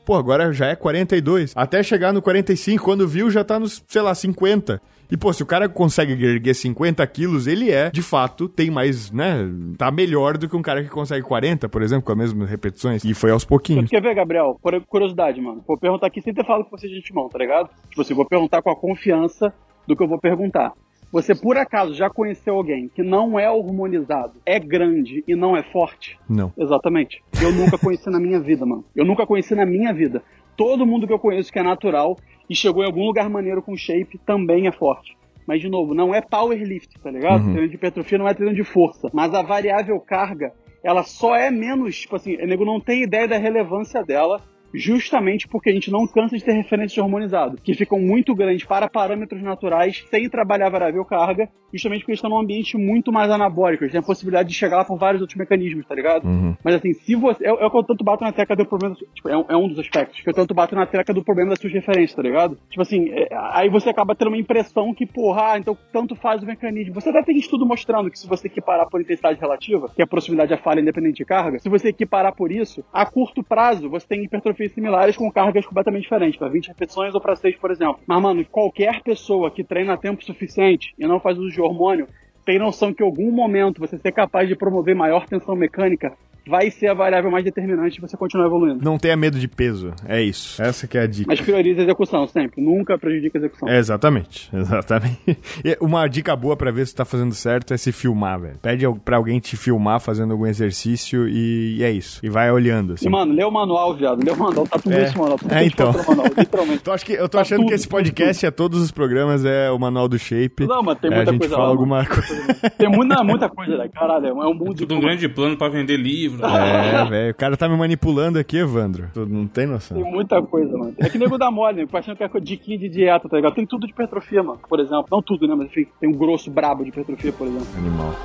C: Pô, agora já é quarenta e dois. Até chegar no quarenta e cinco, quando viu, já tá nos, sei lá, cinquenta. E, pô, se o cara consegue erguer cinquenta quilos, ele é, de fato, tem mais, né? Tá melhor do que um cara que consegue quarenta, por exemplo, com as mesmas repetições. E foi aos pouquinhos.
A: Quer ver, Gabriel? Por curiosidade, mano. Vou perguntar aqui sem ter falado com você de antemão, tá ligado? Tipo assim, vou perguntar com a confiança do que eu vou perguntar. Você, por acaso, já conheceu alguém que não é hormonizado, é grande e não é forte?
C: Não.
A: Exatamente. Eu nunca conheci na minha vida, mano. Eu nunca conheci na minha vida. Todo mundo que eu conheço que é natural e chegou em algum lugar maneiro com shape também é forte. Mas, de novo, não é powerlift, tá ligado? Uhum. Treino de hipertrofia não é treino de força. Mas a variável carga, ela só é menos, tipo assim, o nego não tem ideia da relevância dela, justamente porque a gente não cansa de ter referências hormonizadas, que ficam muito grandes para parâmetros naturais, sem trabalhar a variável carga, justamente porque eles estão num ambiente muito mais anabólico, eles têm a possibilidade de chegar lá por vários outros mecanismos, tá ligado? Uhum. Mas assim, se você... É, é o que eu tanto bato na tecla do problema... Tipo, é um, é um dos aspectos, que eu tanto bato na tecla do problema das suas referências, tá ligado? Tipo assim, é, aí você acaba tendo uma impressão que, porra, ah, então tanto faz o mecanismo. Você até tem estudo mostrando que se você equiparar por intensidade relativa, que é a proximidade à falha independente de carga, se você equiparar por isso, a curto prazo, você tem hipertrofia similares com cargas completamente diferentes, para vinte repetições ou para seis, por exemplo. Mas, mano, qualquer pessoa que treina tempo suficiente e não faz uso de hormônio tem noção que em algum momento você ser capaz de promover maior tensão mecânica vai ser a variável mais determinante de você continuar evoluindo.
C: Não tenha medo de peso, é isso. Essa que é a dica.
A: Mas prioriza a execução sempre, nunca prejudica a execução.
C: É, exatamente, exatamente. E uma dica boa pra ver se tá fazendo certo é se filmar, velho. Pede pra alguém te filmar fazendo algum exercício e, e é isso. E vai olhando, assim.
A: E, mano, lê o manual, viado. Lê o manual, tá tudo
C: é.
A: esse manual.
C: É, então.
A: Manual, literalmente.
C: Então, acho que, eu tô
A: tá
C: achando
A: tudo,
C: que esse podcast tudo, tudo. é todos os programas, é o manual do Shape.
A: Não, mas tem muita
C: é, a gente
A: coisa
C: fala
A: lá,
C: alguma coisa.
A: Tem muita, muita coisa, né? Caralho, é um mundo de...
D: Tudo um grande plano pra vender livro.
C: É, velho. O cara tá me manipulando aqui, Evandro. Tu não tem noção.
A: Tem muita coisa, mano. É que nego dá mole, né? Achando que é diquinha de dieta, tá ligado? Tem tudo de hipertrofia, mano, por exemplo. Não tudo, né? Mas enfim, tem um grosso brabo de hipertrofia, por exemplo.
C: Animal.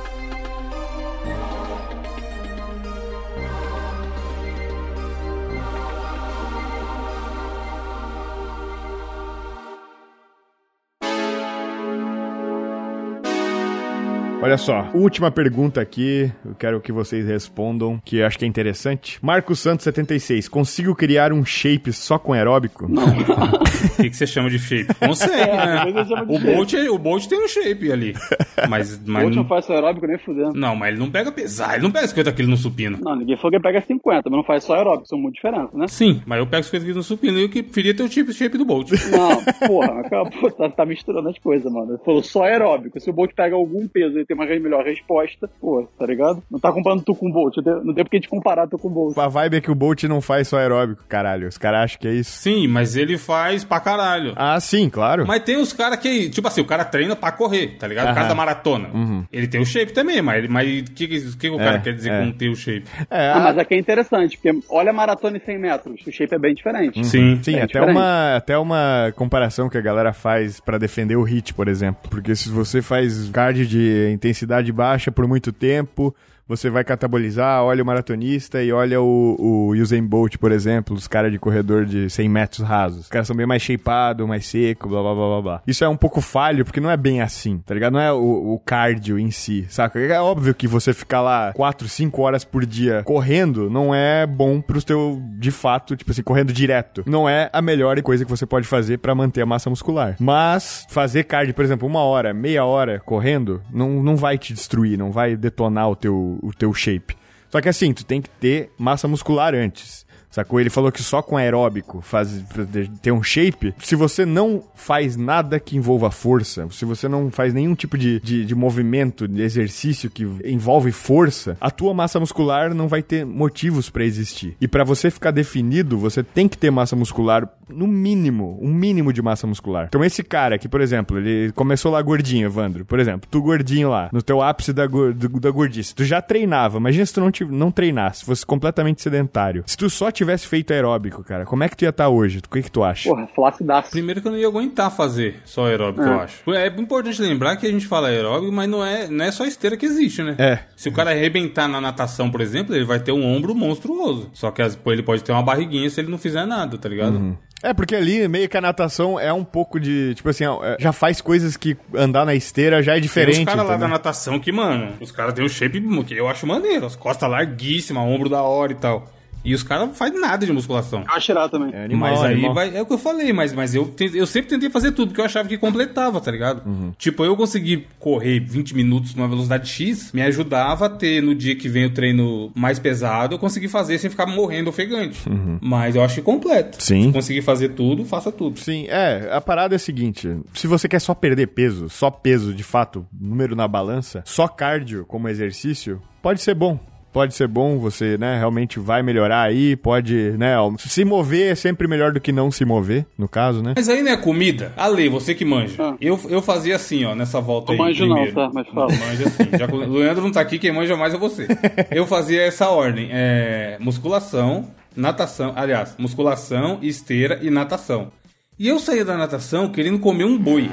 C: Olha só, última pergunta aqui, eu quero que vocês respondam, que eu acho que é interessante. Marcos Santos, setenta e seis, consigo criar um shape só com aeróbico?
A: Não.
D: O que, que você chama de shape? Consegue,
A: é,
D: né? O Bolt, o Bolt tem um shape ali. Mas, mas
A: o Bolt não faz só aeróbico nem fudendo.
D: Não, mas ele não pega pesado, ele não pega cinquenta quilos no supino.
A: Não, ninguém falou que ele pega cinquenta, mas não faz só aeróbico, são muito diferentes, né?
D: Sim, mas eu pego cinquenta quilos no supino e eu que preferia ter o tipo shape do Bolt.
A: Não, porra, acabou, tá, tá misturando as coisas, mano. Ele falou só aeróbico, se o Bolt pega algum peso e tem uma melhor resposta, pô, tá ligado? Não tá comparando tu com o Bolt, não tem porque te comparar tu com o Bolt.
C: A vibe é que o Bolt não faz só aeróbico, caralho. Os caras acham que é isso.
D: Sim, mas ele faz pra caralho.
C: Ah, sim, claro.
D: Mas tem os caras que, tipo assim, o cara treina pra correr, tá ligado? Uh-huh. O cara da maratona. Uhum. Ele tem o shape também, mas o mas, que, que, que o cara é, quer dizer é. com ter o shape?
A: É, ah, mas aqui é interessante, porque olha a maratona em cem metros, o shape é bem diferente.
C: Uhum.
D: Sim.
C: Sim,
A: é
C: até, uma, até uma comparação que a galera faz pra defender o HIIT, por exemplo. Porque se você faz cardio de intensidade baixa por muito tempo, você vai catabolizar, olha o maratonista e olha o, o Usain Bolt, por exemplo, os caras de corredor de cem metros rasos. Os caras são bem mais shapeados, mais seco, blá, blá, blá, blá, blá. Isso é um pouco falho, porque não é bem assim, tá ligado? Não é o, o cardio em si, saca? É óbvio que você ficar lá quatro, cinco horas por dia correndo não é bom pro teu, de fato, tipo assim, correndo direto. Não é a melhor coisa que você pode fazer pra manter a massa muscular. Mas fazer cardio, por exemplo, uma hora, meia hora correndo, não, não vai te destruir, não vai detonar o teu o teu shape. Só que assim, tu tem que ter massa muscular antes. Sacou? Ele falou que só com aeróbico faz, ter um shape. Se você não faz nada que envolva força, se você não faz nenhum tipo de, de, de movimento, de exercício que envolve força, a tua massa muscular não vai ter motivos pra existir. E pra você ficar definido, você tem que ter massa muscular, no mínimo, um mínimo de massa muscular. Então esse cara aqui, por exemplo, ele começou lá gordinho, Evandro. Por exemplo, tu gordinho lá, no teu ápice da, da gordice. Tu já treinava. Imagina se tu não, te, não treinasse, fosse completamente sedentário. Se tu só tivesse feito aeróbico, cara, como é que tu ia estar hoje? O que que tu acha?
A: Porra, flacidaço.
D: Primeiro que eu não ia aguentar fazer só aeróbico, é. eu acho. É importante lembrar que a gente fala aeróbico, mas não é, não é só esteira que existe, né?
C: É.
D: Se o cara arrebentar na natação, por exemplo, ele vai ter um ombro monstruoso. Só que ele pode ter uma barriguinha se ele não fizer nada, tá ligado? Uhum.
C: É, porque ali meio que a natação é um pouco de, tipo assim, já faz coisas que andar na esteira já é diferente. Tem
D: os caras lá da natação que, mano, os caras têm um shape que eu acho maneiro. As costas larguíssimas, ombro da hora e tal. E os caras não fazem nada de musculação.
A: Eu acho irado também.
C: É animal,
D: mas aí
C: animal.
D: vai, é o que eu falei, mas, mas eu, te- eu sempre tentei fazer tudo, porque eu achava que completava, tá ligado?
C: Uhum.
D: Tipo, eu consegui correr vinte minutos numa velocidade X, me ajudava a ter, no dia que vem o treino mais pesado, eu consegui fazer sem ficar morrendo ofegante.
C: Uhum.
D: Mas eu acho que completo.
C: Sim.
D: Se conseguir fazer tudo, faça tudo.
C: Sim, é, a parada é a seguinte, se você quer só perder peso, só peso de fato, número na balança, só cardio como exercício, pode ser bom. Pode ser bom, você, né, realmente vai melhorar aí, pode, né, se mover é sempre melhor do que não se mover, no caso, né?
D: Mas aí não é comida? Ale, você que manja.
A: Ah.
D: Eu, eu fazia assim, ó, nessa volta
A: Eu
D: aí
A: manjo
D: primeiro.
A: não, tá? Mas fala.
D: Manja assim. Já que o Leandro não tá aqui, quem manja mais é você. Eu fazia essa ordem, é, musculação, natação, aliás, musculação, esteira e natação. E eu saía da natação querendo comer um boi.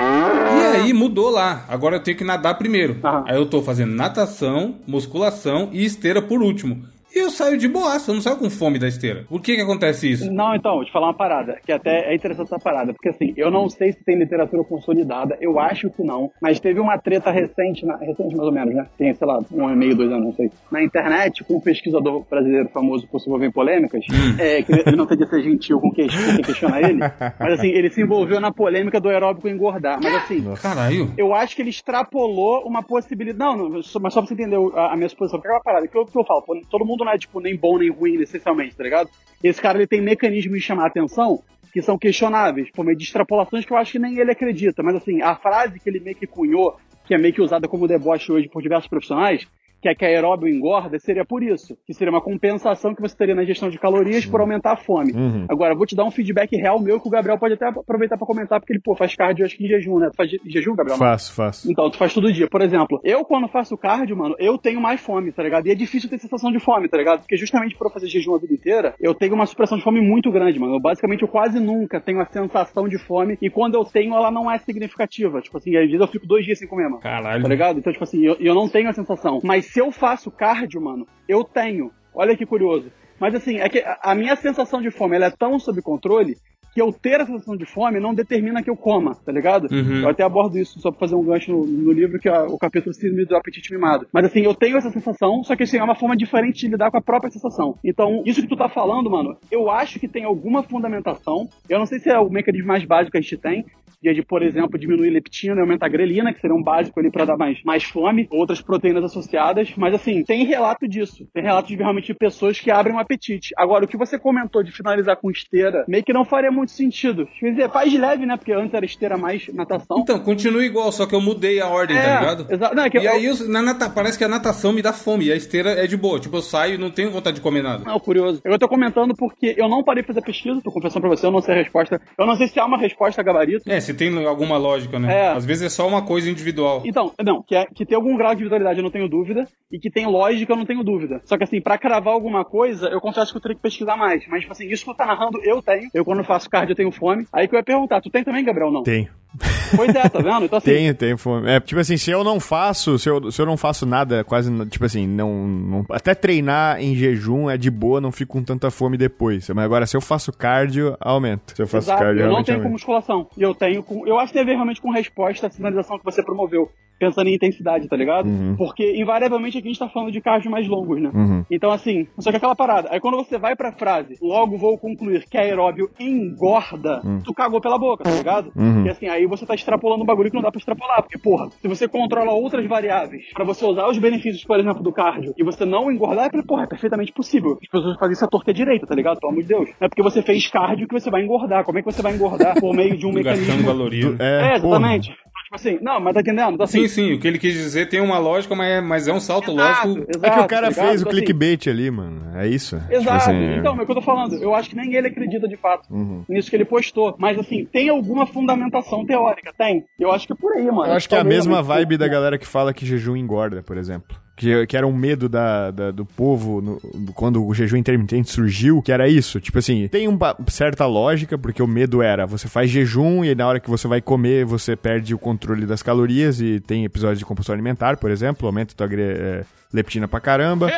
D: E aí mudou lá. Agora eu tenho que nadar primeiro.
A: Aham.
D: Aí eu tô fazendo natação, musculação e esteira por último. E eu saio de boaça, eu não saio com fome da esteira. Por que que acontece isso?
A: Não, então, vou te falar uma parada, que até é interessante essa parada, porque assim, eu não sei se tem literatura consolidada, eu acho que não, mas teve uma treta recente, na, recente mais ou menos, né? Tem, sei lá, um ano e meio, dois anos, não sei, na internet, com um pesquisador brasileiro famoso por se envolver em polêmicas, é, que ele não tem de ser gentil com quem, com quem questiona ele, mas assim, ele se envolveu na polêmica do aeróbico engordar, mas assim,
D: Caralho.
A: eu acho que ele extrapolou uma possibilidade. Não, não, só- mas só pra você entender o- a, a minha suposição, porque é uma parada que eu, que eu falo, pô, todo mundo não é, tipo, nem bom nem ruim, essencialmente, tá ligado? Esse cara, ele tem mecanismos de chamar a atenção que são questionáveis, por meio de extrapolações que eu acho que nem ele acredita. Mas, assim, a frase que ele meio que cunhou, que é meio que usada como deboche hoje por diversos profissionais, que é que a aeróbio engorda, seria por isso. Que seria uma compensação que você teria na ingestão de calorias por aumentar a fome.
C: Uhum.
A: Agora, eu vou te dar um feedback real meu que o Gabriel pode até aproveitar pra comentar, porque ele, pô, faz cardio, acho que em jejum, né? Tu faz je- jejum, Gabriel?
C: Faço, faço.
A: Então, tu faz todo dia. Por exemplo, eu quando faço cardio, mano, eu tenho mais fome, tá ligado? E é difícil ter sensação de fome, tá ligado? Porque justamente por eu fazer jejum a vida inteira, eu tenho uma supressão de fome muito grande, mano. Eu, basicamente, eu quase nunca tenho a sensação de fome. E quando eu tenho, ela não é significativa. Tipo assim, às vezes eu fico dois dias sem comer, mano.
D: Caralho.
A: Tá ligado? Então, tipo assim, eu, eu não tenho a sensação. Mas se eu faço cardio, mano, eu tenho. Olha que curioso. Mas assim, é que a, a minha sensação de fome, ela é tão sob controle que eu ter a sensação de fome não determina que eu coma, tá ligado?
D: Uhum.
A: Eu até abordo isso só pra fazer um gancho no, no livro, que é o capítulo Síndrome do Apetite Mimado. Mas assim, eu tenho essa sensação, só que assim, é uma forma diferente de lidar com a própria sensação. Então, isso que tu tá falando, mano, eu acho que tem alguma fundamentação. Eu não sei se é o mecanismo mais básico que a gente tem, de, de, por exemplo, diminuir leptina e aumentar a grelina, que seria um básico ali pra dar mais, mais fome, outras proteínas associadas, mas assim, tem relato disso. Tem relato de realmente de pessoas que abrem um apetite. Agora, o que você comentou de finalizar com esteira, meio que não faria muito sentido. Quer dizer, faz leve, né? Porque antes era esteira mais natação.
D: Então, continua igual, só que eu mudei a ordem,
A: É,
D: tá ligado?
A: exato. Não, é que
D: e
A: eu-
D: aí, eu- na nata, parece que a natação me dá fome, e a esteira é de boa. Tipo, eu saio e não tenho vontade de comer nada.
A: Não, curioso. Eu tô comentando porque eu não parei pra fazer pesquisa, tô confessando pra você, eu não sei a resposta. Eu não sei se há uma resposta a gabarito.
D: É, se tem alguma lógica, né?
A: É.
D: Às vezes é só uma coisa individual.
A: Então, não, que, é, que tem algum grau de individualidade eu não tenho dúvida, e que tem lógica eu não tenho dúvida. Só que assim, pra cravar alguma coisa, eu confesso que eu teria que pesquisar mais. Mas, tipo assim, isso que tu tá narrando, eu tenho. Eu, quando faço cardio, eu tenho fome. Aí que eu ia perguntar, tu tem também, Gabriel, não?
C: Tenho.
A: Pois é, tá vendo? Então assim...
C: Tenho, tenho fome. É, tipo assim, se eu não faço, se eu, se eu não faço nada, quase, tipo assim, não, não- até treinar em jejum é de boa, não fico com tanta fome depois. Mas agora, se eu faço cardio, aumenta. Se eu faço
A: Exato,
C: cardio,
A: eu não
C: realmente
A: tenho com
C: aumenta.
A: musculação. E eu tenho com. Eu acho que tem a ver realmente com resposta à sinalização que você promoveu. Pensando em intensidade, tá ligado?
C: Uhum.
A: Porque, invariavelmente, aqui a gente tá falando de cardio mais longos, né?
C: Uhum.
A: Então, assim, só que aquela parada. Aí quando você vai pra frase, logo vou concluir que aeróbio engorda, tu cagou pela boca, tá ligado?
C: Uhum.
A: E assim, aí você tá extrapolando um bagulho que não dá pra extrapolar. Porque, porra, se você controla outras variáveis pra você usar os benefícios, por exemplo, do cardio, e você não engordar, é, porra, é perfeitamente possível. As pessoas fazem isso à torta direita, tá ligado? Pelo amor de Deus. Não é porque você fez cardio que você vai engordar. Como é que você vai engordar por meio de um
D: Gastando
A: mecanismo...
D: caloria.
C: É,
A: É, exatamente. Tipo assim, não, mas tá entendendo? Então, assim,
D: Sim, sim, o que ele quis dizer tem uma lógica, mas é, mas é um salto
A: exato,
D: lógico.
A: exato,
C: É que o cara
A: tá ligado?
C: fez o
A: Então, assim,
C: clickbait ali, mano. É isso. Tipo
A: Exato,
C: assim,
A: então, é o que eu tô falando. Eu acho que nem ele acredita de fato
C: Uhum.
A: nisso que ele postou. Mas assim, tem alguma fundamentação teórica? Tem. Eu acho que é por aí, mano.
C: Eu acho que é a
A: Talvez
C: mesma
A: realmente
C: vibe
A: seja-
C: da galera que fala que jejum engorda, por exemplo. Que, que era um medo da, da- do povo no- quando o jejum intermitente surgiu, que era isso. Tipo assim, tem uma certa lógica, porque o medo era, você faz jejum e na hora que você vai comer, você perde o controle das calorias e tem episódios de compulsão alimentar, por exemplo, aumenta tua gre- é, leptina pra caramba.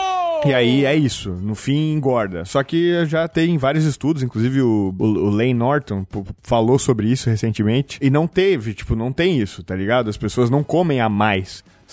C: E aí é isso, no fim engorda. Só que já tem vários estudos, inclusive o, o, o Lane Norton p- falou sobre isso recentemente, e não teve, tipo, não tem isso, tá ligado? As pessoas não comem a mais.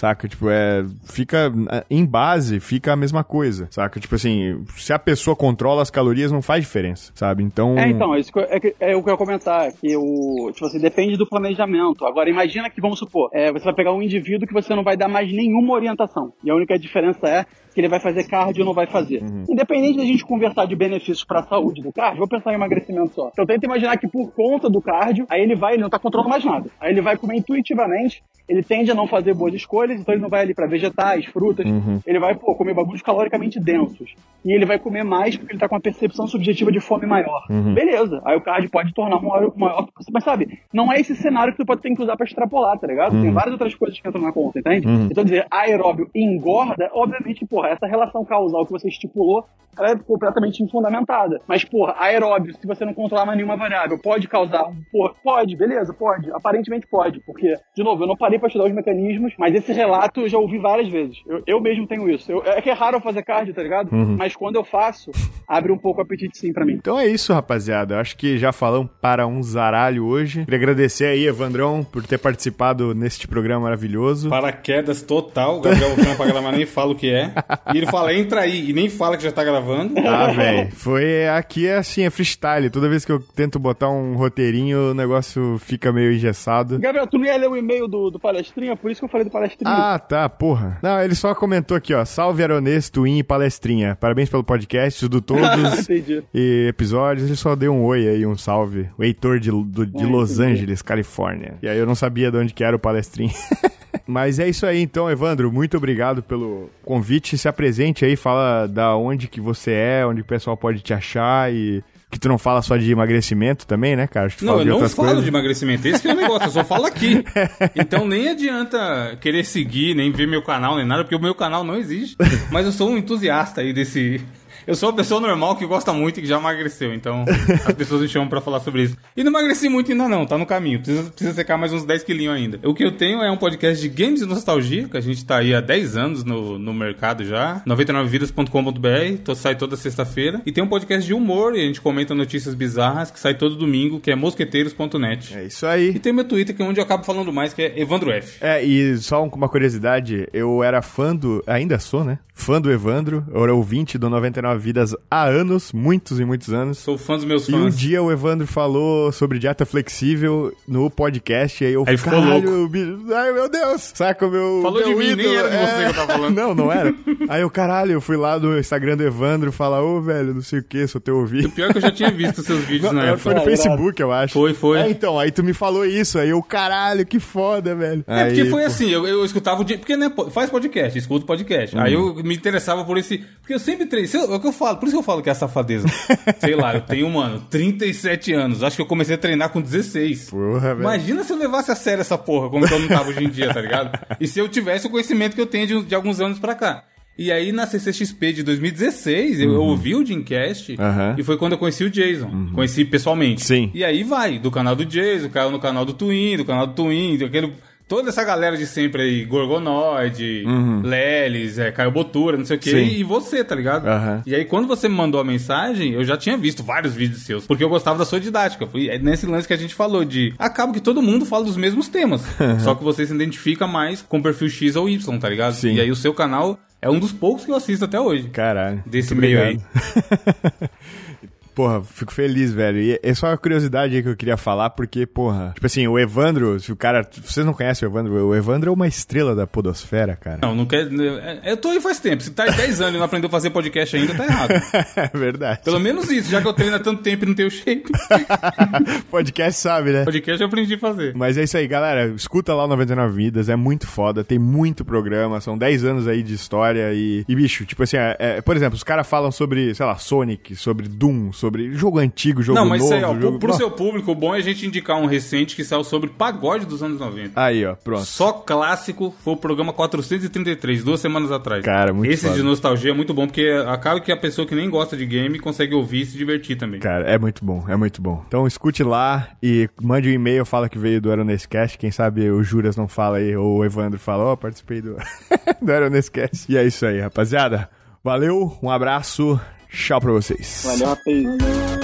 C: saca? Tipo, é... Fica... Em base, fica a mesma coisa, saca? Tipo assim, se a pessoa controla as calorias, não faz diferença, sabe? Então...
A: É, então, isso é, que, é o que eu ia comentar, que o... Tipo assim, depende do planejamento. Agora, imagina que, vamos supor, é, você vai pegar um indivíduo que você não vai dar mais nenhuma orientação. E a única diferença é que ele vai fazer cardio ou não vai fazer. Uhum. Independente da gente conversar de benefícios para a saúde do cardio, vou pensar em emagrecimento só. Então tenta imaginar que por conta do cardio, aí ele vai, ele não tá controlando mais nada. Aí ele vai comer intuitivamente, ele tende a não fazer boas escolhas, então ele não vai ali para vegetais, frutas, uhum. ele vai, pô, comer bagulhos caloricamente densos. E ele vai comer mais porque ele tá com uma percepção subjetiva de fome maior. Uhum. Beleza. Aí o cardio pode tornar um maior, maior... Mas sabe, não é esse cenário que tu pode ter que usar para extrapolar, tá ligado? Uhum. Tem várias outras coisas que entram na conta, entende? Uhum. Então dizer aeróbio engorda, obviamente, pô, essa relação causal que você estipulou, ela é completamente infundamentada. Mas, porra, aeróbio, se você não controlar mais nenhuma variável, pode causar um... Porra, pode, beleza, pode. Aparentemente pode, porque, de novo, eu não parei pra estudar os mecanismos, mas esse relato eu já ouvi várias vezes. Eu, eu mesmo tenho isso. Eu, é que é raro eu fazer cardio, tá ligado? Uhum. Mas quando eu faço, abre um pouco o apetite sim pra mim.
C: Então é isso, rapaziada. Eu acho que já falamos para um zaralho hoje. Queria agradecer aí, Evandrão, por ter participado neste programa maravilhoso.
D: Paraquedas total. O Gabriel Campa gravar nem fala o que é. E ele fala, entra aí, e nem fala que já tá gravando.
C: Ah, velho, foi aqui assim, é freestyle. Toda vez que eu tento botar um roteirinho, o negócio fica meio engessado.
A: Gabriel, tu não ia ler o e-mail do, do Palestrinha? Por isso que eu falei do Palestrinha.
C: Ah, tá, porra. Não, ele só comentou aqui, ó. Salve Aronês, Twin e Palestrinha. Parabéns pelo podcast, do todos e episódios. Ele só deu um oi aí, um salve. O Heitor de, do, de é, Los entendi. Angeles, Califórnia. E aí eu não sabia de onde que era o Palestrinha. Mas é isso aí então, Evandro, muito obrigado pelo convite, se apresente aí, fala da onde que você é, onde o pessoal pode te achar e que tu não fala só de emagrecimento também, né, cara?
D: Não, eu não falo coisas. de emagrecimento, esse que é o negócio, eu só falo aqui. Então nem adianta querer seguir, nem ver meu canal, nem nada, porque o meu canal não existe, mas eu sou um entusiasta aí desse... Eu sou uma pessoa normal que gosta muito e que já emagreceu, então as pessoas me chamam pra falar sobre isso. E não emagreci muito ainda não, tá no caminho, precisa, precisa secar mais uns dez quilinhos ainda. O que eu tenho é um podcast de games e nostalgia, que a gente tá aí há dez anos no, no mercado já, noventa e nove vidas ponto com ponto b r, sai toda sexta-feira. E tem um podcast de humor, e a gente comenta notícias bizarras, que sai todo domingo, que é mosqueteiros ponto net.
C: É isso aí.
D: E tem o meu Twitter, que é onde eu acabo falando mais, que é Evandro F.
C: É, e só uma curiosidade, eu era fã do... Ainda sou, né? Fã do Evandro, eu era ouvinte do noventa e nove vidas há anos, muitos e muitos anos.
D: Sou fã dos meus fãs.
C: E um dia o Evandro falou sobre dieta flexível no podcast, e aí eu
D: aí
C: falei, caralho, bicho, ai meu Deus, saca o meu
D: Falou
C: meu
D: de
C: ídolo,
D: mim, nem era de
C: é...
D: você que eu tava falando.
C: Não, não era. Aí eu, caralho, eu fui lá do Instagram do Evandro falar, ô, velho, não sei o que, sou teu ouvido.
D: O pior é que eu já tinha visto seus vídeos
C: não,
D: na época.
C: Foi no Facebook, eu acho.
D: Foi, foi.
C: É, então, aí tu me falou isso, aí eu, caralho, que foda, velho.
D: É,
C: aí,
D: porque foi
C: pô...
D: assim, eu, eu escutava o dia, porque né, faz podcast, escuto podcast. Uhum. Aí eu me interessava por esse, porque eu sempre treinei, é o que eu falo, por isso que eu falo que é a safadeza. Sei lá, eu tenho, mano, trinta e sete anos, acho que eu comecei a treinar com dezesseis.
C: Porra, velho.
D: Imagina se eu levasse a sério essa porra, como eu não tava hoje em dia, tá ligado? E se eu tivesse o conhecimento que eu tenho de, de alguns anos pra cá. E aí na C C X P de dois mil e dezesseis, uhum. eu, eu ouvi o Dreamcast, uhum. e foi quando eu conheci o Jason. Uhum. Conheci pessoalmente.
C: Sim.
D: E aí vai, do canal do Jason, caiu no canal do Twin, do canal do Twin, aquele... Toda essa galera de sempre aí, Gorgonoid, uhum. Lelis, é, Caio Botura, não sei o que, e você, tá ligado? Uhum. E aí, quando você me mandou a mensagem, eu já tinha visto vários vídeos seus, porque eu gostava da sua didática. Foi nesse lance que a gente falou de... Acaba que todo mundo fala dos mesmos temas, uhum. só que você se identifica mais com o perfil X ou Y, tá ligado? Sim. E aí, o seu canal é um dos poucos que eu assisto até hoje.
C: Caralho.
D: Desse meio aí.
C: Porra, fico feliz, velho. E é só uma curiosidade aí que eu queria falar, porque, porra... Tipo assim, o Evandro, se o cara... Vocês não conhecem o Evandro? O Evandro é uma estrela da podosfera, cara.
D: Não, não quer... Eu tô aí faz tempo. Se tá aí dez anos e não aprendeu a fazer podcast ainda, tá errado.
C: É verdade.
D: Pelo menos isso, já que eu treino há tanto tempo e não tenho shape.
C: Podcast sabe, né?
D: Podcast eu aprendi a fazer.
C: Mas é isso aí, galera. Escuta lá o noventa e nove vidas, é muito foda. Tem muito programa, são dez anos aí de história e... E, bicho, tipo assim, é, é, por exemplo, os caras falam sobre, sei lá, Sonic, sobre Doom, sobre jogo antigo, jogo novo. Não, mas novo,
D: isso aí, ó,
C: jogo...
D: pro, pro seu público, o bom é a gente indicar um recente que saiu sobre pagode dos anos noventa.
C: Aí, ó, pronto.
D: Só clássico, foi o programa quatrocentos e trinta e três, duas semanas atrás.
C: Cara, muito
D: Esse foda. De nostalgia é muito bom, porque acaba que a pessoa que nem gosta de game consegue ouvir e se divertir também.
C: Cara, é muito bom, é muito bom. Então escute lá e mande um e-mail, fala que veio do Aeronescast, quem sabe o Juras não fala aí, ou o Evandro fala, ó, oh, participei do, do Aeronescast. E é isso aí, rapaziada. Valeu, um abraço, tchau pra vocês.
A: Valeu, rapaz.